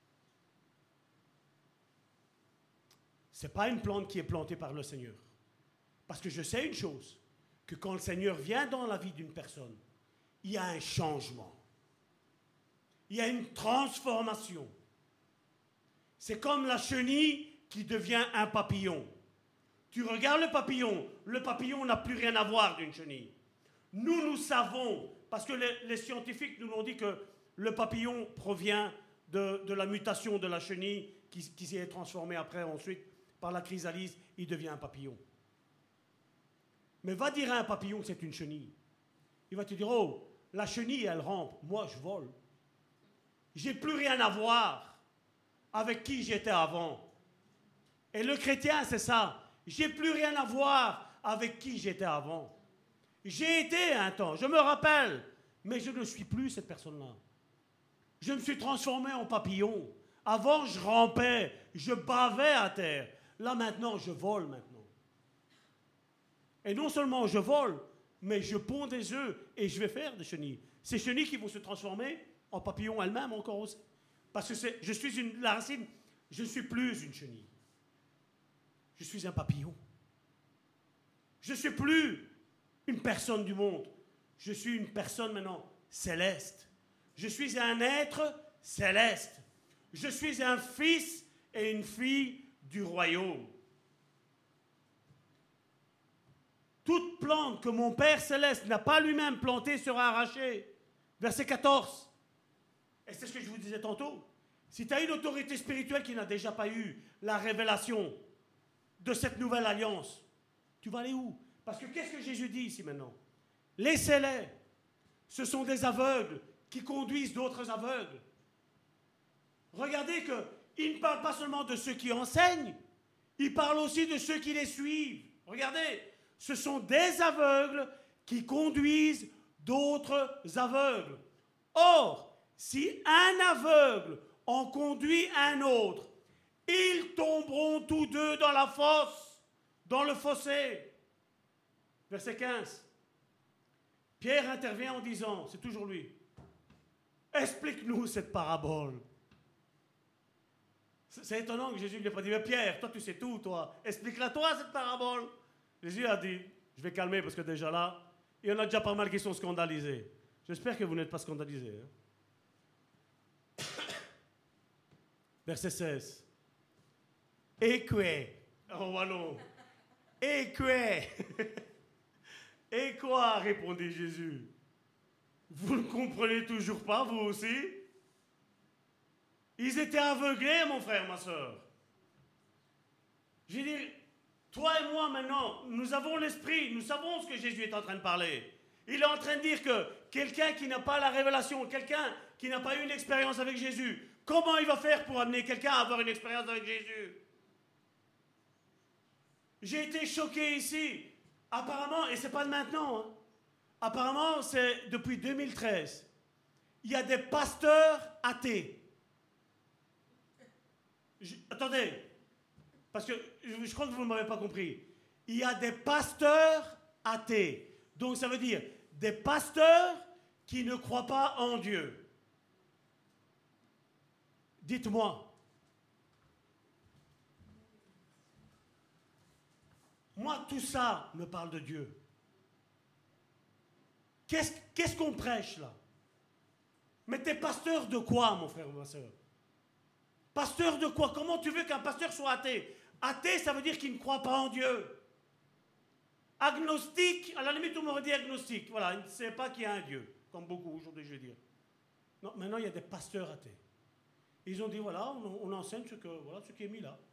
Speaker 5: ce n'est pas une plante qui est plantée par le Seigneur. Parce que je sais une chose, que quand le Seigneur vient dans la vie d'une personne, il y a un changement. Il y a une transformation. C'est comme la chenille qui devient un papillon. Tu regardes le papillon n'a plus rien à voir d'une chenille. Nous savons, parce que les scientifiques nous ont dit que le papillon provient de la mutation de la chenille qui s'est transformée après, ensuite, par la chrysalise, il devient un papillon. Mais va dire à un papillon que c'est une chenille. Il va te dire, oh, la chenille, elle rampe, moi je vole. J'ai plus rien à voir avec qui j'étais avant. Et le chrétien, c'est ça. J'ai plus rien à voir avec qui j'étais avant. J'ai été un temps, je me rappelle, mais je ne suis plus cette personne-là. Je me suis transformé en papillon. Avant, je rampais, je bavais à terre. Là, maintenant, je vole maintenant. Et non seulement je vole, mais je ponds des œufs et je vais faire des chenilles. Ces chenilles qui vont se transformer en papillons elles-mêmes encore aussi. Parce que je suis la racine, je ne suis plus une chenille. Je suis un papillon. Je ne suis plus une personne du monde. Je suis une personne maintenant céleste. Je suis un être céleste. Je suis un fils et une fille du royaume. Toute plante que mon Père Céleste n'a pas lui-même plantée sera arrachée. Verset 14. Et c'est ce que je vous disais tantôt. Si tu as une autorité spirituelle qui n'a déjà pas eu la révélation de cette nouvelle alliance, tu vas aller où? Parce que qu'est-ce que Jésus dit ici maintenant? Laissez-les. Ce sont des aveugles qui conduisent d'autres aveugles. Regardez qu'il ne parle pas seulement de ceux qui enseignent, il parle aussi de ceux qui les suivent. Regardez, ce sont des aveugles qui conduisent d'autres aveugles. Or, si un aveugle en conduit un autre, ils tomberont tous deux dans la fosse, dans le fossé. Verset 15. Pierre intervient en disant, c'est toujours lui, explique-nous cette parabole. C'est étonnant que Jésus ne lui ait pas dit, mais Pierre, toi tu sais tout, toi, explique-la toi cette parabole. Jésus a dit, je vais calmer parce que déjà là, il y en a déjà pas mal qui sont scandalisés. J'espère que vous n'êtes pas scandalisés. Hein? Verset 16. Et quoi? Oh, wallon. Et quoi? Et quoi? Répondit Jésus. Vous ne comprenez toujours pas, vous aussi? Ils étaient aveuglés, mon frère, ma soeur. Je veux dire, toi et moi maintenant, nous avons l'esprit, nous savons ce que Jésus est en train de parler. Il est en train de dire que quelqu'un qui n'a pas la révélation, quelqu'un qui n'a pas eu une expérience avec Jésus, comment il va faire pour amener quelqu'un à avoir une expérience avec Jésus? J'ai été choqué ici. Apparemment, et c'est pas de maintenant, hein, apparemment c'est depuis 2013, il y a des pasteurs athées. Attendez, parce que je crois que vous ne m'avez pas compris. Il y a des pasteurs athées. Donc ça veut dire des pasteurs qui ne croient pas en Dieu. Dites-moi. Moi, tout ça me parle de Dieu. Qu'est-ce qu'on prêche là? Mais t'es pasteur de quoi, mon frère ou ma soeur? Pasteur de quoi? Comment tu veux qu'un pasteur soit athée? Athée, ça veut dire qu'il ne croit pas en Dieu. Agnostique, à la limite, on m'aurait dit agnostique. Voilà, il ne sait pas qu'il y a un Dieu, comme beaucoup aujourd'hui, je vais dire. Non, maintenant, il y a des pasteurs athées. Ils ont dit, voilà, on enseigne ce qui est mis là.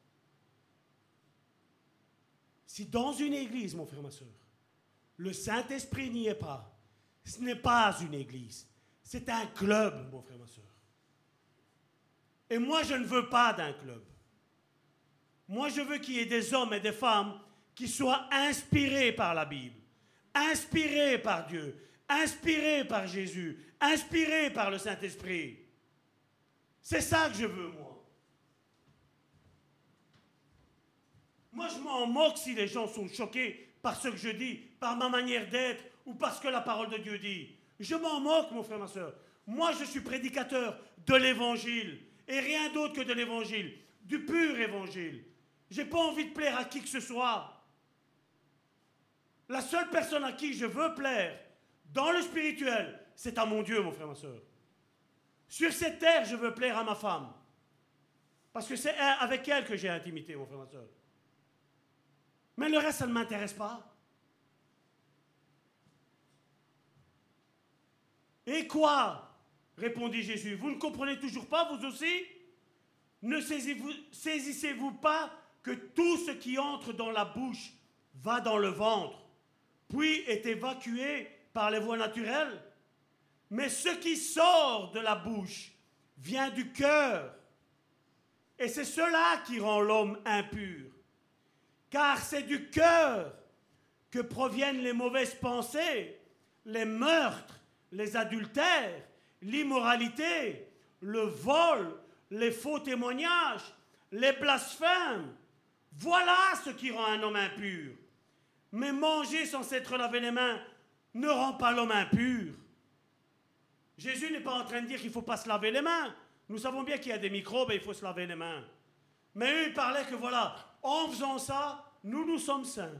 Speaker 5: Si dans une église, mon frère, ma soeur, le Saint-Esprit n'y est pas, ce n'est pas une église, c'est un club, mon frère, ma soeur. Et moi, je ne veux pas d'un club. Moi, je veux qu'il y ait des hommes et des femmes qui soient inspirés par la Bible, inspirés par Dieu, inspirés par Jésus, inspirés par le Saint-Esprit. C'est ça que je veux, moi. Moi, je m'en moque si les gens sont choqués par ce que je dis, par ma manière d'être ou par ce que la parole de Dieu dit. Je m'en moque, mon frère, ma soeur. Moi, je suis prédicateur de l'Évangile et rien d'autre que de l'Évangile, du pur Évangile. Je n'ai pas envie de plaire à qui que ce soit. La seule personne à qui je veux plaire dans le spirituel, c'est à mon Dieu, mon frère, ma soeur. Sur cette terre, je veux plaire à ma femme. Parce que c'est avec elle que j'ai intimité, mon frère, ma soeur. Mais le reste, ça ne m'intéresse pas. Et quoi? Répondit Jésus. Vous ne comprenez toujours pas, vous aussi? Ne saisissez-vous pas que tout ce qui entre dans la bouche va dans le ventre, puis est évacué par les voies naturelles? Mais ce qui sort de la bouche vient du cœur. Et c'est cela qui rend l'homme impur. Car c'est du cœur que proviennent les mauvaises pensées, les meurtres, les adultères, l'immoralité, le vol, les faux témoignages, les blasphèmes. Voilà ce qui rend un homme impur. Mais manger sans s'être lavé les mains ne rend pas l'homme impur. Jésus n'est pas en train de dire qu'il ne faut pas se laver les mains. Nous savons bien qu'il y a des microbes et il faut se laver les mains. Mais eux, ils parlaient que voilà, en faisant ça, nous sommes saints.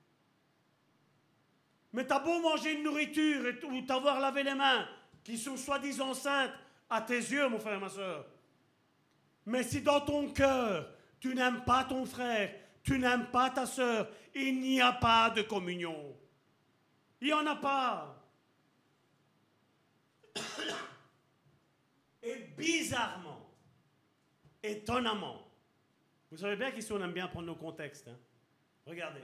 Speaker 5: Mais t'as beau manger une nourriture ou t'avoir lavé les mains, qui sont soi-disant saintes à tes yeux, mon frère et ma soeur. Mais si dans ton cœur, tu n'aimes pas ton frère, tu n'aimes pas ta soeur, il n'y a pas de communion. Il n'y en a pas. Et bizarrement, étonnamment, vous savez bien qu'ici on aime bien prendre nos contextes. Hein? Regardez.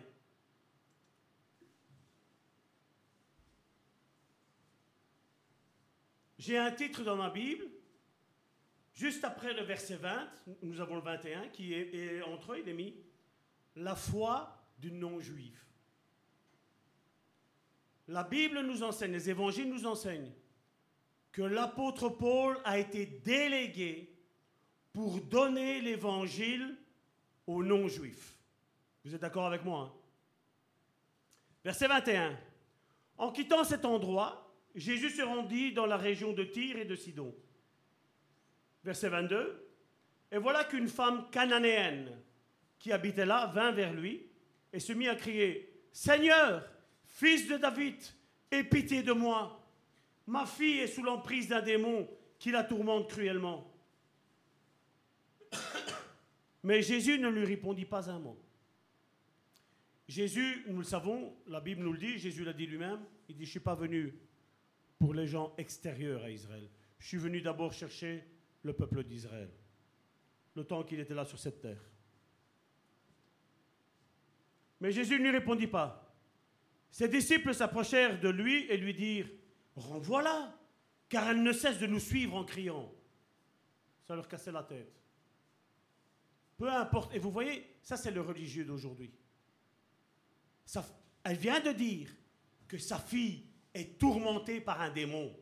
Speaker 5: J'ai un titre dans ma Bible, juste après le verset 20, nous avons le 21, qui est entre eux, il est mis « La foi du non-juif ». La Bible nous enseigne, les évangiles nous enseignent que l'apôtre Paul a été délégué pour donner l'évangile aux non-juifs. Vous êtes d'accord avec moi, hein? Verset 21. En quittant cet endroit, Jésus se rendit dans la région de Tyr et de Sidon. Verset 22. Et voilà qu'une femme cananéenne qui habitait là vint vers lui et se mit à crier « Seigneur, fils de David, aie pitié de moi. Ma fille est sous l'emprise d'un démon qui la tourmente cruellement. » Mais Jésus ne lui répondit pas un mot. Jésus, nous le savons, la Bible nous le dit, Jésus l'a dit lui-même, il dit « Je ne suis pas venu pour les gens extérieurs à Israël. Je suis venu d'abord chercher le peuple d'Israël, le temps qu'il était là sur cette terre. Mais Jésus ne lui répondit pas. Ses disciples s'approchèrent de lui et lui dirent « Renvoie-la, car elle ne cesse de nous suivre en criant. » Ça leur cassait la tête. Peu importe. Et vous voyez, ça c'est le religieux d'aujourd'hui. Elle vient de dire que sa fille est tourmentée par un démon.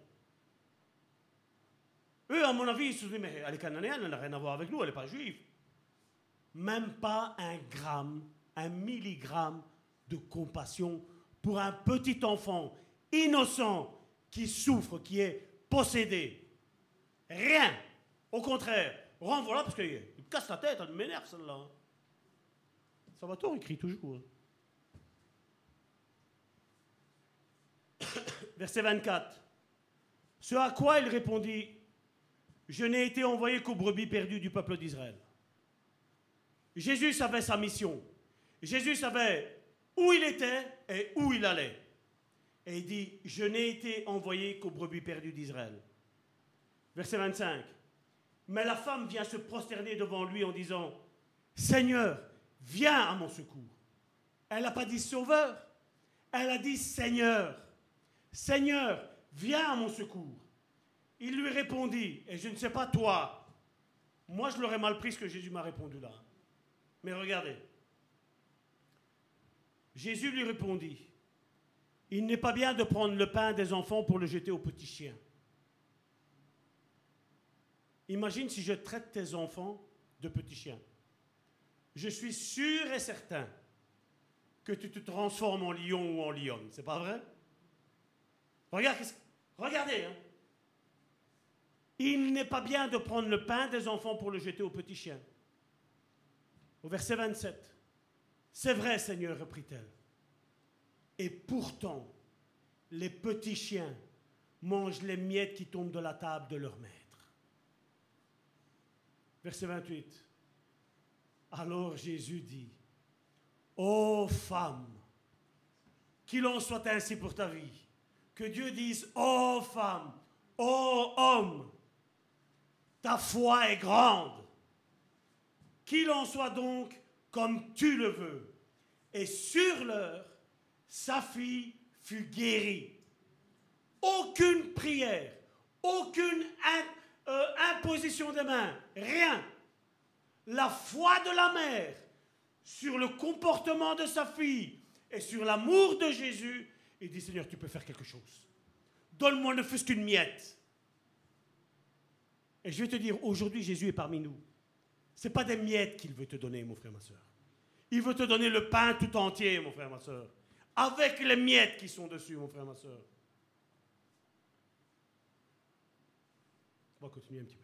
Speaker 5: Eux, à mon avis, ils se sont dit, mais elle est cananéenne, elle n'a rien à voir avec nous, elle n'est pas juive. Même pas un gramme, un milligramme de compassion pour un petit enfant innocent qui souffre, qui est possédé. Rien. Au contraire, renvoie-la parce qu'il me casse la tête, elle m'énerve celle-là. Salvatore écrit toujours. Verset 24. Ce à quoi il répondit, je n'ai été envoyé qu'aux brebis perdues du peuple d'Israël. Jésus savait sa mission. Jésus savait où il était et où il allait. Et il dit, je n'ai été envoyé qu'aux brebis perdues d'Israël. Verset 25. Mais la femme vient se prosterner devant lui en disant, Seigneur, viens à mon secours. Elle n'a pas dit sauveur, elle a dit Seigneur. Seigneur, viens à mon secours. Il lui répondit, et je ne sais pas toi, moi je l'aurais mal pris ce que Jésus m'a répondu là. Mais regardez, Jésus lui répondit, il n'est pas bien de prendre le pain des enfants pour le jeter aux petits chiens. Imagine si je traite tes enfants de petits chiens. Je suis sûr et certain que tu te transformes en lion ou en lionne. C'est pas vrai? Regardez. Hein. Il n'est pas bien de prendre le pain des enfants pour le jeter aux petits chiens. Au verset 27. C'est vrai, Seigneur, reprit-elle. Et pourtant, les petits chiens mangent les miettes qui tombent de la table de leur maître. Verset 28. Alors Jésus dit, ô femme, qu'il en soit ainsi pour ta vie. Que Dieu dise, ô femme, ô homme, ta foi est grande. Qu'il en soit donc comme tu le veux. Et sur l'heure, sa fille fut guérie. Aucune prière, aucune imposition des mains, rien. La foi de la mère sur le comportement de sa fille et sur l'amour de Jésus, il dit, Seigneur, tu peux faire quelque chose. Donne-moi ne fût-ce qu'une miette. Et je vais te dire, aujourd'hui, Jésus est parmi nous. Ce n'est pas des miettes qu'il veut te donner, mon frère, ma soeur. Il veut te donner le pain tout entier, mon frère, ma soeur. Avec les miettes qui sont dessus, mon frère, ma soeur. On va continuer un petit peu.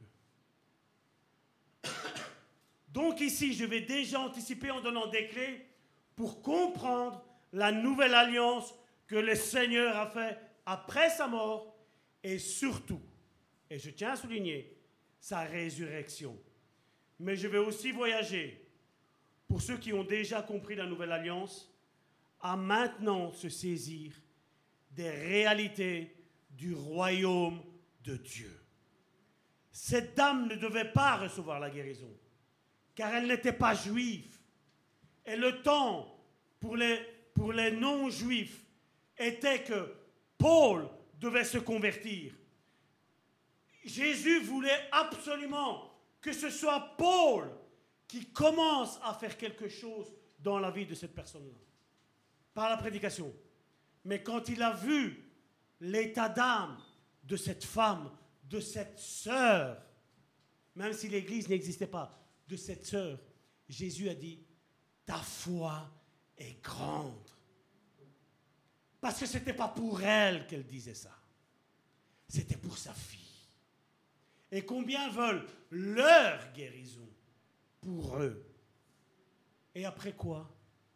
Speaker 5: Donc ici, je vais déjà anticiper en donnant des clés pour comprendre la nouvelle alliance que le Seigneur a faite après sa mort et surtout, et je tiens à souligner, sa résurrection. Mais je vais aussi voyager, pour ceux qui ont déjà compris la nouvelle alliance, à maintenant se saisir des réalités du royaume de Dieu. Cette dame ne devait pas recevoir la guérison, car elle n'était pas juive. Et le temps pour les non-juifs était que Paul devait se convertir. Jésus voulait absolument que ce soit Paul qui commence à faire quelque chose dans la vie de cette personne-là, par la prédication. Mais quand il a vu l'état d'âme de cette femme, de cette sœur, même si l'Église n'existait pas, de cette sœur, Jésus a dit, ta foi est grande. Parce que ce n'était pas pour elle qu'elle disait ça. C'était pour sa fille. Et combien veulent leur guérison pour eux? Et après quoi?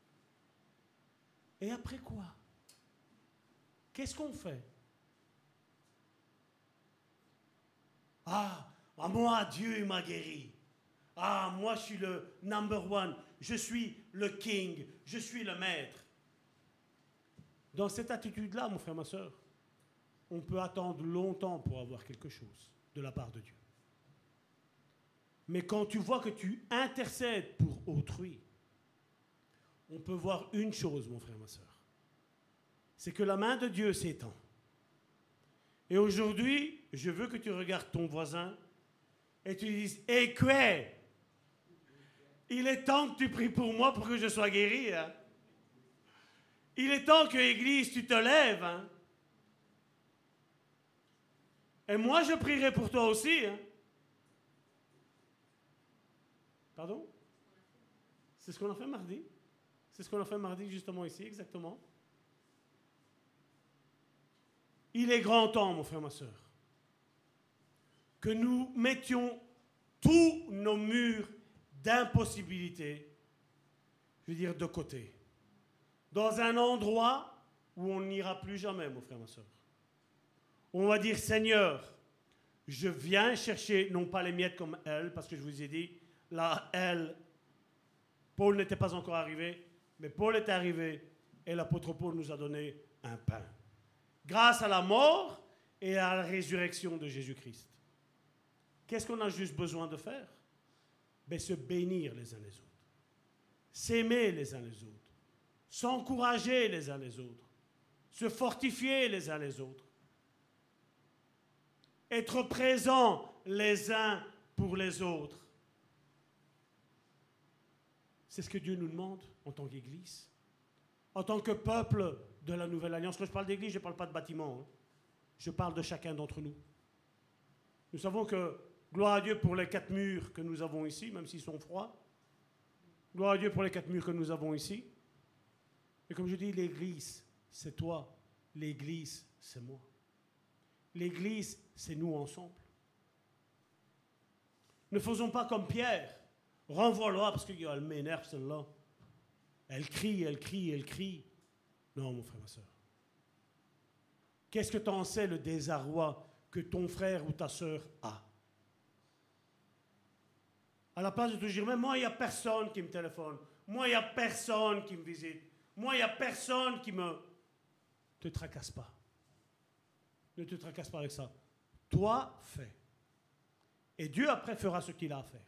Speaker 5: Et après quoi? Qu'est-ce qu'on fait? Ah, moi, Dieu il m'a guéri. Ah, moi, je suis le number one. Je suis le king. Je suis le maître. Dans cette attitude-là, mon frère, ma soeur, on peut attendre longtemps pour avoir quelque chose de la part de Dieu. Mais quand tu vois que tu intercèdes pour autrui, on peut voir une chose, mon frère, ma soeur. C'est que la main de Dieu s'étend. Et aujourd'hui, je veux que tu regardes ton voisin et tu lui dises, hé, quoi? Il est temps que tu pries pour moi pour que je sois guéri. Hein? Il est temps que l'Église, tu te lèves. Hein? Et moi, je prierai pour toi aussi. Hein? Pardon? C'est ce qu'on a fait mardi. C'est ce qu'on a fait mardi, justement ici, exactement. Il est grand temps, mon frère, ma soeur, que nous mettions tous nos murs d'impossibilité, je veux dire, de côté. Dans un endroit où on n'ira plus jamais, mon frère, ma soeur. On va dire, Seigneur, je viens chercher, non pas les miettes comme elle, parce que je vous ai dit, là, elle, Paul n'était pas encore arrivé, mais Paul est arrivé et l'apôtre Paul nous a donné un pain. Grâce à la mort et à la résurrection de Jésus-Christ. Qu'est-ce qu'on a juste besoin de faire? Ben, se bénir les uns les autres. S'aimer les uns les autres. S'encourager les uns les autres. Se fortifier les uns les autres. Être présents les uns pour les autres. C'est ce que Dieu nous demande en tant qu'Église. En tant que peuple de la Nouvelle Alliance. Quand je parle d'Église, je ne parle pas de bâtiment. Hein. Je parle de chacun d'entre nous. Nous savons que, gloire à Dieu pour les 4 murs que nous avons ici, même s'ils sont froids. Gloire à Dieu pour les 4 murs que nous avons ici. Et comme je dis, l'Église, c'est toi. L'Église, c'est moi. L'Église, c'est nous ensemble. Ne faisons pas comme Pierre. Renvoie-la parce qu'elle m'énerve celle-là. Elle crie, elle crie, elle crie. Non, mon frère, ma soeur. Qu'est-ce que t'en sais le désarroi que ton frère ou ta soeur a? À la place de te dire, mais moi, il n'y a personne qui me téléphone. Moi, il n'y a personne qui me visite. Moi, il n'y a personne qui me... Ne te tracasse pas. Ne te tracasse pas avec ça. Toi, fais. Et Dieu, après, fera ce qu'il a à faire.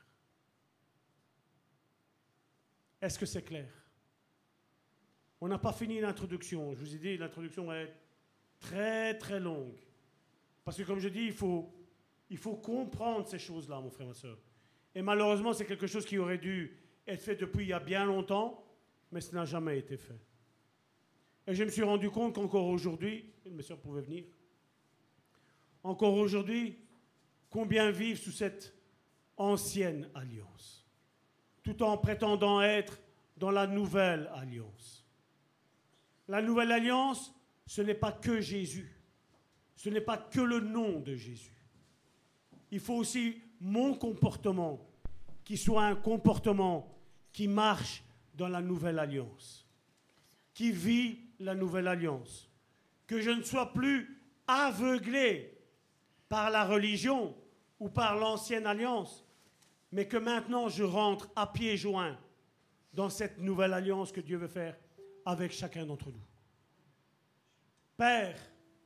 Speaker 5: Est-ce que c'est clair? On n'a pas fini l'introduction. Je vous ai dit, l'introduction est très, très longue. Parce que, comme je dis, il faut comprendre ces choses-là, mon frère, ma soeur. Et malheureusement, c'est quelque chose qui aurait dû être fait depuis il y a bien longtemps, mais ce n'a jamais été fait. Et je me suis rendu compte qu'encore aujourd'hui, mes soeurs pouvaient venir, encore aujourd'hui, combien vivent sous cette ancienne alliance, tout en prétendant être dans la nouvelle alliance. La nouvelle alliance, ce n'est pas que Jésus. Ce n'est pas que le nom de Jésus. Il faut aussi mon comportement qui soit un comportement qui marche dans la nouvelle alliance, qui vit la nouvelle alliance. Que je ne sois plus aveuglé par la religion ou par l'ancienne alliance, mais que maintenant je rentre à pieds joints dans cette nouvelle alliance que Dieu veut faire avec chacun d'entre nous. Père,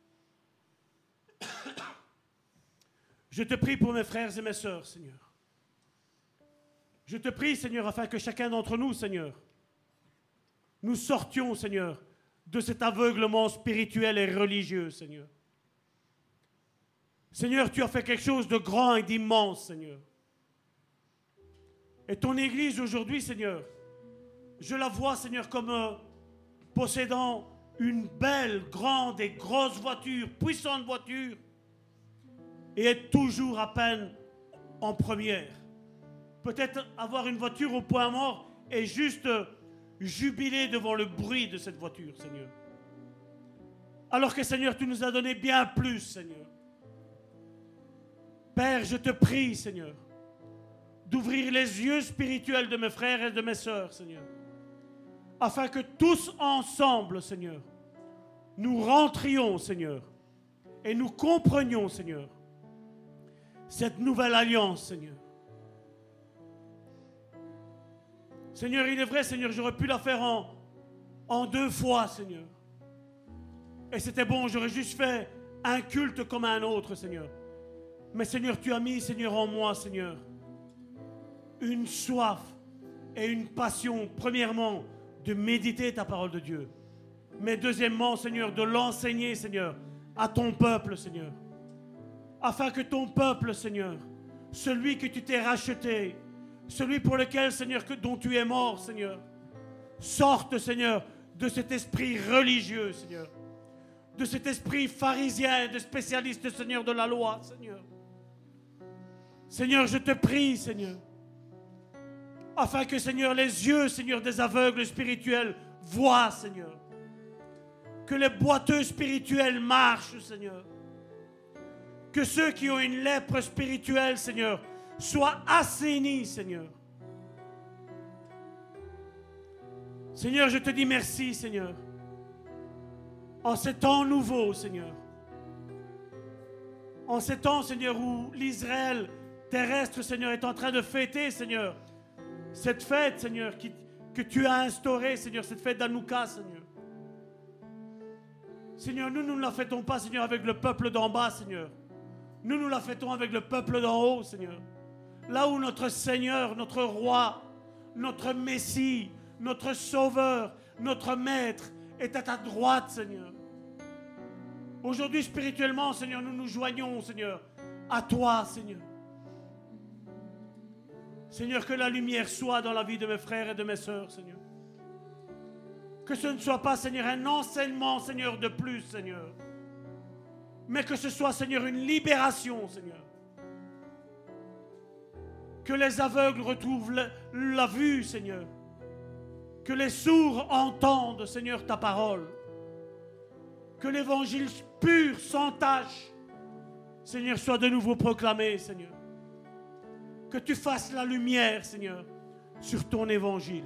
Speaker 5: je te prie pour mes frères et mes sœurs, Seigneur. Je te prie, Seigneur, afin que chacun d'entre nous, Seigneur, nous sortions, Seigneur, de cet aveuglement spirituel et religieux, Seigneur. Seigneur, tu as fait quelque chose de grand et d'immense, Seigneur. Et ton Église aujourd'hui, Seigneur, je la vois, Seigneur, comme possédant une belle, grande et grosse voiture, puissante voiture, et être toujours à peine en première. Peut-être avoir une voiture au point mort et juste jubiler devant le bruit de cette voiture, Seigneur. Alors que, Seigneur, tu nous as donné bien plus, Seigneur. Père, je te prie, Seigneur, d'ouvrir les yeux spirituels de mes frères et de mes sœurs, Seigneur, afin que tous ensemble, Seigneur, nous rentrions, Seigneur, et nous comprenions, Seigneur, cette nouvelle alliance, Seigneur. Seigneur, il est vrai, Seigneur, j'aurais pu la faire en 2 fois, Seigneur. Et c'était bon, j'aurais juste fait un culte comme un autre, Seigneur. Mais Seigneur, tu as mis, Seigneur, en moi, Seigneur, une soif et une passion, premièrement, de méditer ta parole de Dieu. Mais deuxièmement, Seigneur, de l'enseigner, Seigneur, à ton peuple, Seigneur. Afin que ton peuple, Seigneur, celui que tu t'es racheté, celui pour lequel, Seigneur, dont tu es mort, Seigneur, sorte, Seigneur, de cet esprit religieux, Seigneur, de cet esprit pharisien, de spécialiste, Seigneur, de la loi, Seigneur. Seigneur, je te prie, Seigneur, afin que, Seigneur, les yeux, Seigneur, des aveugles spirituels voient, Seigneur, que les boiteux spirituels marchent, Seigneur, que ceux qui ont une lèpre spirituelle, Seigneur, soient assainis, Seigneur. Seigneur, je te dis merci, Seigneur, en ces temps nouveaux, Seigneur, en ces temps, Seigneur, où l'Israël terrestre, Seigneur, est en train de fêter, Seigneur, cette fête, Seigneur, que tu as instaurée, Seigneur, cette fête d'Hanouka, Seigneur. Seigneur, nous ne la fêtons pas, Seigneur, avec le peuple d'en bas, Seigneur. Nous la fêtons avec le peuple d'en haut, Seigneur. Là où notre Seigneur, notre Roi, notre Messie, notre Sauveur, notre Maître est à ta droite, Seigneur. Aujourd'hui, spirituellement, Seigneur, nous nous joignons, Seigneur, à toi, Seigneur. Seigneur, que la lumière soit dans la vie de mes frères et de mes sœurs, Seigneur. Que ce ne soit pas, Seigneur, un enseignement, Seigneur, de plus, Seigneur. Mais que ce soit, Seigneur, une libération, Seigneur. Que les aveugles retrouvent la vue, Seigneur. Que les sourds entendent, Seigneur, ta parole. Que l'évangile pur, sans tache, Seigneur, soit de nouveau proclamé, Seigneur. Que tu fasses la lumière, Seigneur, sur ton évangile.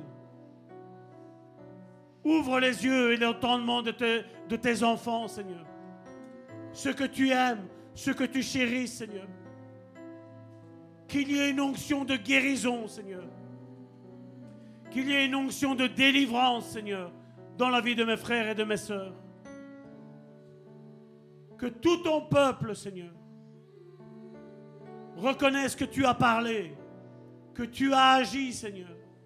Speaker 5: Ouvre les yeux et l'entendement de tes enfants, Seigneur. Ce que tu aimes, ce que tu chéris, Seigneur. Qu'il y ait une onction de guérison, Seigneur. Qu'il y ait une onction de délivrance, Seigneur, dans la vie de mes frères et de mes sœurs. Que tout ton peuple, Seigneur, reconnaisse que tu as parlé, que tu as agi, Seigneur.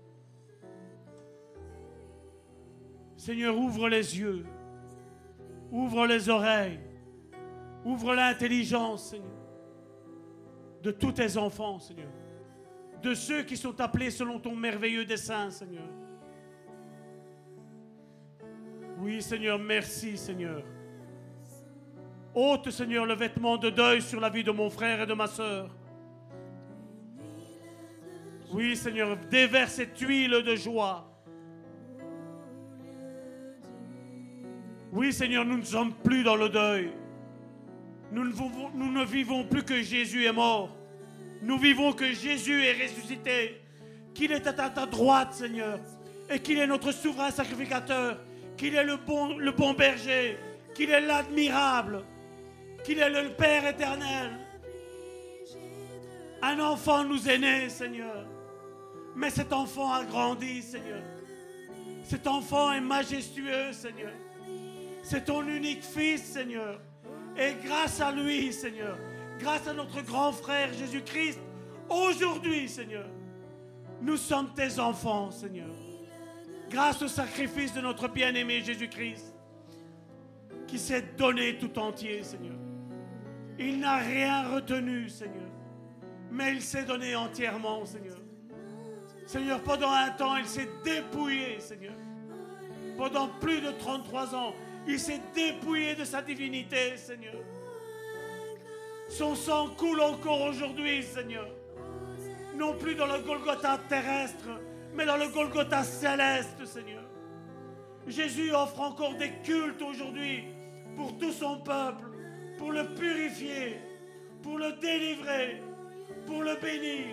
Speaker 5: Seigneur, ouvre les yeux, ouvre les oreilles, ouvre l'intelligence, Seigneur, de tous tes enfants, Seigneur, de ceux qui sont appelés selon ton merveilleux dessein, Seigneur. Oui, Seigneur, merci, Seigneur. Ôte, Seigneur, le vêtement de deuil sur la vie de mon frère et de ma sœur. Oui, Seigneur, déverse cette huile de joie. Oui, Seigneur, nous ne sommes plus dans le deuil. Nous ne vivons plus que Jésus est mort. Nous vivons que Jésus est ressuscité, qu'il est à ta droite, Seigneur, et qu'il est notre souverain sacrificateur, qu'il est le bon berger, qu'il est l'admirable, qu'il est le Père éternel. Un enfant nous est né, Seigneur, mais cet enfant a grandi, Seigneur. Cet enfant est majestueux, Seigneur. C'est ton unique fils, Seigneur. Et grâce à lui, Seigneur, grâce à notre grand frère Jésus-Christ, aujourd'hui, Seigneur, nous sommes tes enfants, Seigneur. Grâce au sacrifice de notre bien-aimé Jésus-Christ, qui s'est donné tout entier, Seigneur. Il n'a rien retenu, Seigneur, mais il s'est donné entièrement, Seigneur. Seigneur, pendant un temps, il s'est dépouillé, Seigneur. Pendant plus de 33 ans, il s'est dépouillé de sa divinité, Seigneur. Son sang coule encore aujourd'hui, Seigneur. Non plus dans le Golgotha terrestre, mais dans le Golgotha céleste, Seigneur. Jésus offre encore des cultes aujourd'hui pour tout son peuple, pour le purifier, pour le délivrer, pour le bénir.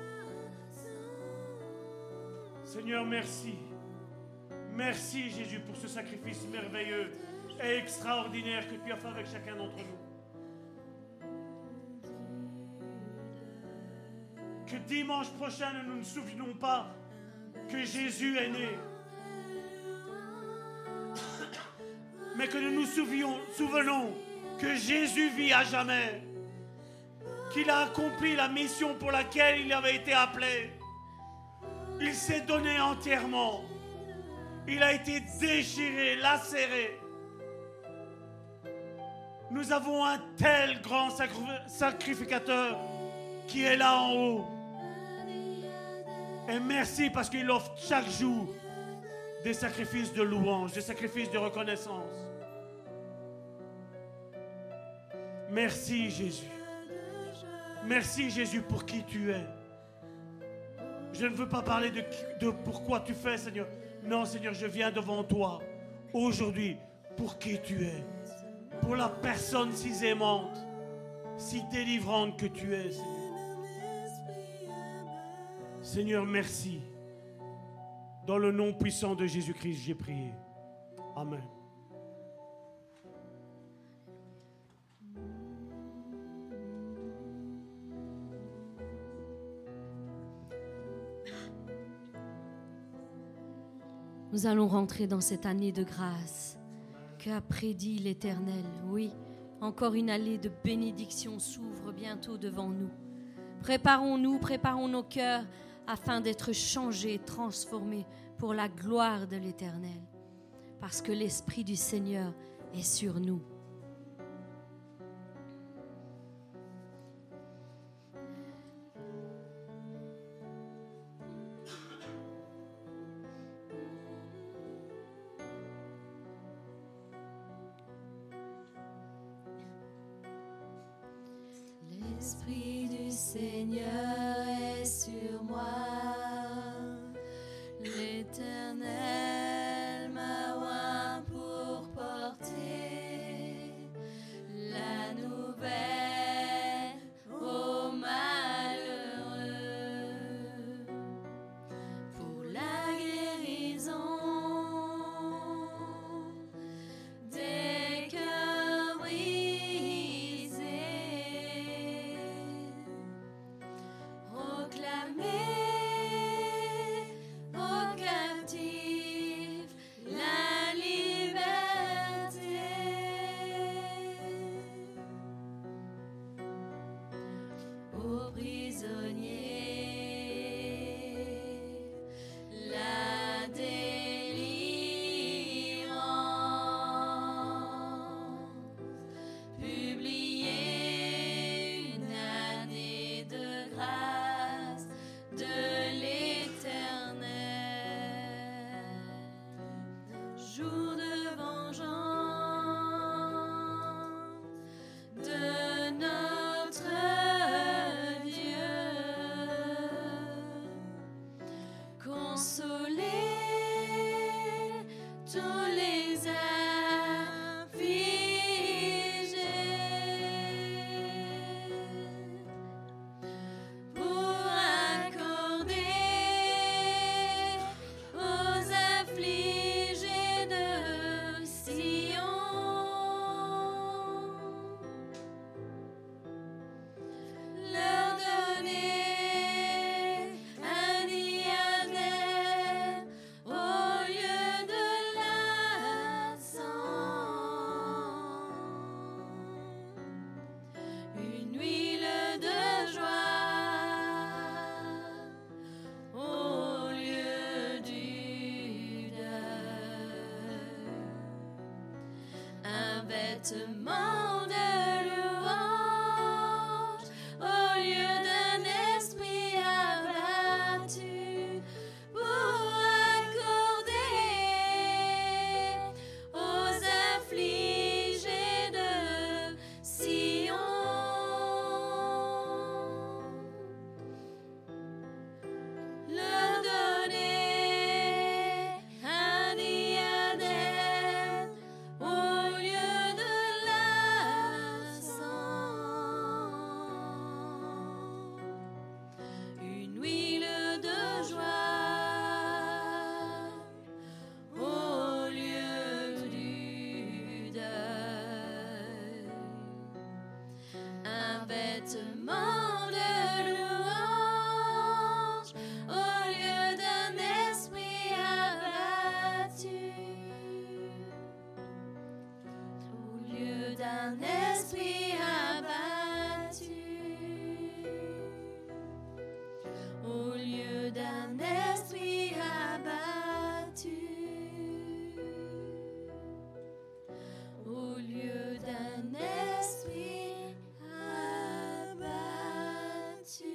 Speaker 5: Seigneur, merci. Merci, Jésus, pour ce sacrifice merveilleux et extraordinaire que tu as fait avec chacun d'entre nous. Que dimanche prochain, nous ne nous souvenons pas que Jésus est né, mais que nous nous souvenons que Jésus vit à jamais, qu'il a accompli la mission pour laquelle il avait été appelé. Il s'est donné entièrement. Il a été déchiré, lacéré. Nous avons un tel grand sacrificateur qui est là en haut. Et merci parce qu'il offre chaque jour des sacrifices de louange, des sacrifices de reconnaissance. Merci Jésus. Merci Jésus pour qui tu es. Je ne veux pas parler de pourquoi tu fais, Seigneur. Non, Seigneur, je viens devant toi aujourd'hui pour qui tu es. Pour la personne si aimante, si délivrante que tu es, Seigneur. Seigneur, merci. Dans le nom puissant de Jésus-Christ, j'ai prié. Amen.
Speaker 3: Nous allons rentrer dans cette année de grâce qu'a prédit l'Éternel. Oui, encore une allée de bénédiction s'ouvre bientôt devant nous. Préparons-nous, préparons nos cœurs afin d'être changés, transformés pour la gloire de l'Éternel. Parce que l'Esprit du Seigneur est sur nous.
Speaker 2: L'Esprit du Seigneur est sur moi. L'Éternel m'a oint pour porter la nouvelle aux malheureux, pour la guérison des cœurs brisés. Proclamer aux captifs la liberté, aux prisonniers la délivrance, publier une année de grâce de l'Éternel, jour de vengeance de notre Dieu, consoler tous les affligés, pour accorder aux affligés de Sion leur donner un diadème au lieu de l'encens, une huile de joie au lieu du deuil, un vêtement de louange au lieu d'un esprit abattu, pour accorder aux affligés de Sion leur donner un diadème au lieu de l'encens, une huile de joie au lieu du deuil, un vêtement de louange au lieu d'un esprit abattu, au lieu d'un esprit esprit abattu. Au lieu d'un esprit abattu. Au lieu d'un esprit abattu.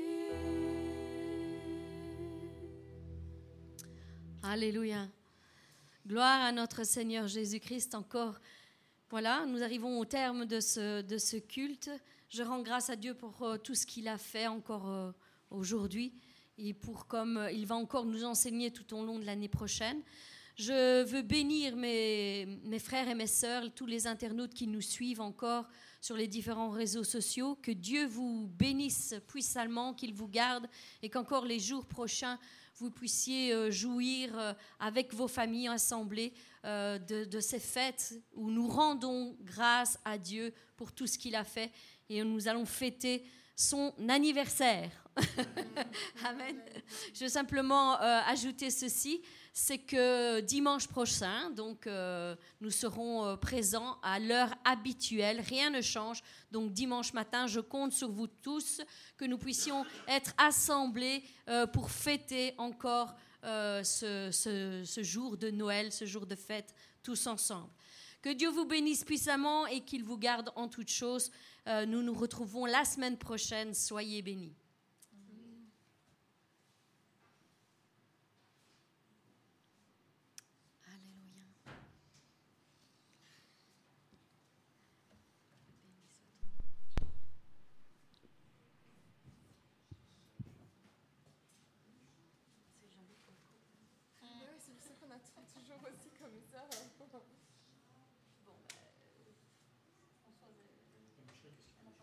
Speaker 3: Alléluia. Gloire à notre Seigneur Jésus-Christ. Encore, voilà, nous arrivons au terme de ce culte. Je rends grâce à Dieu pour tout ce qu'il a fait encore aujourd'hui et pour comme il va encore nous enseigner tout au long de l'année prochaine. Je veux bénir mes frères et mes sœurs, tous les internautes qui nous suivent encore sur les différents réseaux sociaux. Que Dieu vous bénisse puissamment, qu'il vous garde et qu'encore les jours prochains, vous puissiez jouir avec vos familles assemblées de ces fêtes où nous rendons grâce à Dieu pour tout ce qu'il a fait et nous allons fêter son anniversaire. Amen. Je veux simplement ajouter ceci, c'est que dimanche prochain, donc nous serons présents à l'heure habituelle, rien ne change. Donc dimanche matin, je compte sur vous tous que nous puissions être assemblés pour fêter encore ce jour de Noël, ce jour de fête, tous ensemble. Que Dieu vous bénisse puissamment et qu'il vous garde en toutes choses. Nous nous retrouvons la semaine prochaine. Soyez bénis. Alléluia.
Speaker 1: C'est pour ça qu'on attend toujours aussi comme ça.